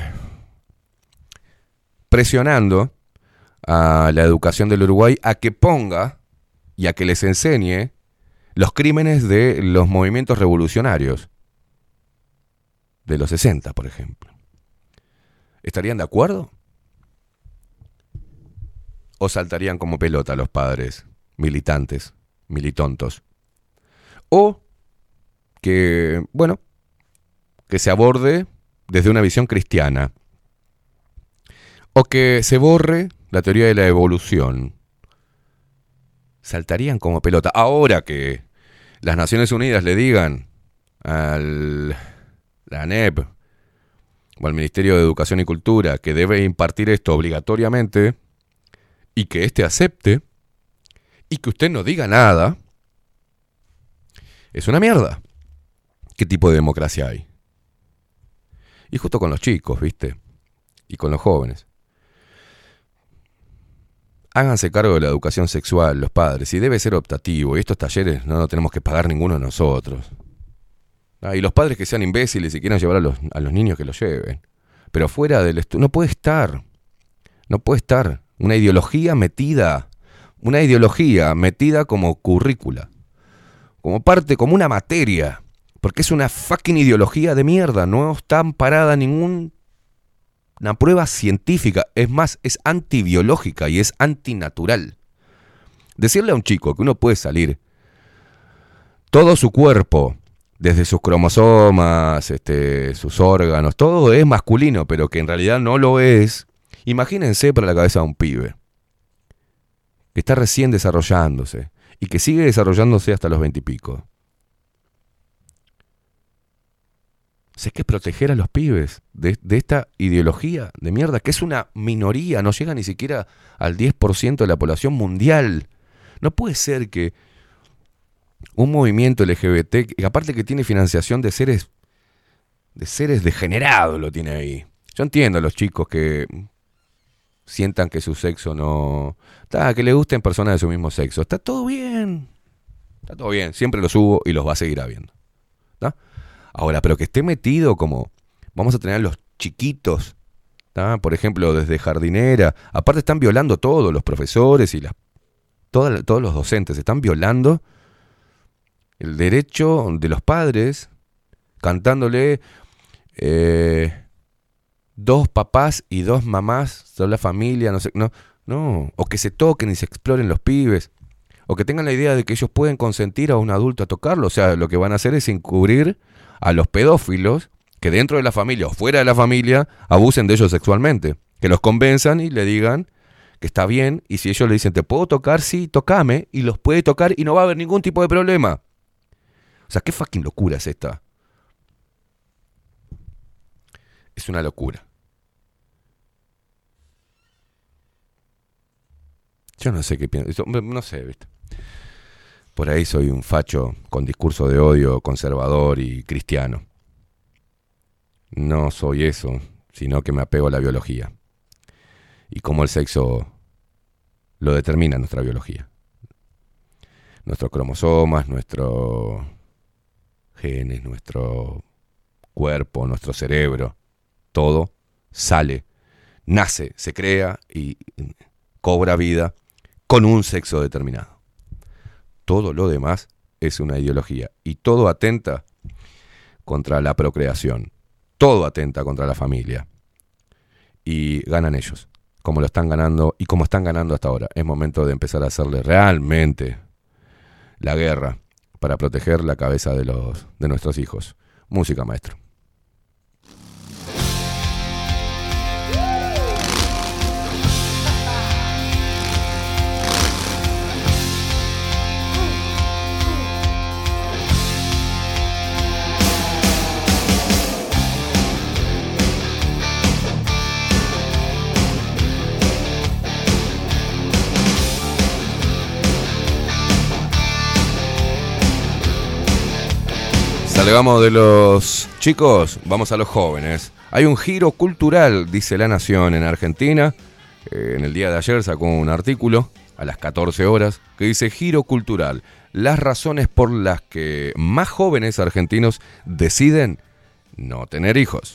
presionando a la educación del Uruguay a que ponga y a que les enseñe los crímenes de los movimientos revolucionarios de los 60, por ejemplo? ¿Estarían de acuerdo? o saltarían como pelota los padres militantes, militontos. O que, bueno, que se aborde desde una visión cristiana. O que se borre la teoría de la evolución. Saltarían como pelota. Ahora que las Naciones Unidas le digan a la ANEP o al Ministerio de Educación y Cultura que debe impartir esto obligatoriamente y que éste acepte y que usted no diga nada, es una mierda. ¿Qué tipo de democracia hay? Y justo con los chicos, ¿viste? Y con los jóvenes. Háganse cargo de la educación sexual, los padres, y debe ser optativo. Y estos talleres no tenemos que pagar ninguno de nosotros. Y los padres que sean imbéciles y quieran llevar a los niños que los lleven. Pero fuera del estudio, no puede estar una ideología metida como currícula, como parte, como una materia, porque es una fucking ideología de mierda, no está amparada en una prueba científica, es más, es antibiológica y es antinatural. Decirle a un chico que uno puede salir todo su cuerpo, desde sus cromosomas, sus órganos, todo es masculino, pero que en realidad no lo es. Imagínense para la cabeza de un pibe que está recién desarrollándose y que sigue desarrollándose hasta los 20 y pico. Hay que proteger a los pibes de esta ideología de mierda, que es una minoría, no llega ni siquiera al 10% de la población mundial. No puede ser que un movimiento LGBT, que aparte que tiene financiación de seres degenerados, lo tiene ahí. Yo entiendo a los chicos que sientan que su sexo no... que le gusten personas de su mismo sexo. Está todo bien. Siempre los hubo y los va a seguir habiendo. ¿Está? Ahora, pero que esté metido como... Vamos a tener a los chiquitos, ¿tá? Por ejemplo, desde jardinera. Aparte están violando todos los profesores y todos los docentes. Están violando el derecho de los padres, cantándole 2 papás y 2 mamás, son la familia, no. O que se toquen y se exploren los pibes. O que tengan la idea de que ellos pueden consentir a un adulto a tocarlo. O sea, lo que van a hacer es encubrir a los pedófilos que dentro de la familia o fuera de la familia abusen de ellos sexualmente. Que los convenzan y le digan que está bien. Y si ellos le dicen, ¿te puedo tocar? Sí, tocame. Y los puede tocar y no va a haber ningún tipo de problema. O sea, ¿qué fucking locura es esta? Es una locura. Yo no sé qué pienso. No sé, ¿viste? Por ahí soy un facho con discurso de odio conservador y cristiano. No soy eso, sino que me apego a la biología. Y cómo el sexo lo determina nuestra biología. Nuestros cromosomas, nuestros genes, nuestro cuerpo, nuestro cerebro, todo sale, nace, se crea y cobra vida con un sexo determinado. Todo lo demás es una ideología y todo atenta contra la procreación, todo atenta contra la familia y ganan ellos, como lo están ganando y como están ganando hasta ahora. Es momento de empezar a hacerle realmente la guerra para proteger la cabeza de nuestros hijos. Música, maestro. Salgamos de los chicos, vamos a los jóvenes. Hay un giro cultural, dice La Nación, en Argentina. En el día de ayer sacó un artículo a las 14 horas que dice giro cultural. Las razones por las que más jóvenes argentinos deciden no tener hijos.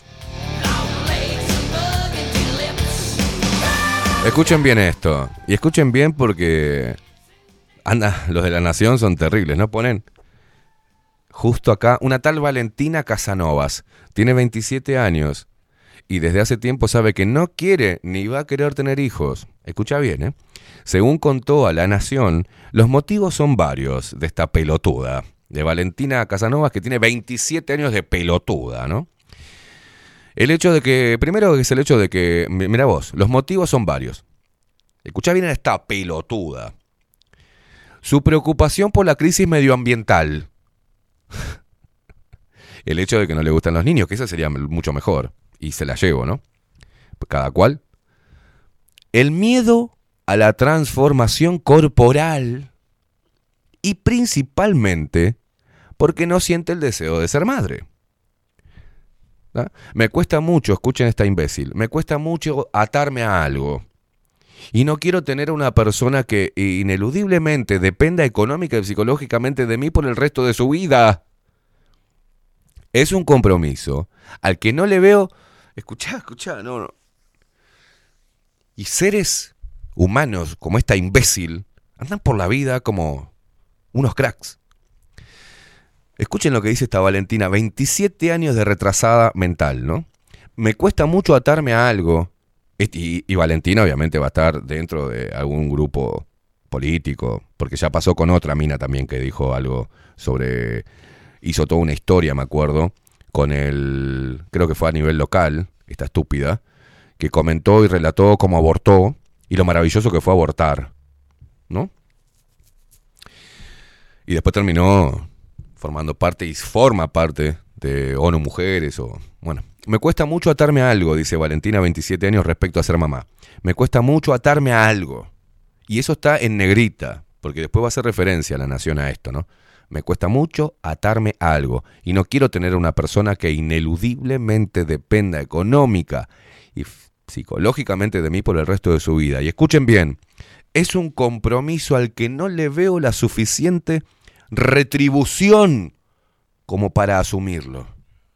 Escuchen bien esto. Y escuchen bien porque los de La Nación son terribles, ¿no? Ponen justo acá una tal Valentina Casanovas. Tiene 27 años y desde hace tiempo sabe que no quiere ni va a querer tener hijos. Escucha bien, ¿eh? Según contó a La Nación, los motivos son varios de esta pelotuda, de Valentina Casanovas, que tiene 27 años de pelotuda, ¿no? El hecho de que, primero es el hecho de que, mira vos, los motivos son varios. Escuchá bien a esta pelotuda. Su preocupación por la crisis medioambiental. El hecho de que no le gustan los niños, que eso sería mucho mejor. Y se la llevo, ¿no? Cada cual. El miedo a la transformación corporal. Y principalmente porque no siente el deseo de ser madre. ¿Ah? Me cuesta mucho, escuchen esta imbécil, me cuesta mucho atarme a algo. Y no quiero tener a una persona que ineludiblemente dependa económica y psicológicamente de mí por el resto de su vida. Es un compromiso al que no le veo... Escuchá, no. Y seres humanos como esta imbécil andan por la vida como unos cracks. Escuchen lo que dice esta Valentina, 27 años de retrasada mental, ¿no? Me cuesta mucho atarme a algo. Y Valentina obviamente va a estar dentro de algún grupo político, porque ya pasó con otra mina también que dijo algo sobre... Hizo toda una historia, me acuerdo, con el... Creo que fue a nivel local, esta estúpida, que comentó y relató cómo abortó y lo maravilloso que fue abortar, ¿no? Y después terminó formando parte y forma parte de ONU Mujeres o... Bueno, me cuesta mucho atarme a algo, dice Valentina, 27 años, respecto a ser mamá. Me cuesta mucho atarme a algo. Y eso está en negrita, porque después va a hacer referencia a La Nación a esto, ¿no? Me cuesta mucho atarme a algo. Y no quiero tener una persona que ineludiblemente dependa económica y psicológicamente de mí por el resto de su vida. Y escuchen bien, es un compromiso al que no le veo la suficiente retribución como para asumirlo.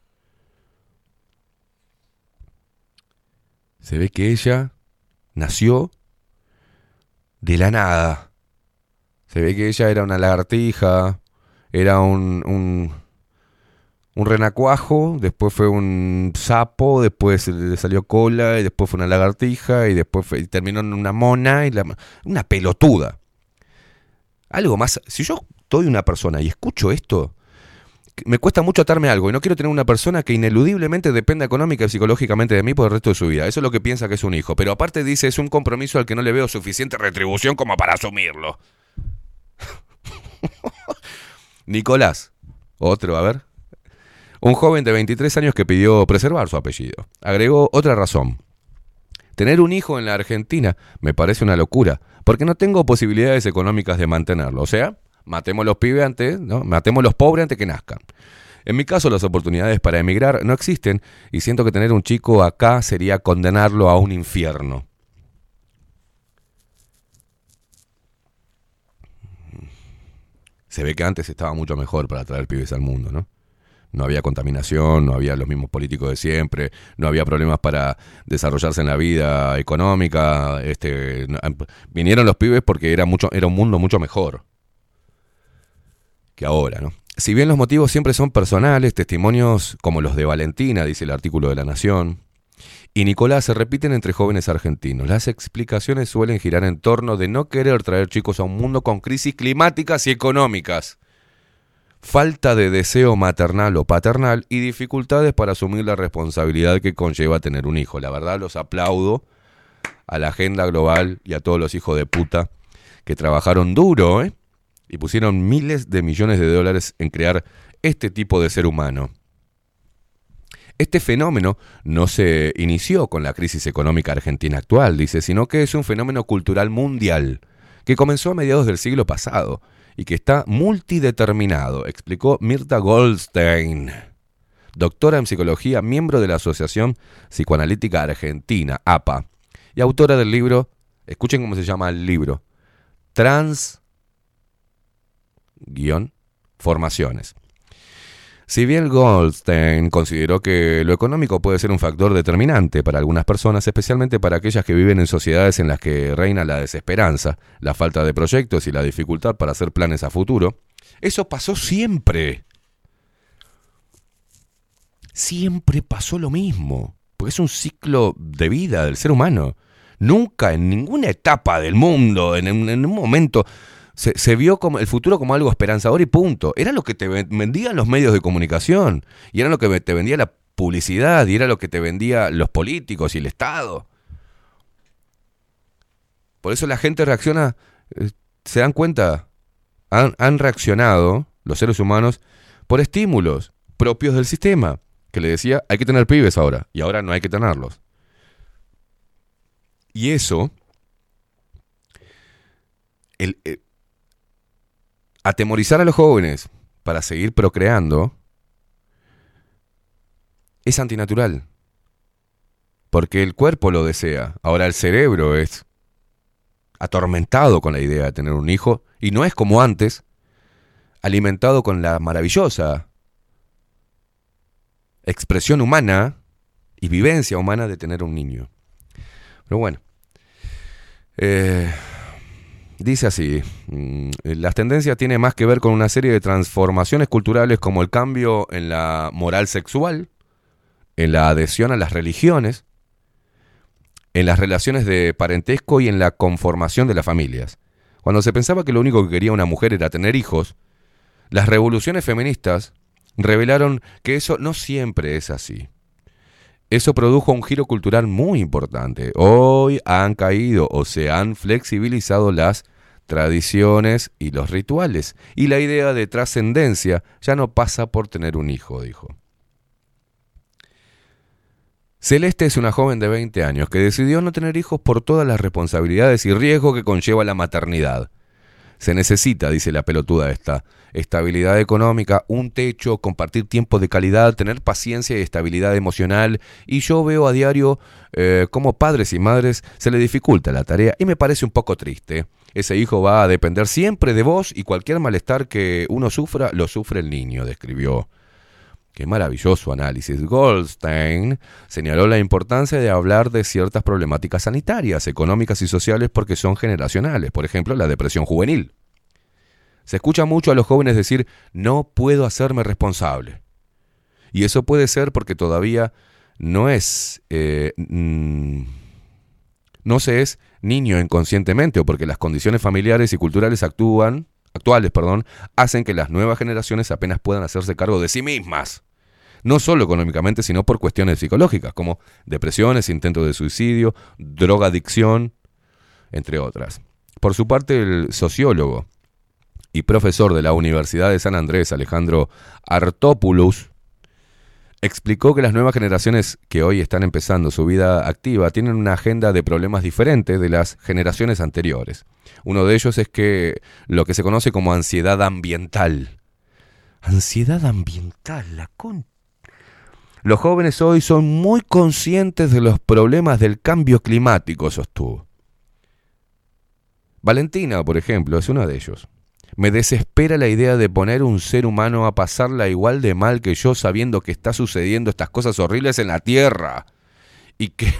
Se ve que ella nació de la nada. Se ve que ella era una lagartija, era un renacuajo, después fue un sapo, después le salió cola, y después fue una lagartija, y después y terminó en una mona, y una pelotuda. Algo más, si yo estoy una persona y escucho esto, me cuesta mucho atarme a algo y no quiero tener una persona que ineludiblemente dependa económica y psicológicamente de mí por el resto de su vida. Eso es lo que piensa que es un hijo. Pero aparte dice, es un compromiso al que no le veo suficiente retribución como para asumirlo. Nicolás, otro, a ver. Un joven de 23 años que pidió preservar su apellido. Agregó otra razón. Tener un hijo en la Argentina me parece una locura, porque no tengo posibilidades económicas de mantenerlo. O sea, matemos los pibes antes, ¿no? Matemos los pobres antes que nazcan. En mi caso, las oportunidades para emigrar no existen y siento que tener un chico acá sería condenarlo a un infierno. Se ve que antes estaba mucho mejor para traer pibes al mundo, ¿no? No había contaminación, no había los mismos políticos de siempre, no había problemas para desarrollarse en la vida económica. Vinieron los pibes porque era un mundo mucho mejor que ahora, ¿no? Si bien los motivos siempre son personales, testimonios como los de Valentina, dice el artículo de La Nación, y Nicolás se repiten entre jóvenes argentinos. Las explicaciones suelen girar en torno de no querer traer chicos a un mundo con crisis climáticas y económicas, falta de deseo maternal o paternal y dificultades para asumir la responsabilidad que conlleva tener un hijo. La verdad, los aplaudo a la agenda global y a todos los hijos de puta que trabajaron duro, y pusieron miles de millones de dólares en crear este tipo de ser humano. Este fenómeno no se inició con la crisis económica argentina actual, dice, sino que es un fenómeno cultural mundial que comenzó a mediados del siglo pasado y que está multideterminado, explicó Mirta Goldstein, doctora en psicología, miembro de la Asociación Psicoanalítica Argentina, APA, y autora del libro, escuchen cómo se llama el libro, Formaciones. Si bien Goldstein consideró que lo económico puede ser un factor determinante para algunas personas, especialmente para aquellas que viven en sociedades en las que reina la desesperanza, la falta de proyectos y la dificultad para hacer planes a futuro, eso pasó siempre. Siempre pasó lo mismo. porque es un ciclo de vida del ser humano. Nunca, en ninguna etapa del mundo, en un momento, se vio como el futuro como algo esperanzador y punto. Era lo que te vendían los medios de comunicación, y era lo que te vendía la publicidad, y era lo que te vendía los políticos y el Estado. Por eso la gente reacciona, se dan cuenta, han reaccionado los seres humanos por estímulos propios del sistema, que le decía, hay que tener pibes ahora, y ahora no hay que tenerlos. Y eso, atemorizar a los jóvenes para seguir procreando, es antinatural. Porque el cuerpo lo desea. Ahora el cerebro es atormentado con la idea de tener un hijo, y no es como antes, alimentado con la maravillosa expresión humana y vivencia humana de tener un niño. Pero bueno, dice así, las tendencias tienen más que ver con una serie de transformaciones culturales como el cambio en la moral sexual, en la adhesión a las religiones, en las relaciones de parentesco y en la conformación de las familias. Cuando se pensaba que lo único que quería una mujer era tener hijos, las revoluciones feministas revelaron que eso no siempre es así. Eso produjo un giro cultural muy importante. Hoy han caído o se han flexibilizado las tradiciones y los rituales, y la idea de trascendencia ya no pasa por tener un hijo, dijo. Celeste es una joven de 20 años que decidió no tener hijos por todas las responsabilidades y riesgos que conlleva la maternidad. Se necesita, dice la pelotuda esta, estabilidad económica, un techo, compartir tiempo de calidad, tener paciencia y estabilidad emocional. Y yo veo a diario cómo padres y madres se le dificulta la tarea y me parece un poco triste. Ese hijo va a depender siempre de vos y cualquier malestar que uno sufra, lo sufre el niño, describió. Qué maravilloso análisis. Goldstein señaló la importancia de hablar de ciertas problemáticas sanitarias, económicas y sociales porque son generacionales. Por ejemplo, la depresión juvenil. Se escucha mucho a los jóvenes decir, no puedo hacerme responsable. Y eso puede ser porque todavía no se es niño inconscientemente, o porque las condiciones familiares y culturales actuales, hacen que las nuevas generaciones apenas puedan hacerse cargo de sí mismas. No solo económicamente, sino por cuestiones psicológicas, como depresiones, intentos de suicidio, drogadicción, entre otras. Por su parte, el sociólogo y profesor de la Universidad de San Andrés, Alejandro Artopoulos, explicó que las nuevas generaciones que hoy están empezando su vida activa tienen una agenda de problemas diferentes de las generaciones anteriores. Uno de ellos es que lo que se conoce como ansiedad ambiental. Ansiedad ambiental, Los jóvenes hoy son muy conscientes de los problemas del cambio climático, sostuvo. Valentina, por ejemplo, es uno de ellos. Me desespera la idea de poner un ser humano a pasarla igual de mal que yo sabiendo que está sucediendo estas cosas horribles en la Tierra y que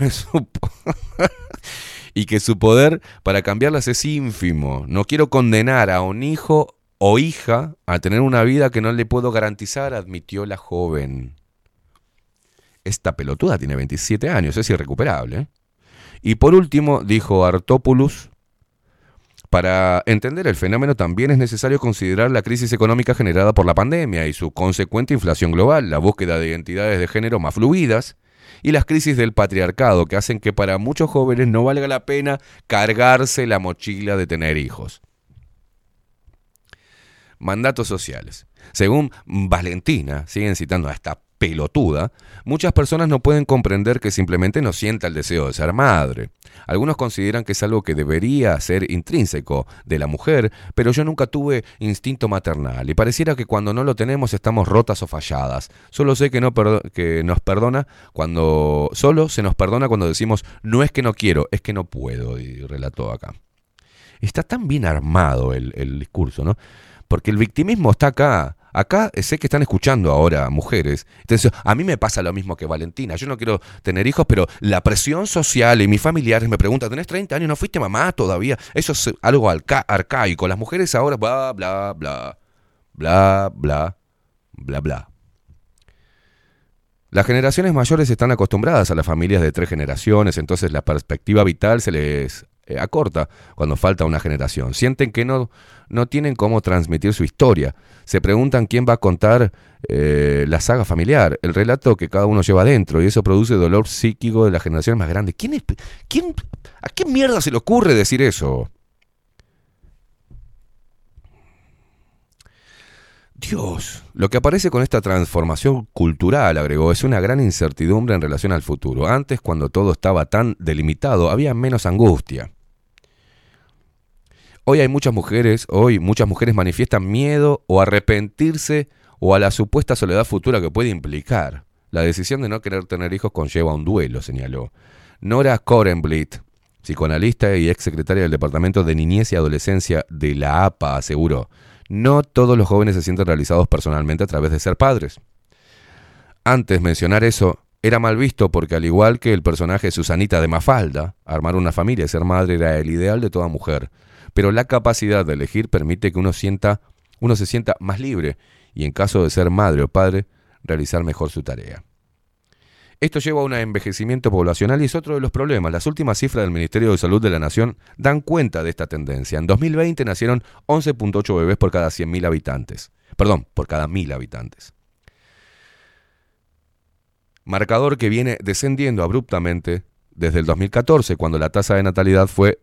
su poder para cambiarlas es ínfimo. No quiero condenar a un hijo o hija a tener una vida que no le puedo garantizar, admitió la joven. Esta pelotuda tiene 27 años, es irrecuperable. Y por último, dijo Artopoulos, para entender el fenómeno también es necesario considerar la crisis económica generada por la pandemia y su consecuente inflación global, la búsqueda de identidades de género más fluidas y las crisis del patriarcado que hacen que para muchos jóvenes no valga la pena cargarse la mochila de tener hijos. Mandatos sociales. Según Valentina, siguen citando a esta pelotuda, muchas personas no pueden comprender que simplemente no sienta el deseo de ser madre. Algunos consideran que es algo que debería ser intrínseco de la mujer, pero yo nunca tuve instinto maternal y pareciera que cuando no lo tenemos estamos rotas o falladas. Solo sé que se nos perdona cuando decimos no es que no quiero, es que no puedo, y relató acá. Está tan bien armado el discurso, ¿no? Porque el victimismo está acá. Acá sé que están escuchando ahora mujeres. Entonces, a mí me pasa lo mismo que Valentina. Yo no quiero tener hijos, pero la presión social y mis familiares me preguntan, ¿tenés 30 años? ¿No fuiste mamá todavía? Eso es algo arcaico. Las mujeres ahora, bla, bla, bla, bla, bla, bla, bla. Las generaciones mayores están acostumbradas a las familias de 3 generaciones, entonces la perspectiva vital se les acorta cuando falta una generación. Sienten que no tienen cómo transmitir su historia. Se preguntan quién va a contar la saga familiar, el relato que cada uno lleva adentro, y eso produce dolor psíquico de las generaciones más grandes. ¿A qué mierda se le ocurre decir eso? Dios, lo que aparece con esta transformación cultural, agregó, es una gran incertidumbre en relación al futuro. Antes, cuando todo estaba tan delimitado, había menos angustia. Hoy muchas mujeres manifiestan miedo o arrepentirse o a la supuesta soledad futura que puede implicar. La decisión de no querer tener hijos conlleva un duelo, señaló. Nora Korenblit, psicoanalista y ex secretaria del Departamento de Niñez y Adolescencia de la APA, aseguró: no todos los jóvenes se sienten realizados personalmente a través de ser padres. Antes, mencionar eso era mal visto porque, al igual que el personaje Susanita de Mafalda, armar una familia y ser madre era el ideal de toda mujer. Pero la capacidad de elegir permite que uno se sienta más libre y, en caso de ser madre o padre, realizar mejor su tarea. Esto lleva a un envejecimiento poblacional y es otro de los problemas. Las últimas cifras del Ministerio de Salud de la Nación dan cuenta de esta tendencia. En 2020 nacieron 11.8 bebés por cada 100.000 habitantes. Perdón, por cada 1.000 habitantes. Marcador que viene descendiendo abruptamente desde el 2014, cuando la tasa de natalidad fue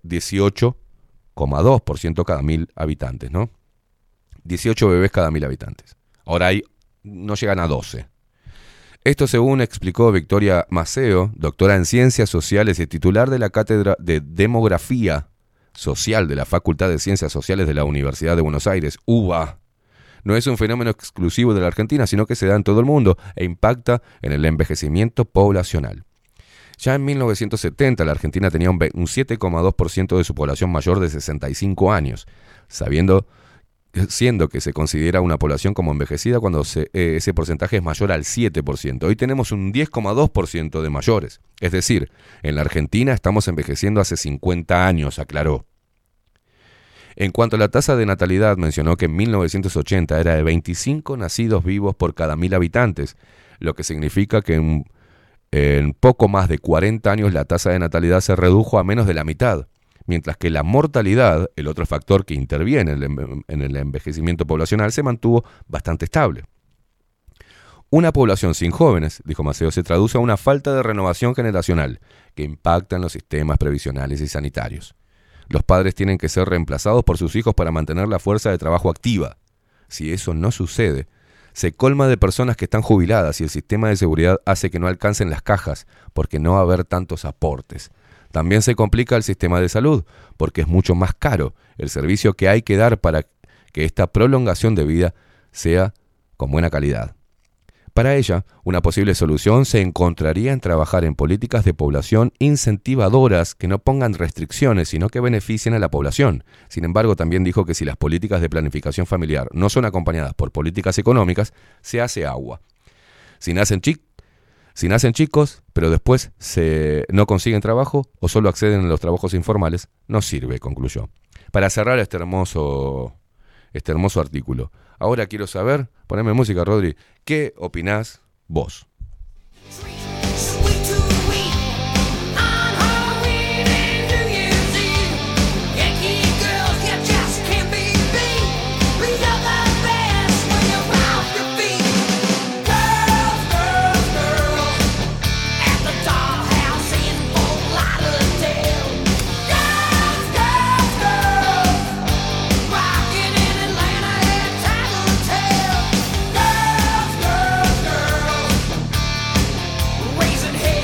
18,2% cada 1.000 habitantes, ¿no? 18 bebés cada 1.000 habitantes. Ahora no llegan a 12. Esto según explicó Victoria Maceo, doctora en Ciencias Sociales y titular de la Cátedra de Demografía Social de la Facultad de Ciencias Sociales de la Universidad de Buenos Aires, UBA. No es un fenómeno exclusivo de la Argentina, sino que se da en todo el mundo e impacta en el envejecimiento poblacional. Ya en 1970 la Argentina tenía un 7,2% de su población mayor de 65 años, siendo que se considera una población como envejecida cuando ese porcentaje es mayor al 7%. Hoy tenemos un 10,2% de mayores. Es decir, en la Argentina estamos envejeciendo hace 50 años, aclaró. En cuanto a la tasa de natalidad, mencionó que en 1980 era de 25 nacidos vivos por cada 1.000 habitantes, lo que significa que en poco más de 40 años la tasa de natalidad se redujo a menos de la mitad. Mientras que la mortalidad, el otro factor que interviene en el envejecimiento poblacional, se mantuvo bastante estable. Una población sin jóvenes, dijo Maceo, se traduce a una falta de renovación generacional que impacta en los sistemas previsionales y sanitarios. Los padres tienen que ser reemplazados por sus hijos para mantener la fuerza de trabajo activa. Si eso no sucede, se colma de personas que están jubiladas y el sistema de seguridad hace que no alcancen las cajas porque no va a haber tantos aportes. También se complica el sistema de salud, porque es mucho más caro el servicio que hay que dar para que esta prolongación de vida sea con buena calidad. Para ella, una posible solución se encontraría en trabajar en políticas de población incentivadoras que no pongan restricciones, sino que beneficien a la población. Sin embargo, también dijo que si las políticas de planificación familiar no son acompañadas por políticas económicas, se hace agua. Si nacen chicos, pero después no consiguen trabajo o solo acceden a los trabajos informales, no sirve, concluyó. Para cerrar este hermoso artículo, ahora quiero saber, poneme música, Rodri, ¿qué opinás vos? Raising hell.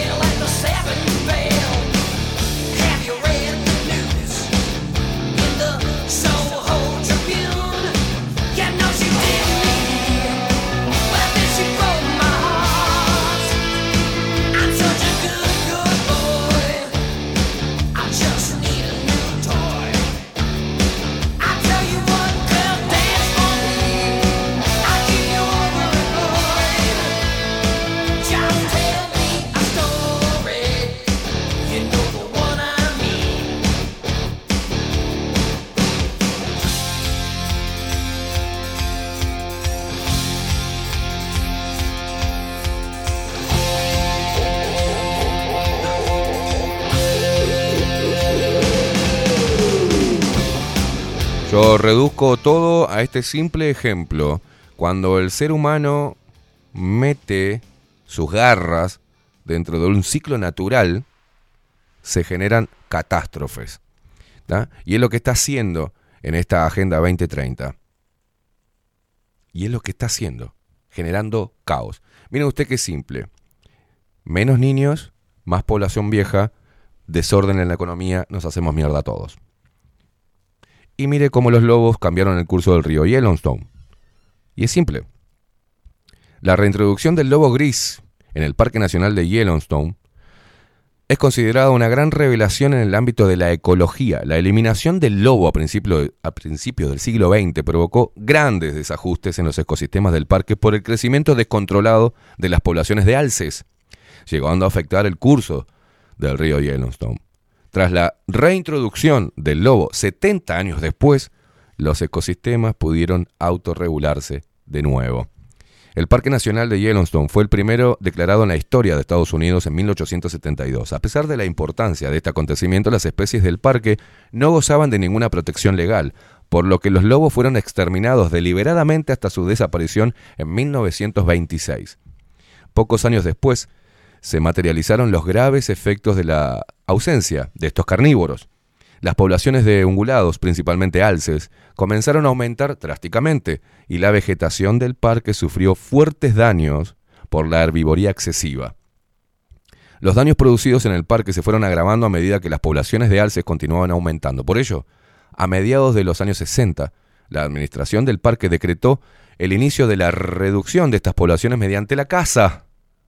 Yo reduzco todo a este simple ejemplo. Cuando el ser humano mete sus garras dentro de un ciclo natural, se generan catástrofes. ¿tá? Y es lo que está haciendo en esta Agenda 2030. Y es lo que está haciendo, generando caos. Miren usted qué simple. Menos niños, más población vieja, desorden en la economía, nos hacemos mierda todos. Y mire cómo los lobos cambiaron el curso del río Yellowstone. Y es simple. La reintroducción del lobo gris en el Parque Nacional de Yellowstone es considerada una gran revelación en el ámbito de la ecología. La eliminación del lobo a principios del siglo XX provocó grandes desajustes en los ecosistemas del parque por el crecimiento descontrolado de las poblaciones de alces, llegando a afectar el curso del río Yellowstone. Tras la reintroducción del lobo 70 años después, los ecosistemas pudieron autorregularse de nuevo. El Parque Nacional de Yellowstone fue el primero declarado en la historia de Estados Unidos en 1872. A pesar de la importancia de este acontecimiento, las especies del parque no gozaban de ninguna protección legal, por lo que los lobos fueron exterminados deliberadamente hasta su desaparición en 1926. Pocos años después, se materializaron los graves efectos de la ausencia de estos carnívoros. Las poblaciones de ungulados, principalmente alces, comenzaron a aumentar drásticamente y la vegetación del parque sufrió fuertes daños por la herbivoría excesiva. Los daños producidos en el parque se fueron agravando a medida que las poblaciones de alces continuaban aumentando. Por ello, a mediados de los años 60, la administración del parque decretó el inicio de la reducción de estas poblaciones mediante la caza.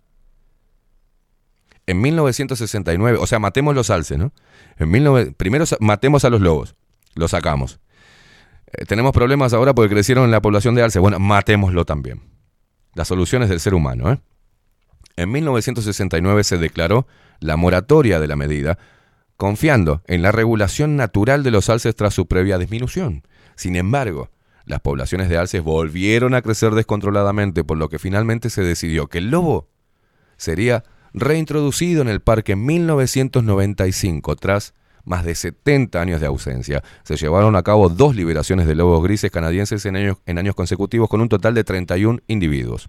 En 1969, o sea, matemos los alces, ¿no? Primero matemos a los lobos, los sacamos. Tenemos problemas ahora porque crecieron en la población de alces. Bueno, matémoslo también. La solución es del ser humano, ¿eh? En 1969 se declaró la moratoria de la medida, confiando en la regulación natural de los alces tras su previa disminución. Sin embargo, las poblaciones de alces volvieron a crecer descontroladamente, por lo que finalmente se decidió que el lobo sería reintroducido en el parque en 1995, tras más de 70 años de ausencia. Se llevaron a cabo 2 liberaciones de lobos grises canadienses en años consecutivos, con un total de 31 individuos.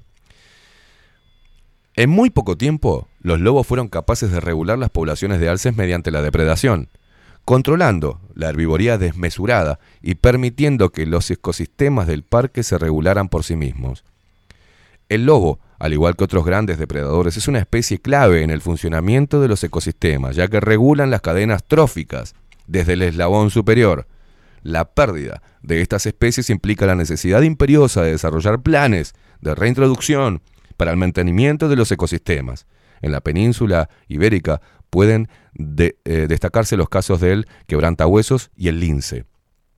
En muy poco tiempo, los lobos fueron capaces de regular las poblaciones de alces mediante la depredación, controlando la herbivoría desmesurada y permitiendo que los ecosistemas del parque se regularan por sí mismos. El lobo, al igual que otros grandes depredadores, es una especie clave en el funcionamiento de los ecosistemas, ya que regulan las cadenas tróficas desde el eslabón superior. La pérdida de estas especies implica la necesidad imperiosa de desarrollar planes de reintroducción para el mantenimiento de los ecosistemas. En la península ibérica pueden destacarse los casos del quebrantahuesos y el lince.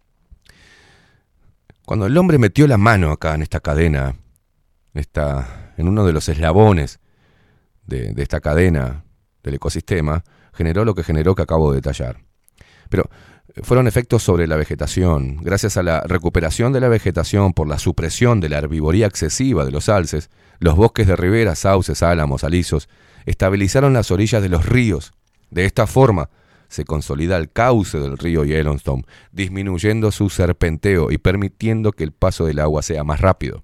Cuando el hombre metió la mano acá en esta cadena, en uno de los eslabones de esta cadena del ecosistema, generó lo que generó, que acabo de detallar. Pero fueron efectos sobre la vegetación. Gracias a la recuperación de la vegetación por la supresión de la herbivoría excesiva de los alces, los bosques de ribera, sauces, álamos, alisos, estabilizaron las orillas de los ríos. De esta forma, se consolida el cauce del río Yellowstone, disminuyendo su serpenteo y permitiendo que el paso del agua sea más rápido.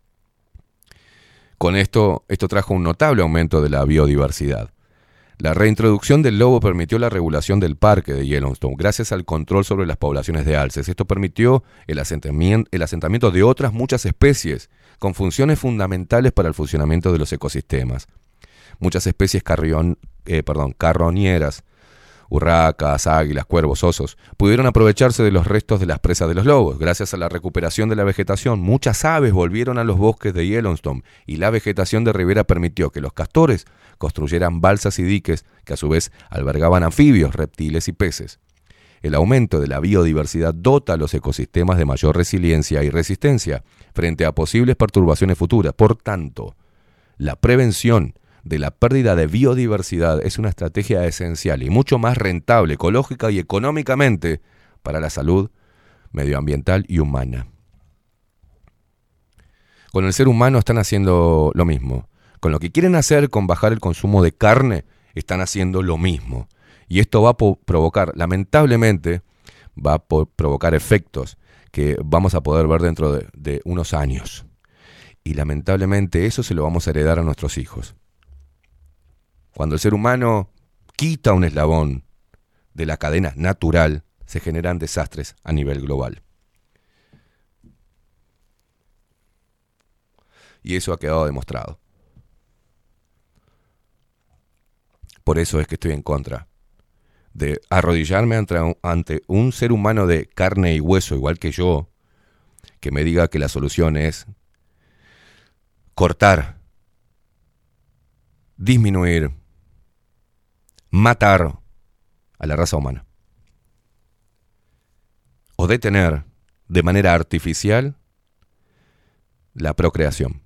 Con esto trajo un notable aumento de la biodiversidad. La reintroducción del lobo permitió la regulación del parque de Yellowstone gracias al control sobre las poblaciones de alces. Esto permitió el asentamiento de otras muchas especies con funciones fundamentales para el funcionamiento de los ecosistemas. Muchas especies carroñeras, urracas, águilas, cuervos, osos, pudieron aprovecharse de los restos de las presas de los lobos. Gracias a la recuperación de la vegetación, muchas aves volvieron a los bosques de Yellowstone y la vegetación de ribera permitió que los castores construyeran balsas y diques que a su vez albergaban anfibios, reptiles y peces. El aumento de la biodiversidad dota a los ecosistemas de mayor resiliencia y resistencia frente a posibles perturbaciones futuras. Por tanto, la prevención de la pérdida de biodiversidad es una estrategia esencial y mucho más rentable ecológica y económicamente para la salud medioambiental y humana. Con el ser humano están haciendo lo mismo. Con lo que quieren hacer con bajar el consumo de carne, están haciendo lo mismo. Y esto va a provocar, lamentablemente, va a provocar efectos que vamos a poder ver dentro de unos años. Y lamentablemente eso se lo vamos a heredar a nuestros hijos. Cuando el ser humano quita un eslabón de la cadena natural, se generan desastres a nivel global. Y eso ha quedado demostrado. Por eso es que estoy en contra de arrodillarme ante un ser humano de carne y hueso, igual que yo, que me diga que la solución es cortar, disminuir, matar a la raza humana. O detener de manera artificial la procreación.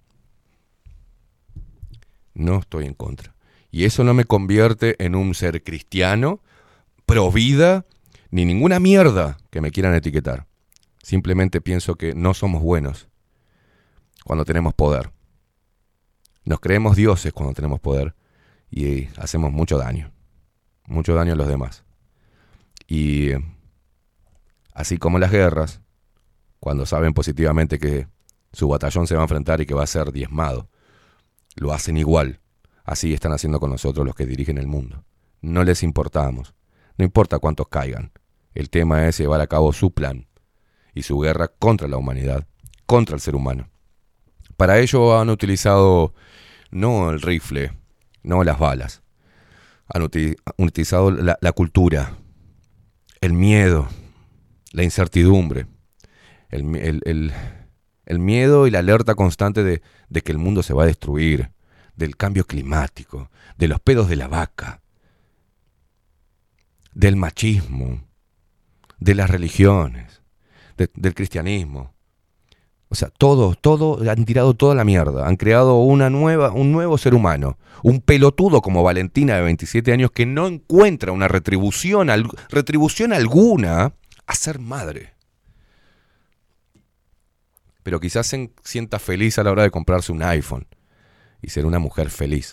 No estoy en contra. Y eso no me convierte en un ser cristiano, pro vida, ni ninguna mierda que me quieran etiquetar. Simplemente pienso que no somos buenos cuando tenemos poder. Nos creemos dioses cuando tenemos poder y hacemos mucho daño a los demás. Y así como las guerras, cuando saben positivamente que su batallón se va a enfrentar y que va a ser diezmado, lo hacen igual. Así están haciendo con nosotros los que dirigen el mundo. No les importamos. No importa cuántos caigan. El tema es llevar a cabo su plan y su guerra contra la humanidad, contra el ser humano. Para ello han utilizado no el rifle, no las balas. Han utilizado la cultura, el miedo, la incertidumbre, el miedo y la alerta constante de que el mundo se va a destruir, del cambio climático, de los pedos de la vaca, del machismo, de las religiones, del cristianismo. O sea, todo, han tirado toda la mierda, han creado un nuevo ser humano, un pelotudo como Valentina de 27 años que no encuentra una retribución alguna a ser madre. Pero quizás se sienta feliz a la hora de comprarse un iPhone y ser una mujer feliz.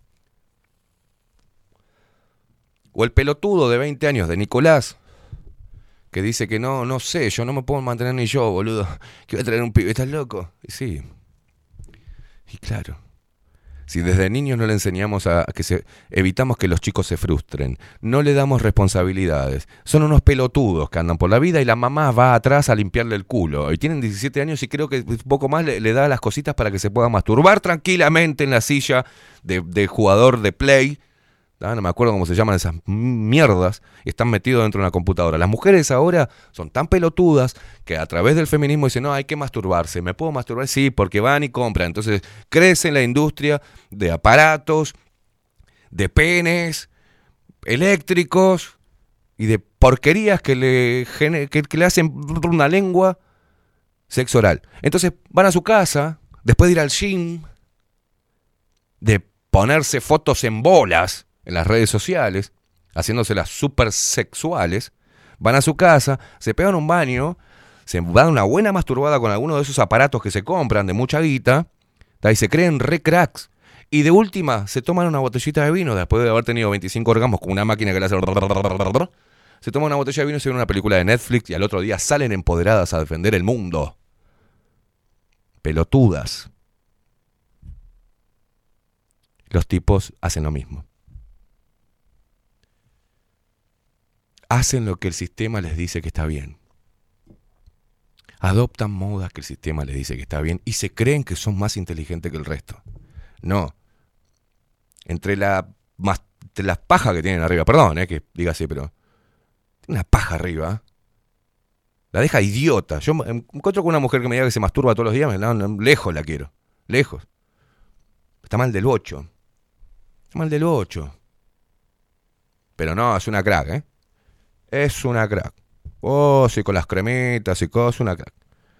O el pelotudo de 20 años de Nicolás, que dice que no sé, yo no me puedo mantener ni yo, boludo, que voy a traer un pibe, ¿estás loco? Y sí. Y claro, si desde niños no le enseñamos evitamos que los chicos se frustren, no le damos responsabilidades, son unos pelotudos que andan por la vida y la mamá va atrás a limpiarle el culo, y tienen 17 años y creo que un poco más le da las cositas para que se pueda masturbar tranquilamente en la silla de jugador de Play. No me acuerdo cómo se llaman esas mierdas, y están metidos dentro de una computadora. Las mujeres ahora son tan pelotudas que a través del feminismo dicen, no, hay que masturbarse. ¿Me puedo masturbar? Sí, porque van y compran. Entonces crece la industria de aparatos, de penes eléctricos y de porquerías que le hacen una lengua sexo oral. Entonces van a su casa, después de ir al gym, de ponerse fotos en bolas en las redes sociales, haciéndoselas súper sexuales, van a su casa, se pegan un baño, se dan una buena masturbada con alguno de esos aparatos que se compran de mucha guita, y se creen re cracks. Y de última, se toman una botellita de vino, después de haber tenido 25 orgasmos con una máquina que le hace... Se toman una botella de vino y se ven una película de Netflix y al otro día salen empoderadas a defender el mundo. Pelotudas. Los tipos hacen lo mismo. Hacen lo que el sistema les dice que está bien. Adoptan modas que el sistema les dice que está bien y se creen que son más inteligentes que el resto. No. Entre las pajas que tienen arriba, perdón, que diga así, pero tiene una paja arriba. La deja idiota. Yo me encuentro con una mujer que me diga que se masturba todos los días, lejos la quiero. Lejos. Está mal del 8. Está mal del 8. Pero no, es una crack, Es una crack. Oh, sí, con las cremitas y cosas, una crack.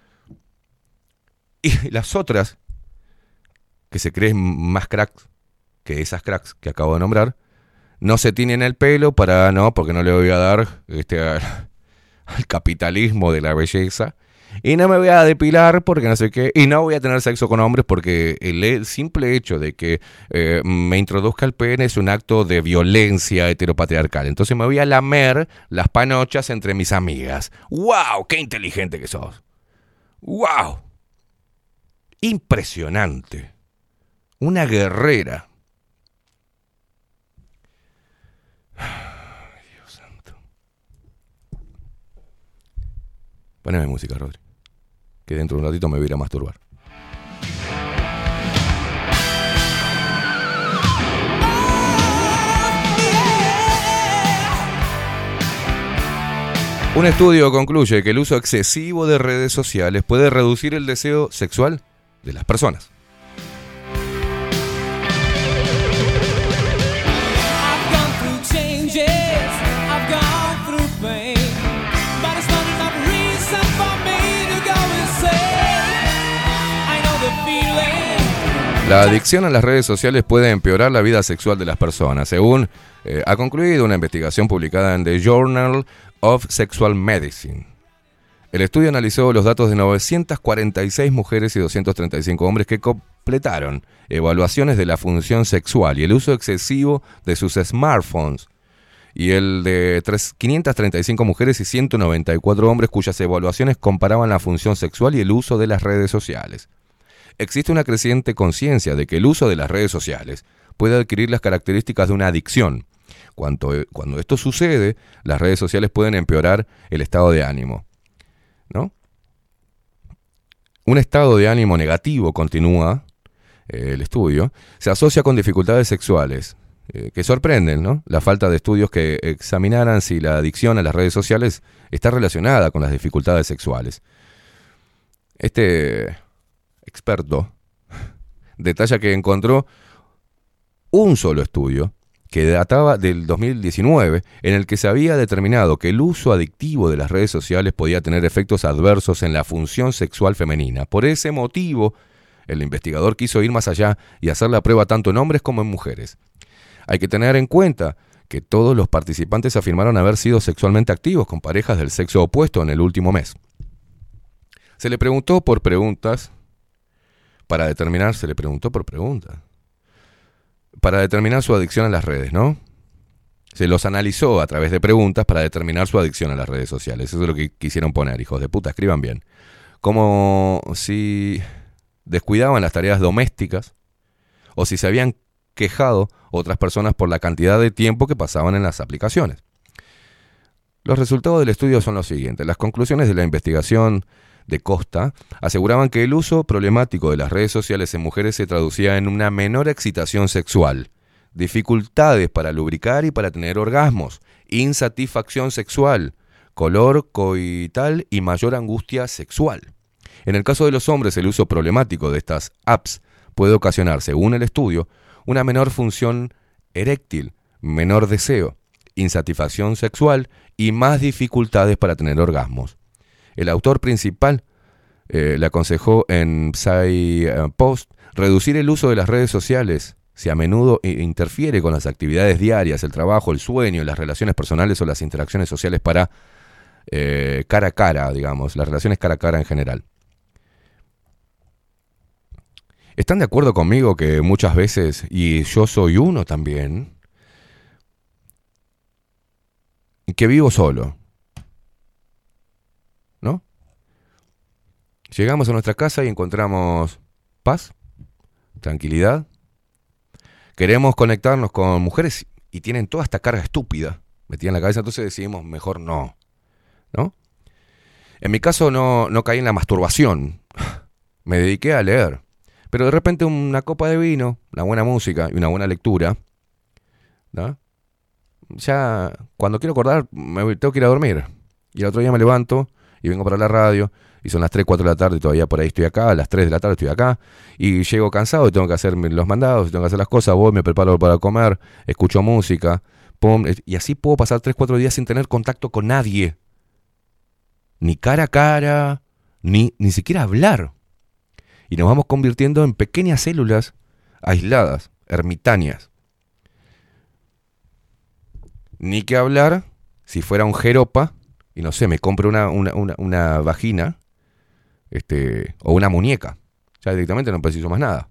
Y las otras, que se creen más cracks que esas cracks que acabo de nombrar, no se tienen el pelo porque no le voy a dar al capitalismo de la belleza, Y no me voy a depilar porque no sé qué. Y no voy a tener sexo con hombres porque el simple hecho de que me introduzca el pene es un acto de violencia heteropatriarcal. Entonces me voy a lamer las panochas entre mis amigas. ¡Wow! ¡Qué inteligente que sos! ¡Wow! Impresionante. Una guerrera. Ay, Dios santo. Poneme música, Rodri. Que dentro de un ratito me voy a ir a masturbar. Un estudio concluye que el uso excesivo de redes sociales puede reducir el deseo sexual de las personas. La adicción a las redes sociales puede empeorar la vida sexual de las personas, según ha concluido una investigación publicada en The Journal of Sexual Medicine. El estudio analizó los datos de 946 mujeres y 235 hombres que completaron evaluaciones de la función sexual y el uso excesivo de sus smartphones, y el de 535 mujeres y 194 hombres cuyas evaluaciones comparaban la función sexual y el uso de las redes sociales. Existe una creciente conciencia de que el uso de las redes sociales puede adquirir las características de una adicción. Cuando esto sucede, las redes sociales pueden empeorar el estado de ánimo, ¿no? Un estado de ánimo negativo, continúa el estudio, se asocia con dificultades sexuales, que sorprenden, ¿no? La falta de estudios que examinaran si la adicción a las redes sociales está relacionada con las dificultades sexuales. Este experto detalla que encontró un solo estudio que databa del 2019 en el que se había determinado que el uso adictivo de las redes sociales podía tener efectos adversos en la función sexual femenina. Por ese motivo, el investigador quiso ir más allá y hacer la prueba tanto en hombres como en mujeres. Hay que tener en cuenta que todos los participantes afirmaron haber sido sexualmente activos con parejas del sexo opuesto en el último mes. Se le preguntó por preguntas para determinar su adicción a las redes, ¿no? Se los analizó a través de preguntas para determinar su adicción a las redes sociales. Eso es lo que quisieron poner, hijos de puta, escriban bien. Como si descuidaban las tareas domésticas o si se habían quejado otras personas por la cantidad de tiempo que pasaban en las aplicaciones. Los resultados del estudio son los siguientes. Las conclusiones de la investigación de Costa aseguraban que el uso problemático de las redes sociales en mujeres se traducía en una menor excitación sexual, dificultades para lubricar y para tener orgasmos, insatisfacción sexual, color coital y mayor angustia sexual. En el caso de los hombres, el uso problemático de estas apps puede ocasionar, según el estudio, una menor función eréctil, menor deseo, insatisfacción sexual y más dificultades para tener orgasmos. El autor principal le aconsejó en PsyPost reducir el uso de las redes sociales si a menudo interfiere con las actividades diarias, el trabajo, el sueño, las relaciones personales o las interacciones sociales para cara a cara, digamos, las relaciones cara a cara en general. ¿Están de acuerdo conmigo que muchas veces, y yo soy uno también, que vivo solo? ¿No? Llegamos a nuestra casa y encontramos paz, tranquilidad. Queremos conectarnos con mujeres y tienen toda esta carga estúpida metida en la cabeza, entonces decidimos mejor no. En mi caso no caí en la masturbación, me dediqué a leer. Pero de repente una copa de vino, una buena música y una buena lectura, ¿no? Ya cuando quiero acordar tengo que ir a dormir. Y el otro día me levanto y vengo para la radio y son las 3, 4 de la tarde y todavía por ahí estoy acá, a las 3 de la tarde estoy acá y llego cansado y tengo que hacer los mandados, tengo que hacer las cosas, voy, me preparo para comer, escucho música, pum, y así puedo pasar 3, 4 días sin tener contacto con nadie. Ni cara a cara, ni siquiera hablar. Y nos vamos convirtiendo en pequeñas células aisladas, ermitañas. Ni que hablar si fuera un jeropa y no sé, me compro una vagina o una muñeca. Ya directamente no preciso más nada.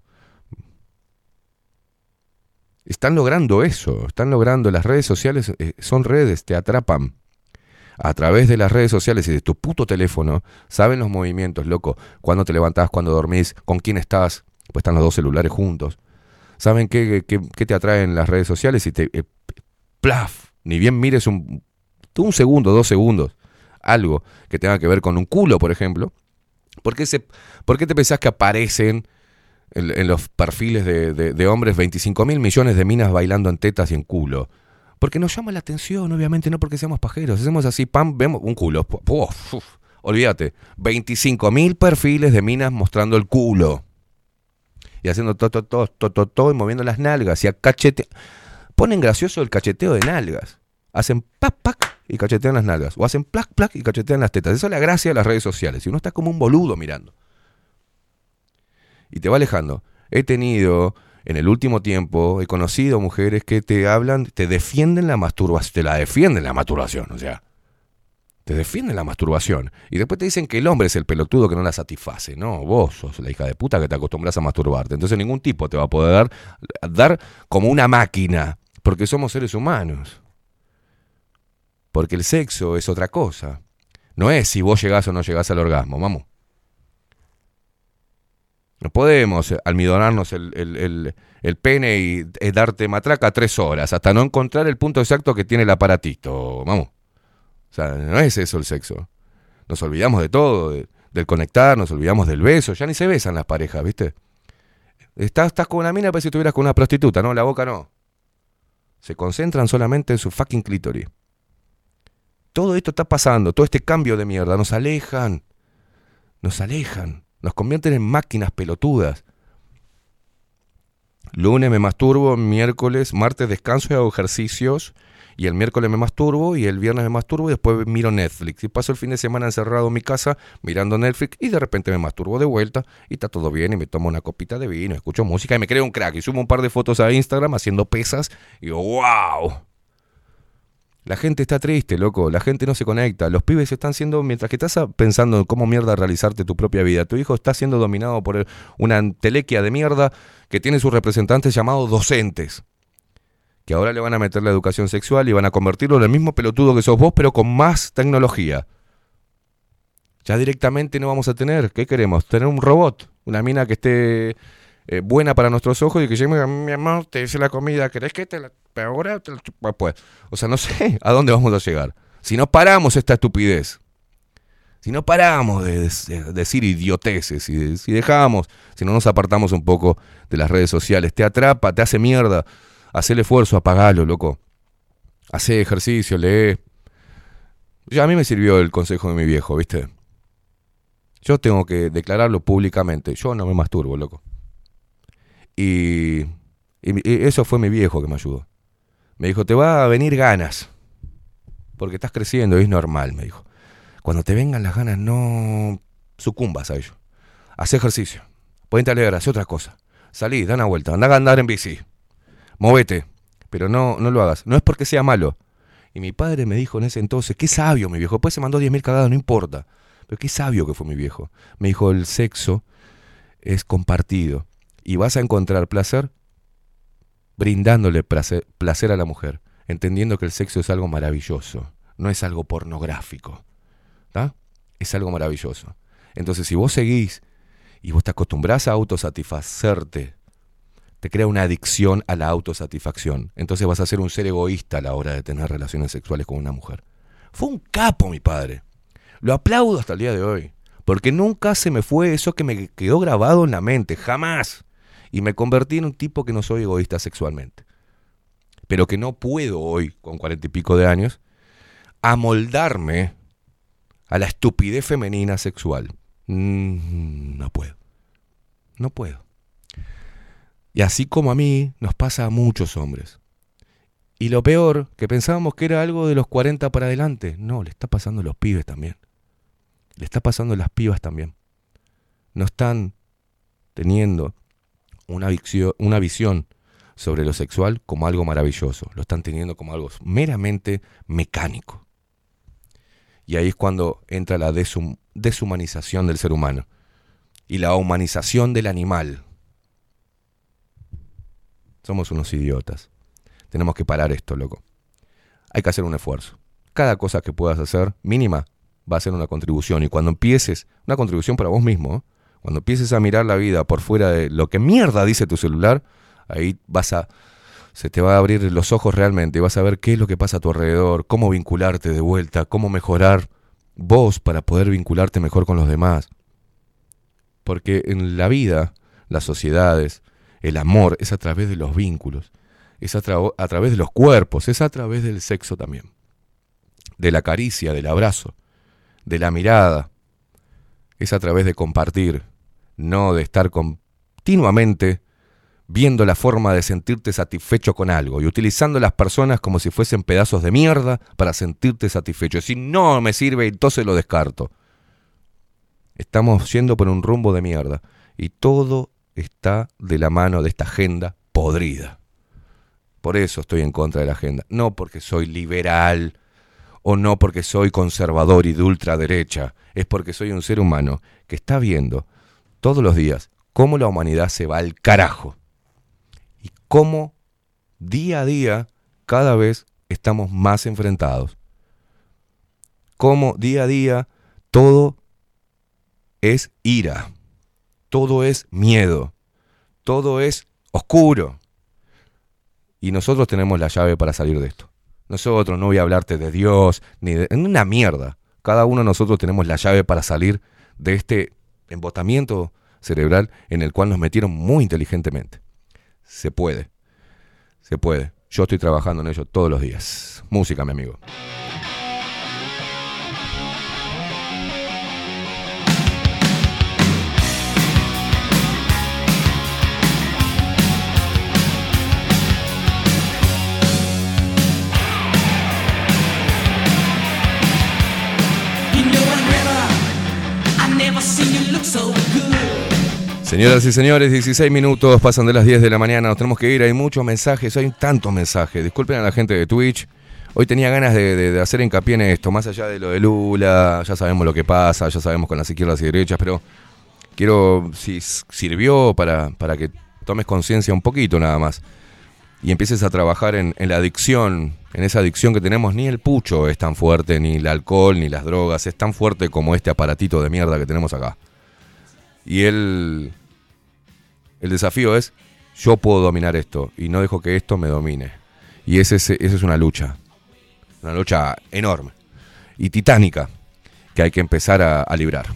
Están logrando eso, las redes sociales son redes, te atrapan. A través de las redes sociales y de tu puto teléfono, saben los movimientos, loco. Cuándo te levantás, cuándo dormís, con quién estás, pues están los dos celulares juntos. Saben qué te atraen las redes sociales y te... ¡plaf! Ni bien mires un segundo, 2 segundos, algo que tenga que ver con un culo, por ejemplo. ¿Por qué te pensás que aparecen en los perfiles de hombres 25.000 millones de minas bailando en tetas y en culo? Porque nos llama la atención, obviamente, no porque seamos pajeros. Hacemos así, pam, vemos un culo. Olvídate, 25.000 perfiles de minas mostrando el culo. Y haciendo todo y moviendo las nalgas. Y a cachete. Ponen gracioso el cacheteo de nalgas. Hacen pac, pac y cachetean las nalgas. O hacen plac, plac y cachetean las tetas. Esa es la gracia de las redes sociales. Y uno está como un boludo mirando. Y te va alejando. He conocido mujeres que te hablan, te defienden la masturbación. Te la defienden la masturbación, o sea. Te defienden la masturbación. Y después te dicen que el hombre es el pelotudo que no la satisface. No, vos sos la hija de puta que te acostumbras a masturbarte. Entonces ningún tipo te va a poder dar como una máquina. Porque somos seres humanos. Porque el sexo es otra cosa. No es si vos llegás o no llegás al orgasmo, vamos. No podemos almidonarnos el pene y darte matraca 3 horas hasta no encontrar el punto exacto que tiene el aparatito, vamos. O sea, no es eso el sexo. Nos olvidamos de todo, del conectar, nos olvidamos del beso. Ya ni se besan las parejas, ¿viste? Estás con una mina, parece que estuvieras con una prostituta, ¿no? La boca no. Se concentran solamente en su fucking clítoris. Todo esto está pasando, todo este cambio de mierda. Nos alejan. Nos convierten en máquinas pelotudas. Lunes me masturbo, martes descanso y hago ejercicios. Y el miércoles me masturbo y el viernes me masturbo y después miro Netflix. Y paso el fin de semana encerrado en mi casa mirando Netflix y de repente me masturbo de vuelta y está todo bien y me tomo una copita de vino, escucho música y me creo un crack. Y subo un par de fotos a Instagram haciendo pesas y digo, ¡wow! La gente está triste, loco. La gente no se conecta. Los pibes están siendo, mientras que estás pensando en cómo mierda realizarte tu propia vida, tu hijo está siendo dominado por una entelequia de mierda que tiene sus representantes llamados docentes. Que ahora le van a meter la educación sexual y van a convertirlo en el mismo pelotudo que sos vos, pero con más tecnología. Ya directamente no vamos a tener, ¿qué queremos? Tener un robot, una mina que esté buena para nuestros ojos y que llegue, mi amor, te hice la comida, ¿querés que te la ahora? Pues, o sea, no sé a dónde vamos a llegar. Si no paramos esta estupidez, si no paramos de decir idioteces, si dejamos, si no nos apartamos un poco de las redes sociales, te atrapa, te hace mierda. Hacé el esfuerzo, apagalo, loco. Hacé ejercicio, lee. Ya a mí me sirvió el consejo de mi viejo, ¿viste? Yo tengo que declararlo públicamente. Yo no me masturbo, loco. Y eso fue mi viejo que me ayudó. Me dijo, te va a venir ganas. Porque estás creciendo y es normal, me dijo. Cuando te vengan las ganas, no sucumbas a ello. Hacé ejercicio. Ponete a leer, hacé otra cosa. Salí, da una vuelta, andá a andar en bici. Móvete, pero no lo hagas. No es porque sea malo. Y mi padre me dijo en ese entonces, qué sabio mi viejo. Después se mandó 10.000 cagadas, no importa. Pero qué sabio que fue mi viejo. Me dijo, el sexo es compartido. Y vas a encontrar placer brindándole placer a la mujer. Entendiendo que el sexo es algo maravilloso. No es algo pornográfico. ¿Tá? Es algo maravilloso. Entonces si vos seguís y vos te acostumbrás a autosatisfacerte, te crea una adicción a la autosatisfacción. Entonces vas a ser un ser egoísta a la hora de tener relaciones sexuales con una mujer. Fue un capo mi padre. Lo aplaudo hasta el día de hoy. Porque nunca se me fue eso que me quedó grabado en la mente. Jamás. Y me convertí en un tipo que no soy egoísta sexualmente. Pero que no puedo hoy, con 40 y pico de años, amoldarme a la estupidez femenina sexual. No puedo. No puedo. Y así como a mí, nos pasa a muchos hombres. Y lo peor, que pensábamos que era algo de los 40 para adelante. No, le está pasando a los pibes también. Le está pasando a las pibas también. No están teniendo una visión sobre lo sexual como algo maravilloso. Lo están teniendo como algo meramente mecánico. Y ahí es cuando entra la deshumanización del ser humano y la humanización del animal. Somos unos idiotas. Tenemos que parar esto, loco. Hay que hacer un esfuerzo. Cada cosa que puedas hacer, mínima, va a ser una contribución. Y cuando empieces, una contribución para vos mismo, ¿eh? Cuando empieces a mirar la vida por fuera de lo que mierda dice tu celular, ahí se te va a abrir los ojos realmente y vas a ver qué es lo que pasa a tu alrededor, cómo vincularte de vuelta, cómo mejorar vos para poder vincularte mejor con los demás. Porque en la vida, las sociedades, el amor es a través de los vínculos, es a través de los cuerpos, es a través del sexo también, de la caricia, del abrazo, de la mirada, es a través de compartir, no de estar continuamente viendo la forma de sentirte satisfecho con algo y utilizando a las personas como si fuesen pedazos de mierda para sentirte satisfecho. Si no me sirve, entonces lo descarto. Estamos yendo por un rumbo de mierda y todo está de la mano de esta agenda podrida. Por eso estoy en contra de la agenda, no porque soy liberal o no porque soy conservador y de ultraderecha, es porque soy un ser humano que está viendo todos los días cómo la humanidad se va al carajo y cómo día a día cada vez estamos más enfrentados. Cómo día a día todo es ira, todo es miedo, todo es oscuro. Y nosotros tenemos la llave para salir de esto. Nosotros, no voy a hablarte de Dios, ni de una mierda. Cada uno de nosotros tenemos la llave para salir de este embotamiento cerebral en el cual nos metieron muy inteligentemente. Se puede, se puede. Yo estoy trabajando en ello todos los días. Música, mi amigo. Señoras y señores, 16 minutos, pasan de las 10 de la mañana, nos tenemos que ir, hay muchos mensajes, hay tantos mensajes, disculpen a la gente de Twitch, hoy tenía ganas de hacer hincapié en esto, más allá de lo de Lula, ya sabemos lo que pasa, ya sabemos con las izquierdas y derechas, pero quiero, si sirvió para que tomes conciencia un poquito nada más, y empieces a trabajar en la adicción, en esa adicción que tenemos, ni el pucho es tan fuerte, ni el alcohol, ni las drogas, es tan fuerte como este aparatito de mierda que tenemos acá. Y el desafío es, yo puedo dominar esto y no dejo que esto me domine. Y esa es una lucha enorme y titánica que hay que empezar a librar.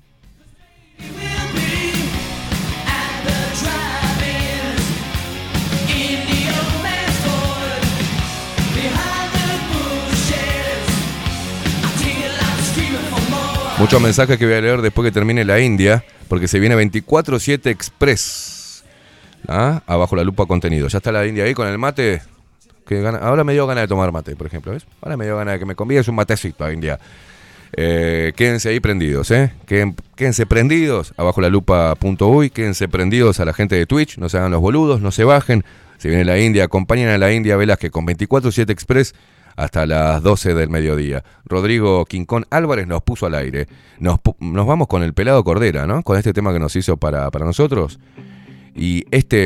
Muchos mensajes que voy a leer después que termine la India, porque se viene 24/7 Express. Abajo la lupa contenido. Ya está la India ahí con el mate. Ahora me dio ganas de tomar mate, por ejemplo. ¿Ves? Ahora me dio ganas de que me convides un matecito a India. Quédense ahí prendidos, quédense prendidos. Abajo la lupa.uy. Quédense prendidos a la gente de Twitch. No se hagan los boludos, no se bajen. Se viene la India, acompañen a la India Velázquez con 24/7 Express hasta las 12 del mediodía. Rodrigo Quincón Álvarez nos puso al aire. Nos vamos con el Pelado Cordera, ¿no? Con este tema que nos hizo para nosotros. Y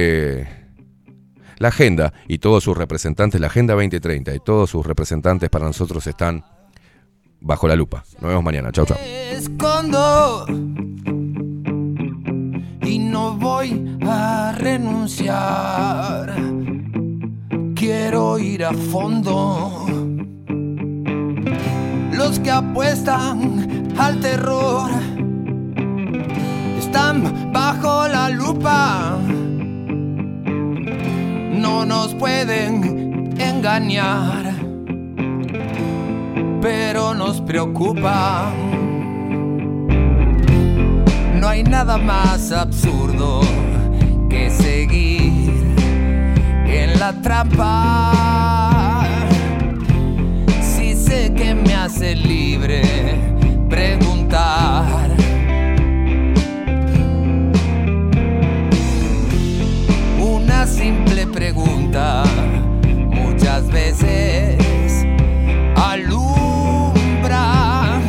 la agenda y todos sus representantes, la Agenda 2030 y todos sus representantes para nosotros están bajo la lupa. Nos vemos mañana. Chau, chau. Escondo y no voy a renunciar. Quiero ir a fondo. Los que apuestan al terror están bajo la lupa. No nos pueden engañar, pero nos preocupa. No hay nada más absurdo que seguir en la trampa. Si sé que me hace libre preguntar. Una simple pregunta muchas veces alumbra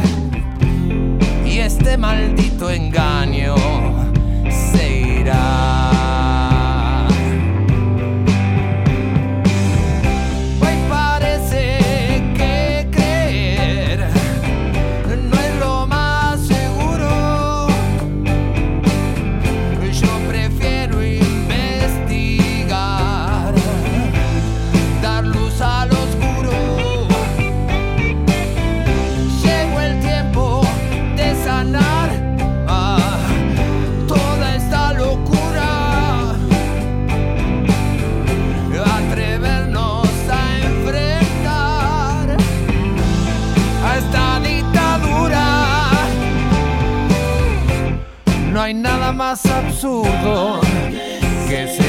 más absurdo que se